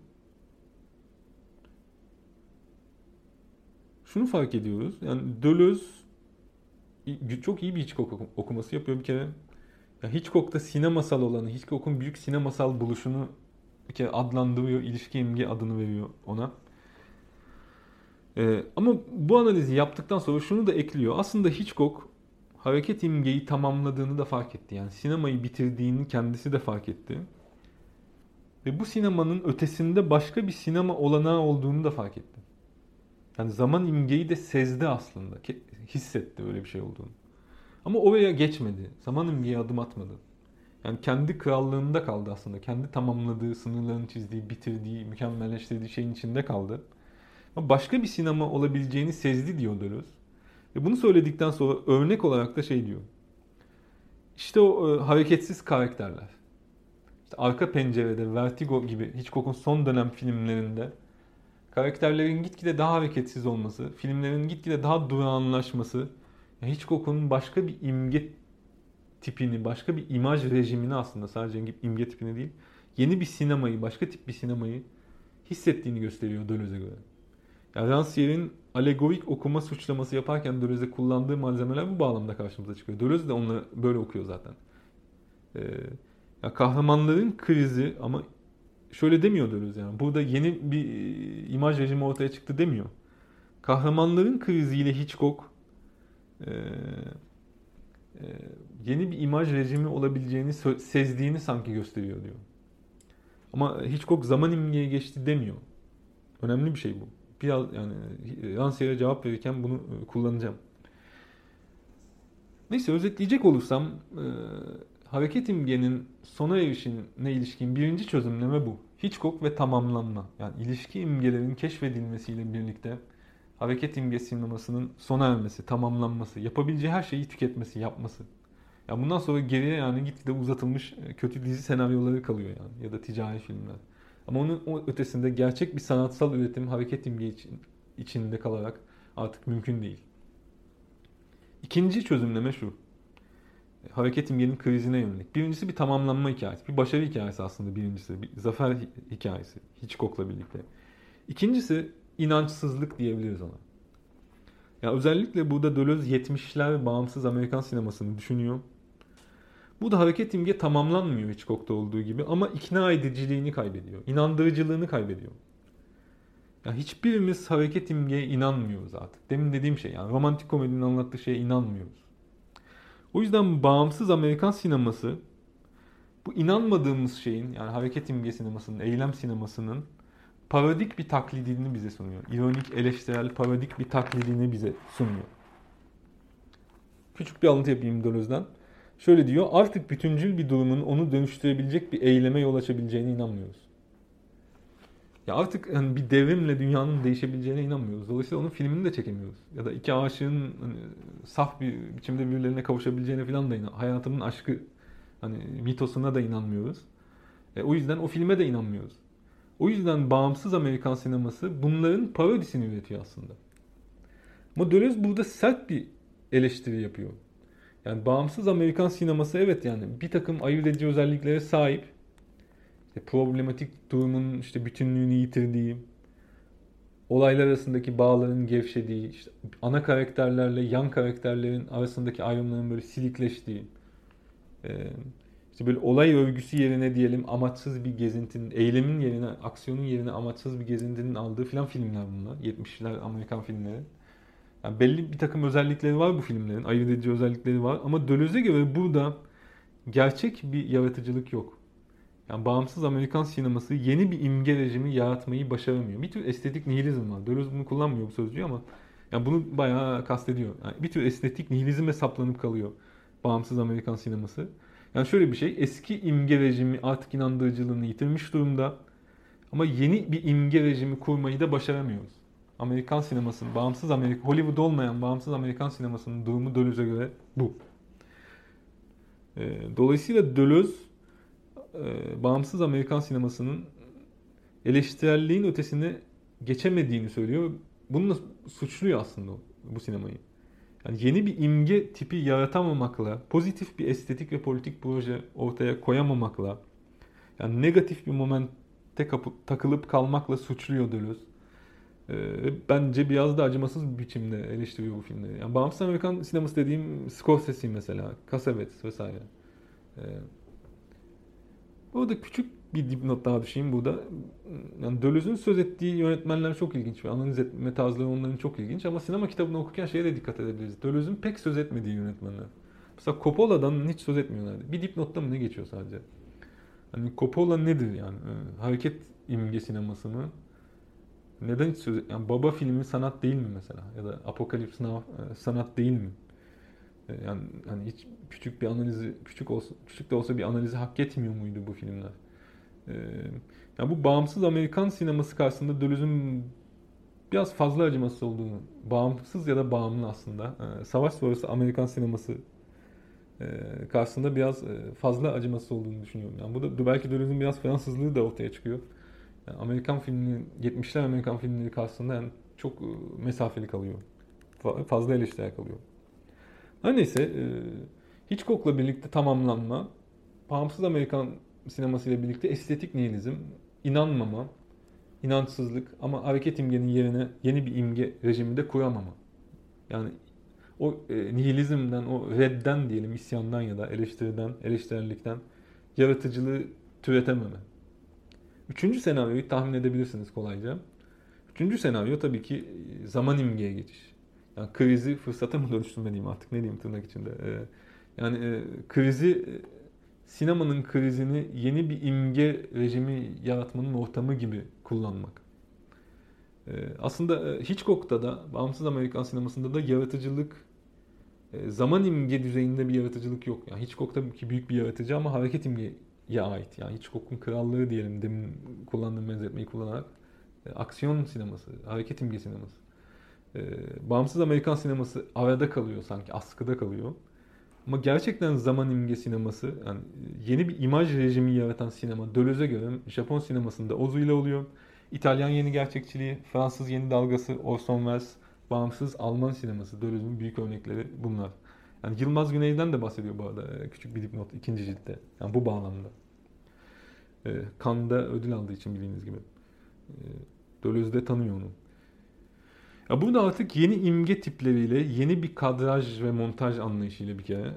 şunu fark ediyoruz. Yani Deleuze çok iyi bir Hitchcock okuması yapıyor bir kere. Ya Hitchcock'ta sinemasal olanı, Hitchcock'un büyük sinemasal buluşunu bir kere adlandırıyor, ilişki imge adını veriyor ona. Ama bu analizi yaptıktan sonra şunu da ekliyor. Aslında Hitchcock hareket imgeyi tamamladığını da fark etti. Yani sinemayı bitirdiğini kendisi de fark etti. Ve bu sinemanın ötesinde başka bir sinema olanağı olduğunu da fark etti. Yani zaman imgeyi de sezdi aslında. Hissetti öyle bir şey olduğunu. Ama oraya geçmedi. Zaman imgeye adım atmadı. Yani kendi krallığında kaldı aslında. Kendi tamamladığı, sınırlarını çizdiği, bitirdiği, mükemmelleştirdiği şeyin içinde kaldı. Ama başka bir sinema olabileceğini sezdi diyor Deleuze. Ve bunu söyledikten sonra örnek olarak da şey diyor. İşte o hareketsiz karakterler. İşte Arka Pencere'de, Vertigo gibi Hitchcock'un son dönem filmlerinde karakterlerin gitgide daha hareketsiz olması, filmlerin gitgide daha durağanlaşması, yani Hitchcock'un başka bir imge tipini, başka bir imaj rejimini aslında sadece imge tipini değil, yeni bir sinemayı, başka tip bir sinemayı hissettiğini gösteriyor Deleuze'e göre. Yani Rancière'in alegorik okuma suçlaması yaparken Deleuze'e kullandığı malzemeler bu bağlamda karşımıza çıkıyor. Deleuze de onları böyle okuyor zaten. Ya kahramanların krizi ama şöyle demiyor Deleuze yani. Burada yeni bir imaj rejimi ortaya çıktı demiyor. Kahramanların kriziyle Hitchcock e, e, yeni bir imaj rejimi olabileceğini sezdiğini sanki gösteriyor diyor. Ama Hitchcock zaman imgeye geçti demiyor. Önemli bir şey bu. Biraz yani Rancière'e cevap verirken bunu kullanacağım. Neyse özetleyecek olursam hareket imgenin sona erişine ilişkin birinci çözümleme bu. Hitchcock ve tamamlanma. Yani ilişki imgelerin keşfedilmesiyle birlikte hareket imge sinemasının sona ermesi, tamamlanması, yapabileceği her şeyi tüketmesi, yapması. Yani bundan sonra geriye yani gitgide uzatılmış kötü dizi senaryoları kalıyor yani ya da ticari filmler. Ama onun o ötesinde gerçek bir sanatsal üretim hareket imge içinde kalarak artık mümkün değil. İkinci çözümleme şu. Hareket imgenin krizine yönelik. Birincisi bir tamamlanma hikayesi. Bir başarı hikayesi aslında birincisi. Bir zafer hikayesi. Hitchcock'la birlikte. İkincisi inançsızlık diyebiliriz ona. Ya özellikle burada Deleuze 70'ler bağımsız Amerikan sinemasını düşünüyor. Bu da hareket imge tamamlanmıyor Hitchcock'ta olduğu gibi ama ikna ediciliğini kaybediyor. İnandırıcılığını kaybediyor. Ya hiçbirimiz hareket imgeye inanmıyoruz artık. Demin dediğim şey yani romantik komedinin anlattığı şeye inanmıyoruz. O yüzden bağımsız Amerikan sineması bu inanmadığımız şeyin yani hareket imge sinemasının, eylem sinemasının parodik bir taklidini bize sunuyor. İronik, eleştirel, parodik bir taklidini bize sunuyor. Küçük bir alıntı yapayım Deleuze'den. Şöyle diyor, artık bütüncül bir durumun onu dönüştürebilecek bir eyleme yol açabileceğine inanmıyoruz. Ya artık hani bir devrimle dünyanın değişebileceğine inanmıyoruz. Dolayısıyla onun filmini de çekemiyoruz. Ya da iki aşığın hani, saf bir biçimde birbirlerine kavuşabileceğine falan da hayatımın aşkı hani mitosuna da inanmıyoruz. O yüzden o filme de inanmıyoruz. O yüzden bağımsız Amerikan sineması bunların parodisini üretiyor aslında. Ama Deleuze burada sert bir eleştiri yapıyor. Yani bağımsız Amerikan sineması evet yani bir takım ayırt edici özelliklere sahip. İşte problematik durumun işte bütünlüğünü yitirdiği, olaylar arasındaki bağların gevşediği, işte ana karakterlerle yan karakterlerin arasındaki ayrımların böyle silikleştiği, işte böyle olay örgüsü yerine diyelim amaçsız bir gezintinin, eylemin yerine, aksiyonun yerine amaçsız bir gezintinin aldığı filan filmler bunlar. 70'ler Amerikan filmleri. Yani belli bir takım özellikleri var bu filmlerin, ayırt edici özellikleri var ama Deleuze'e göre burada gerçek bir yaratıcılık yok. Yani bağımsız Amerikan sineması yeni bir imge rejimi yaratmayı başaramıyor. Bir tür estetik nihilizm var. Deleuze bunu kullanmıyor bu sözcüğü ama yani bunu bayağı kastediyor. Yani bir tür estetik nihilizme saplanıp kalıyor bağımsız Amerikan sineması. Yani şöyle bir şey, eski imge rejimi artık inandırıcılığını yitirmiş durumda ama yeni bir imge rejimi kurmayı da başaramıyoruz. Amerikan sinemasının, bağımsız Amerika, Hollywood olmayan bağımsız Amerikan sinemasının durumu Deleuze'e göre bu. Dolayısıyla Deleuze bağımsız Amerikan sinemasının eleştirelliğin ötesine geçemediğini söylüyor. Bununla suçluyor aslında bu sinemayı. Yani yeni bir imge tipi yaratamamakla, pozitif bir estetik ve politik proje ortaya koyamamakla, yani negatif bir momente takılıp kalmakla suçluyor Deleuze. Bence biraz da acımasız bir biçimde eleştiriyor bu filmleri. Yani bağımsız Amerikan sineması dediğim Scorsese mesela, Cassavetes vesaire. Burada küçük bir dipnot daha düşeyim burada. Yani Deleuze'ün söz ettiği yönetmenler çok ilginç ve analiz etme tarzları onların çok ilginç ama sinema kitabını okurken şeye de dikkat edebiliriz. Deleuze'ün pek söz etmediği yönetmenler. Mesela Coppola'dan hiç söz etmiyorlardı. Bir dipnotta mı ne geçiyor sadece? Hani Coppola nedir yani? Hareket imge sineması mı? Neden hiç söz yani Baba filmi sanat değil mi mesela? Ya da Apocalypse Now sanat değil mi? Yani hani hiç küçük bir analizi küçük de olsa bir analizi hak etmiyor muydu bu filmler? Ee, Yani bu bağımsız Amerikan sineması karşısında Deleuze'ün biraz fazla acımasız olduğunu, bağımsız ya da bağımlı aslında, savaş sonrası Amerikan sineması karşısında biraz fazla acımasız olduğunu düşünüyorum. Yani bu da belki Deleuze'ün biraz Fransızlığı da ortaya çıkıyor. Yani Amerikan filminin 70'ler Amerikan filmleri karşısında yani çok mesafeli kalıyor. Fazla eleştirel kalıyor. Her neyse Hitchcock'la birlikte tamamlanma, bağımsız Amerikan sineması ile birlikte estetik nihilizm, inanmama, inançsızlık ama hareket imgenin yerine yeni bir imge rejimi de kuramama. Yani o nihilizmden, o redden diyelim, isyandan ya da eleştiriden, eleştirellikten yaratıcılığı türetememe. Üçüncü senaryoyu tahmin edebilirsiniz kolayca. Üçüncü senaryo tabii ki zaman imgeye geçiş. Yani krizi fırsata mı dönüştürme diyeyim artık ne diyeyim tırnak içinde. Yani krizi, sinemanın krizini yeni bir imge rejimi yaratmanın ortamı gibi kullanmak. Aslında Hitchcock'ta da, bağımsız Amerikan sinemasında da yaratıcılık, zaman imge düzeyinde bir yaratıcılık yok. Yani Hitchcock tabii ki büyük bir yaratıcı ama hareket imgeye ait. Yani Hitchcock'un krallığı diyelim demin kullandığım benzetmeyi kullanarak. Aksiyon sineması, hareket imge sineması. Bağımsız Amerikan sineması arada kalıyor sanki, askıda kalıyor. Ama gerçekten zaman imge sineması, yani yeni bir imaj rejimi yaratan sinema, Deleuze'e göre Japon sinemasında Ozu ile oluyor. İtalyan yeni gerçekçiliği, Fransız yeni dalgası, Orson Welles, bağımsız Alman sineması, Deleuze'ün büyük örnekleri bunlar. Yani Yılmaz Güney'den de bahsediyor bu arada, küçük bir dipnot ikinci ciltte. Yani bu bağlamda. Cannes'da ödül aldığı için bildiğiniz gibi. Deleuze de tanıyor onu. Ya burada artık yeni imge tipleriyle, yeni bir kadraj ve montaj anlayışıyla bir kere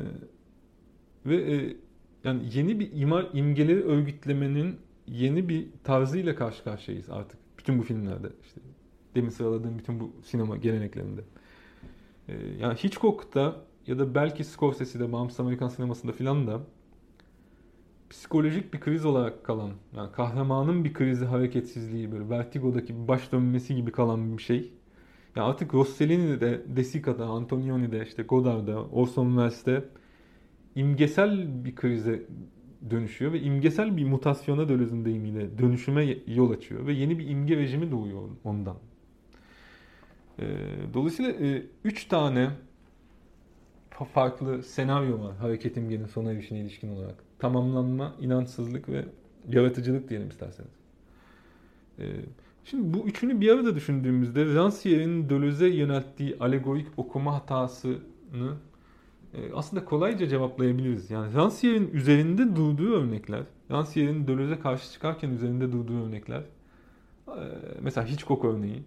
ve yani yeni bir imgeleri örgütlemenin yeni bir tarzıyla karşı karşıyayız artık. Bütün bu filmlerde işte demin sıraladığım bütün bu sinema geleneklerinde. Yani Hitchcock'ta ya da belki Scorsese'de, bağımsız Amerikan sinemasında filan da psikolojik bir kriz olarak kalan, yani kahramanın bir krizi, hareketsizliği, böyle Vertigo'daki bir baş dönmesi gibi kalan bir şey. Ya artık Rossellini'de, De Sica'da, Antonioni'de, işte Godard'da, Orson Welles'te imgesel bir krize dönüşüyor ve imgesel bir mutasyona Deleuze'ün deyimiyle dönüşüme yol açıyor ve yeni bir imge rejimi doğuyor ondan. Dolayısıyla 3 tane farklı senaryo var hareket imgenin sona erişine ilişkin olarak. Tamamlanma, inançsızlık ve yaratıcılık diyelim isterseniz. Şimdi bu üçünü bir arada düşündüğümüzde Rancière'in Deleuze'e yönelttiği alegorik okuma hatasını aslında kolayca cevaplayabiliriz. Yani Rancière'in üzerinde durduğu örnekler, Rancière'in Deleuze'e karşı çıkarken üzerinde durduğu örnekler, mesela Hitchcock örneği,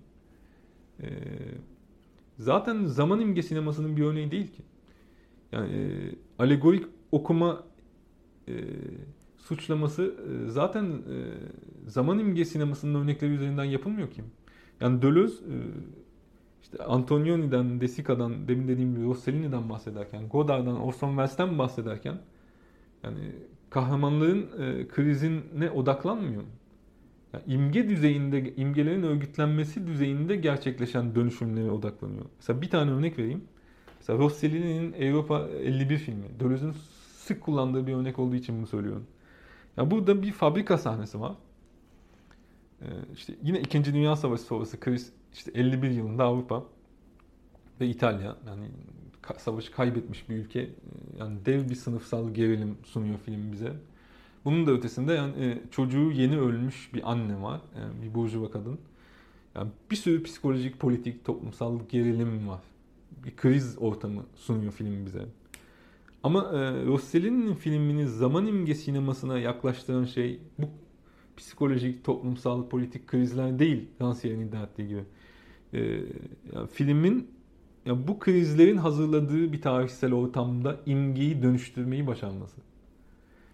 zaten zaman imge sinemasının bir örneği değil ki. Yani alegorik okuma suçlaması zaten zaman imge sinemasının örnekleri üzerinden yapılmıyor ki. Yani Deleuze işte Antonioni'den, De Sica'dan, demin dediğim gibi Rossellini'den bahsederken, Godard'dan, Orson Welles'ten bahsederken yani kahramanların krizine odaklanmıyor. Yani imge düzeyinde, imgelerin örgütlenmesi düzeyinde gerçekleşen dönüşümlere odaklanıyor. Mesela bir tane örnek vereyim. Mesela Rossellini'nin Europa 51 filmi. Deleuze'ün sık kullandığı bir örnek olduğu için bunu söylüyorum. Ya burada bir fabrika sahnesi var. İşte yine 2. Dünya Savaşı sonrası kriz, işte 51 yılında Avrupa ve İtalya, yani savaşı kaybetmiş bir ülke. Yani dev bir sınıfsal gerilim sunuyor film bize. Bunun da ötesinde yani çocuğu yeni ölmüş bir anne var. Yani bir burjuva kadın. Yani bir sürü psikolojik, politik, toplumsal gerilim var. Bir kriz ortamı sunuyor film bize. Ama Rossellini'nin filmini zaman imge sinemasına yaklaştıran şey bu psikolojik, toplumsal, politik krizler değil. Rancière'nin iddia ettiği gibi. Yani filmin yani bu krizlerin hazırladığı bir tarihsel ortamda imgeyi dönüştürmeyi başarması.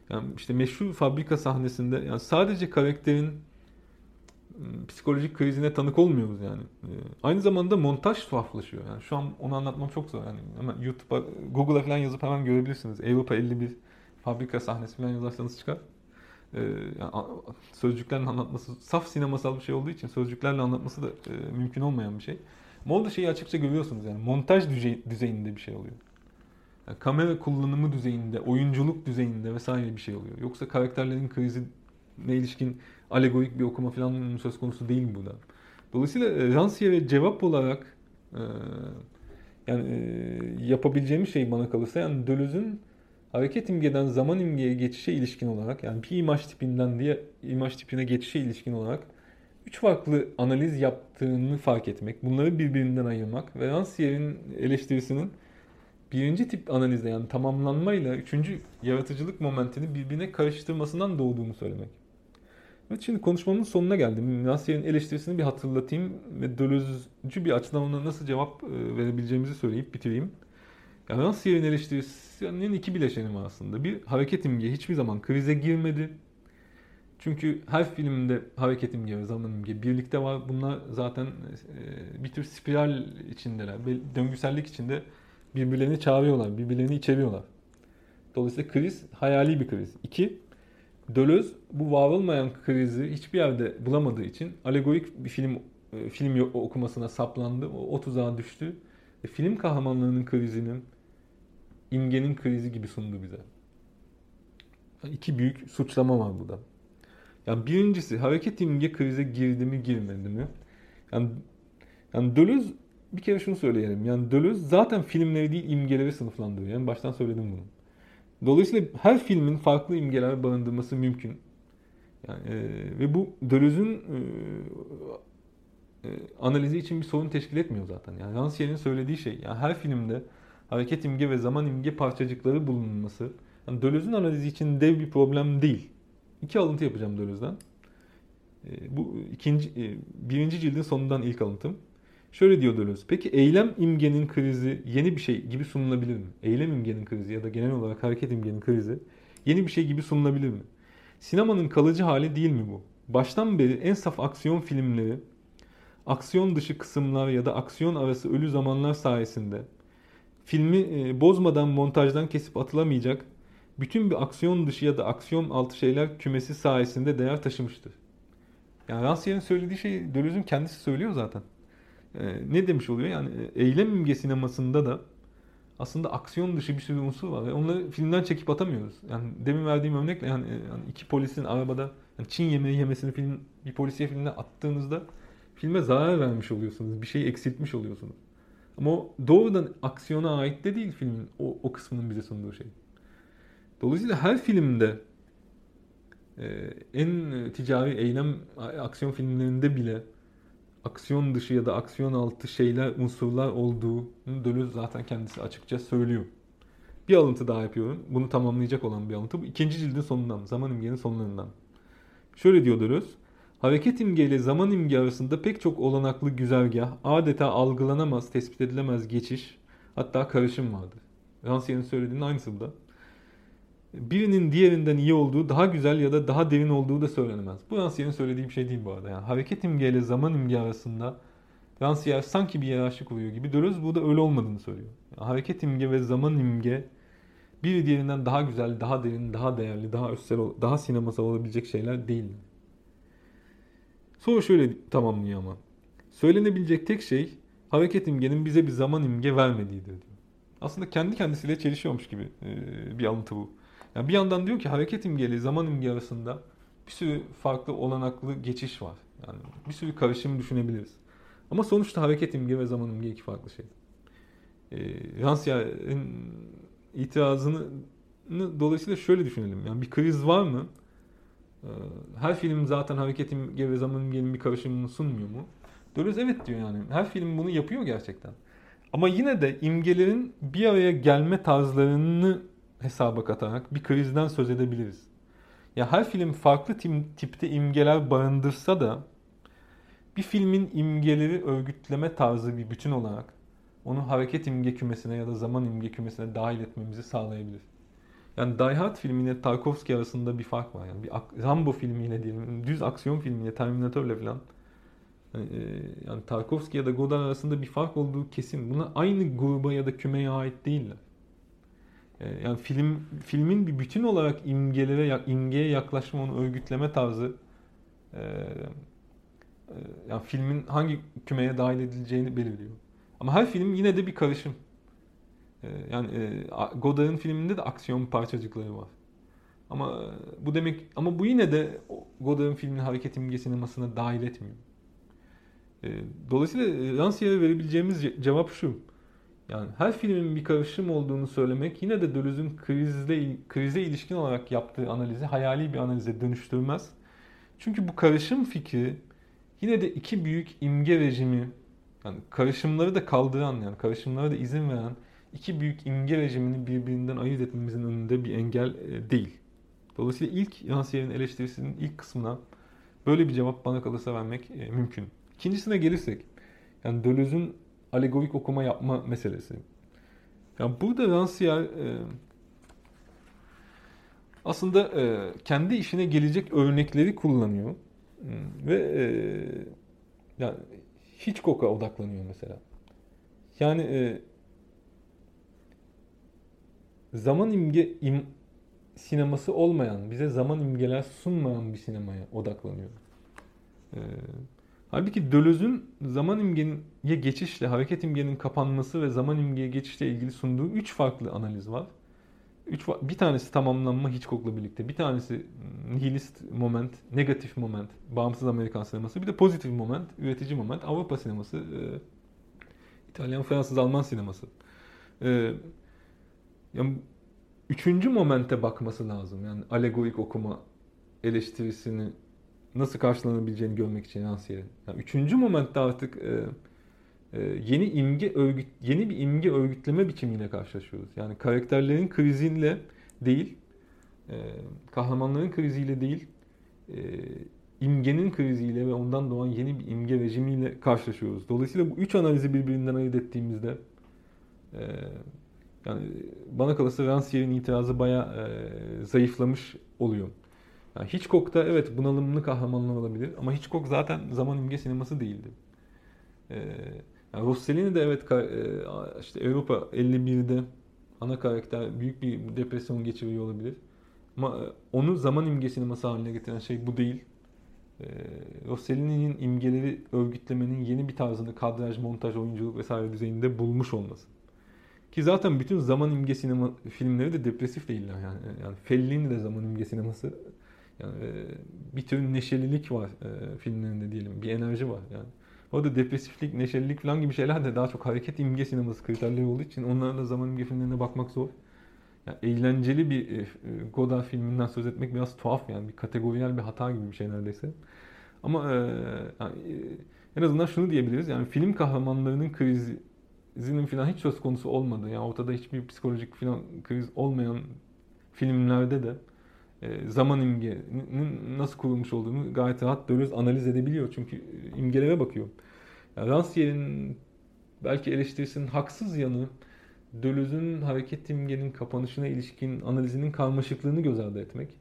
Yani işte meşhur fabrika sahnesinde yani sadece karakterin psikolojik krizine tanık olmuyoruz yani. Aynı zamanda montaj tuhaflaşıyor. Yani şu an onu anlatmam çok zor. Yani hemen YouTube'a, Google'a falan yazıp hemen görebilirsiniz. Avrupa 51 fabrika sahnesi falan yazarsanız çıkar. Yani sözcüklerle anlatması, saf sinemasal bir şey olduğu için sözcüklerle anlatması da mümkün olmayan bir şey. Ama orada şeyi açıkça görüyorsunuz yani montaj düzeyinde bir şey oluyor. Yani kamera kullanımı düzeyinde, oyunculuk düzeyinde vesaire bir şey oluyor. Yoksa karakterlerin krizine ilişkin alegorik bir okuma falan söz konusu değil burada. Dolayısıyla Rancière'e cevap olarak e, yani yapabileceğimiz şey bana kalırsa yani Deleuze'ün hareket imgeden zaman imgeye geçişe ilişkin olarak yani bir imaj tipinden diye imaj tipine geçişe ilişkin olarak üç farklı analiz yaptığını fark etmek, bunları birbirinden ayırmak ve Rancière'in eleştirisinin birinci tip analizde yani tamamlanmayla üçüncü yaratıcılık momentini birbirine karıştırmasından doğduğunu söylemek. Evet, şimdi konuşmamın sonuna geldim. Rancière'in eleştirisini bir hatırlatayım ve Deleuze'cü bir açıdan ona nasıl cevap verebileceğimizi söyleyip bitireyim. Yani Rancière'in eleştirisinin iki bileşeni var aslında. Bir, hareket imge hiçbir zaman krize girmedi. Çünkü her filmde hareket imge ve zaman imge birlikte var. Bunlar zaten bir tür spiral içindeler. Döngüsellik içinde birbirlerini çağırıyorlar, birbirlerini içeriyorlar. Dolayısıyla kriz hayali bir kriz. İki, Deleuze bu var olmayan krizi hiçbir yerde bulamadığı için alegorik bir film okumasına saplandı. O tuzağa düştü. Film kahramanlarının krizinin imgenin krizi gibi sundu bize. Yani iki büyük suçlama var burada. Yani birincisi hareket imge krize girdi mi girmedi mi? Yani, yani Deleuze bir kere şunu söyleyelim. Yani Deleuze zaten filmleri değil imgeleri sınıflandırıyor. Yani baştan söyledim bunu. Dolayısıyla her filmin farklı imgeler barındırması mümkün. Yani, ve bu Deleuze'ün analizi için bir sorun teşkil etmiyor zaten. Yani Rancière'in söylediği şey, yani her filmde hareket imge ve zaman imge parçacıkları bulunması, yani Deleuze'ün analizi için dev bir problem değil. İki alıntı yapacağım Deleuze'den. Bu birinci cildin sonundan ilk alıntım. Şöyle diyor Deleuze. Peki eylem imgenin krizi yeni bir şey gibi sunulabilir mi? Eylem imgenin krizi ya da genel olarak hareket imgenin krizi yeni bir şey gibi sunulabilir mi? Sinemanın kalıcı hali değil mi bu? Baştan beri en saf aksiyon filmleri, aksiyon dışı kısımlar ya da aksiyon arası ölü zamanlar sayesinde filmi bozmadan montajdan kesip atılamayacak bütün bir aksiyon dışı ya da aksiyon altı şeyler kümesi sayesinde değer taşımıştır. Yani Rancière'in söylediği şey Deleuze'ün kendisi söylüyor zaten. Ne demiş oluyor? Yani eylem imge sinemasında da aslında aksiyon dışı bir sürü unsur var ve onları filmden çekip atamıyoruz. Yani demin verdiğim örnekle yani iki polisin arabada yani Çin yemeği yemesini bir polisiye filmine attığınızda filme zarar vermiş oluyorsunuz. Bir şeyi eksiltmiş oluyorsunuz. Ama o doğrudan aksiyona ait de değil filmin o kısmının bize sunduğu şey. Dolayısıyla her filmde en ticari eylem aksiyon filmlerinde bile aksiyon dışı ya da aksiyon altı şeyler, unsurlar olduğunu Deleuze zaten kendisi açıkça söylüyor. Bir alıntı daha yapıyorum. Bunu tamamlayacak olan bir alıntı. Bu ikinci cildin sonundan, zaman imgenin sonlarından. Şöyle diyor Deleuze. Hareket imge ile zaman imge arasında pek çok olanaklı güzergah, adeta algılanamaz, tespit edilemez geçiş, hatta karışım vardır. Rancière'in söylediğinin aynısı bu da. Birinin diğerinden iyi olduğu, daha güzel ya da daha derin olduğu da söylenemez. Bu Rancière'in söylediği bir şey değil bu arada. Yani hareket imge ile zaman imge arasında Rancière sanki bir hiyerarşi kuruyor gibi. Deleuze burada öyle olmadığını söylüyor. Yani hareket imge ve zaman imge biri diğerinden daha güzel, daha derin, daha değerli, daha özel, daha sinemasal olabilecek şeyler değil. Sonra şöyle tamamlıyor ama. Söylenebilecek tek şey hareket imgenin bize bir zaman imge vermediğidir diyor. Aslında kendi kendisiyle çelişiyormuş gibi bir alıntı bu. Yani bir yandan diyor ki hareket imgeli zaman imge arasında bir sürü farklı olanaklı geçiş var. Yani bir sürü karışım düşünebiliriz. Ama sonuçta hareket imge ve zaman imge iki farklı şey. Rancière'in itirazını dolayısıyla şöyle düşünelim. Yani bir kriz var mı? Her film zaten hareket imge ve zaman imgenin bir karışımını sunmuyor mu? Deleuze evet diyor yani. Her film bunu yapıyor gerçekten. Ama yine de imgelerin bir araya gelme tarzlarını hesaba katarak bir krizden söz edebiliriz. Ya her film farklı tipte imgeler barındırsa da bir filmin imgeleri örgütleme tarzı bir bütün olarak onu hareket imge kümesine ya da zaman imge kümesine dahil etmemizi sağlayabilir. Yani Die Hard filmiyle Tarkovski arasında bir fark var. Yani bir Rambo filmiyle diyelim, düz aksiyon filmiyle, Terminator'la falan. Yani Tarkovski ya da Godard arasında bir fark olduğu kesin. Buna aynı gruba ya da kümeye ait değiller. Yani filmin bir bütün olarak imgeye yaklaşma, onu örgütleme tarzı, e, yani filmin hangi kümeye dahil edileceğini belirliyor. Ama her film yine de bir karışım. Godard'ın filminde de aksiyon parçacıkları var. Ama bu yine de Godard'ın filmini hareket imge sinemasına dahil etmiyor. Dolayısıyla Rancière'e verebileceğimiz cevap şu. Yani her filmin bir karışım olduğunu söylemek yine de Deleuze'ün krize ilişkin olarak yaptığı analizi hayali bir analize dönüştürmez. Çünkü bu karışım fikri yine de iki büyük imge rejimi, yani karışımları da kaldıran, yani karışımlara da izin veren iki büyük imge rejimini birbirinden ayırt etmemizin önünde bir engel değil. Dolayısıyla ilk Rancière'in eleştirisinin ilk kısmına böyle bir cevap bana kalırsa vermek mümkün. İkincisine gelirsek, yani Deleuze'ün alegorik okuma yapma meselesi. Yani burada Rancière aslında kendi işine gelecek örnekleri kullanıyor ve yani Hitchcock'a odaklanıyor mesela. Yani zaman sineması olmayan, bize zaman imgeler sunmayan bir sinemaya odaklanıyor. E, Halbuki Deleuze'ün zaman imgeye geçişle, hareket imgenin kapanması ve zaman imgeye geçişle ilgili sunduğu üç farklı analiz var. Bir tanesi tamamlanma Hitchcock'la birlikte, bir tanesi nihilist moment, negatif moment, bağımsız Amerikan sineması, bir de pozitif moment, üretici moment, Avrupa sineması, İtalyan, Fransız, Alman sineması. E, Yani üçüncü momente bakması lazım. Yani alegorik okuma eleştirisini nasıl karşılanabileceğini görmek için Rancière'in. Yani üçüncü momentte artık yeni bir imge örgütleme biçimiyle karşılaşıyoruz. Yani karakterlerin kriziyle değil, e, kahramanların kriziyle değil, e, imgenin kriziyle ve ondan doğan yeni bir imge rejimiyle karşılaşıyoruz. Dolayısıyla bu üç analizi birbirinden ayırt ettiğimizde e, yani bana kalırsa Rancière'in itirazı bayağı zayıflamış oluyor. Yani Hitchcock'ta evet bunalımlı kahramanlar olabilir ama Hitchcock zaten zaman imge sineması değildi. Ee, Yani Rossellini de evet işte Europa 51'de ana karakter büyük bir depresyon geçiriyor olabilir. Ama onu zaman imge sineması haline getiren şey bu değil. Ee, Rossellini'nin imgeleri örgütlemenin yeni bir tarzını kadraj, montaj, oyunculuk vesaire düzeyinde bulmuş olması. Ki zaten bütün zaman imge sinema filmleri de depresif değiller yani. Yani Fellini de zaman imge sineması. Yani bir tür neşelilik var filmlerinde diyelim. Bir enerji var yani. O da depresiflik, neşelilik falan gibi şeyler de daha çok hareket imge sineması kriterleri olduğu için onlarla zaman imge filmlerine bakmak zor. Yani eğlenceli bir Godard filminden söz etmek biraz tuhaf yani. Bir kategoriyel bir hata gibi bir şey neredeyse. Ama yani, en azından şunu diyebiliriz. Yani film kahramanlarının krizinin falan hiç söz konusu olmadığı, yani ortada hiçbir psikolojik falan kriz olmayan filmlerde de zaman imgenin nasıl kurulmuş olduğunu gayet rahat Deleuze analiz edebiliyor. Çünkü imgelere bakıyor. Yani Rancière'in belki eleştirisinin haksız yanı Deleuze'ün hareket imgenin kapanışına ilişkin analizinin karmaşıklığını göz ardı etmek.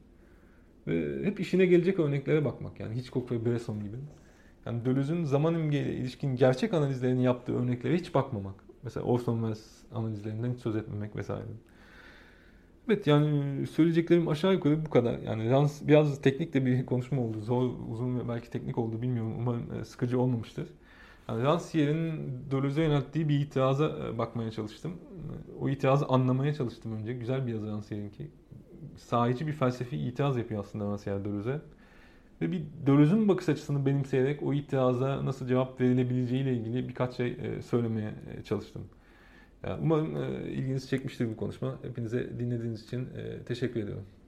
Ve hep işine gelecek örneklere bakmak. Yani Hitchcock ve Bresson gibi. Yani Deleuze'ün zaman imgeyle ilişkin gerçek analizlerini yaptığı örneklere hiç bakmamak. Mesela Orson Welles analizlerinden hiç söz etmemek vesaire. Evet yani söyleyeceklerim aşağı yukarı bu kadar. Yani biraz teknik de bir konuşma oldu. Zor, uzun ve belki teknik oldu bilmiyorum. Umarım sıkıcı olmamıştır. Yani Rancière'in Deleuze'e yönelttiği bir itiraza bakmaya çalıştım. O itirazı anlamaya çalıştım önce. Güzel bir yazı Rancière'inki. Sahici bir felsefi itiraz yapıyor aslında Rancière Deleuze'e. Ve bir Deleuze'ün bakış açısını benimseyerek o itiraza nasıl cevap verilebileceği ile ilgili birkaç şey söylemeye çalıştım. Yani umarım ilginizi çekmiştir bu konuşma. Hepinize dinlediğiniz için teşekkür ediyorum.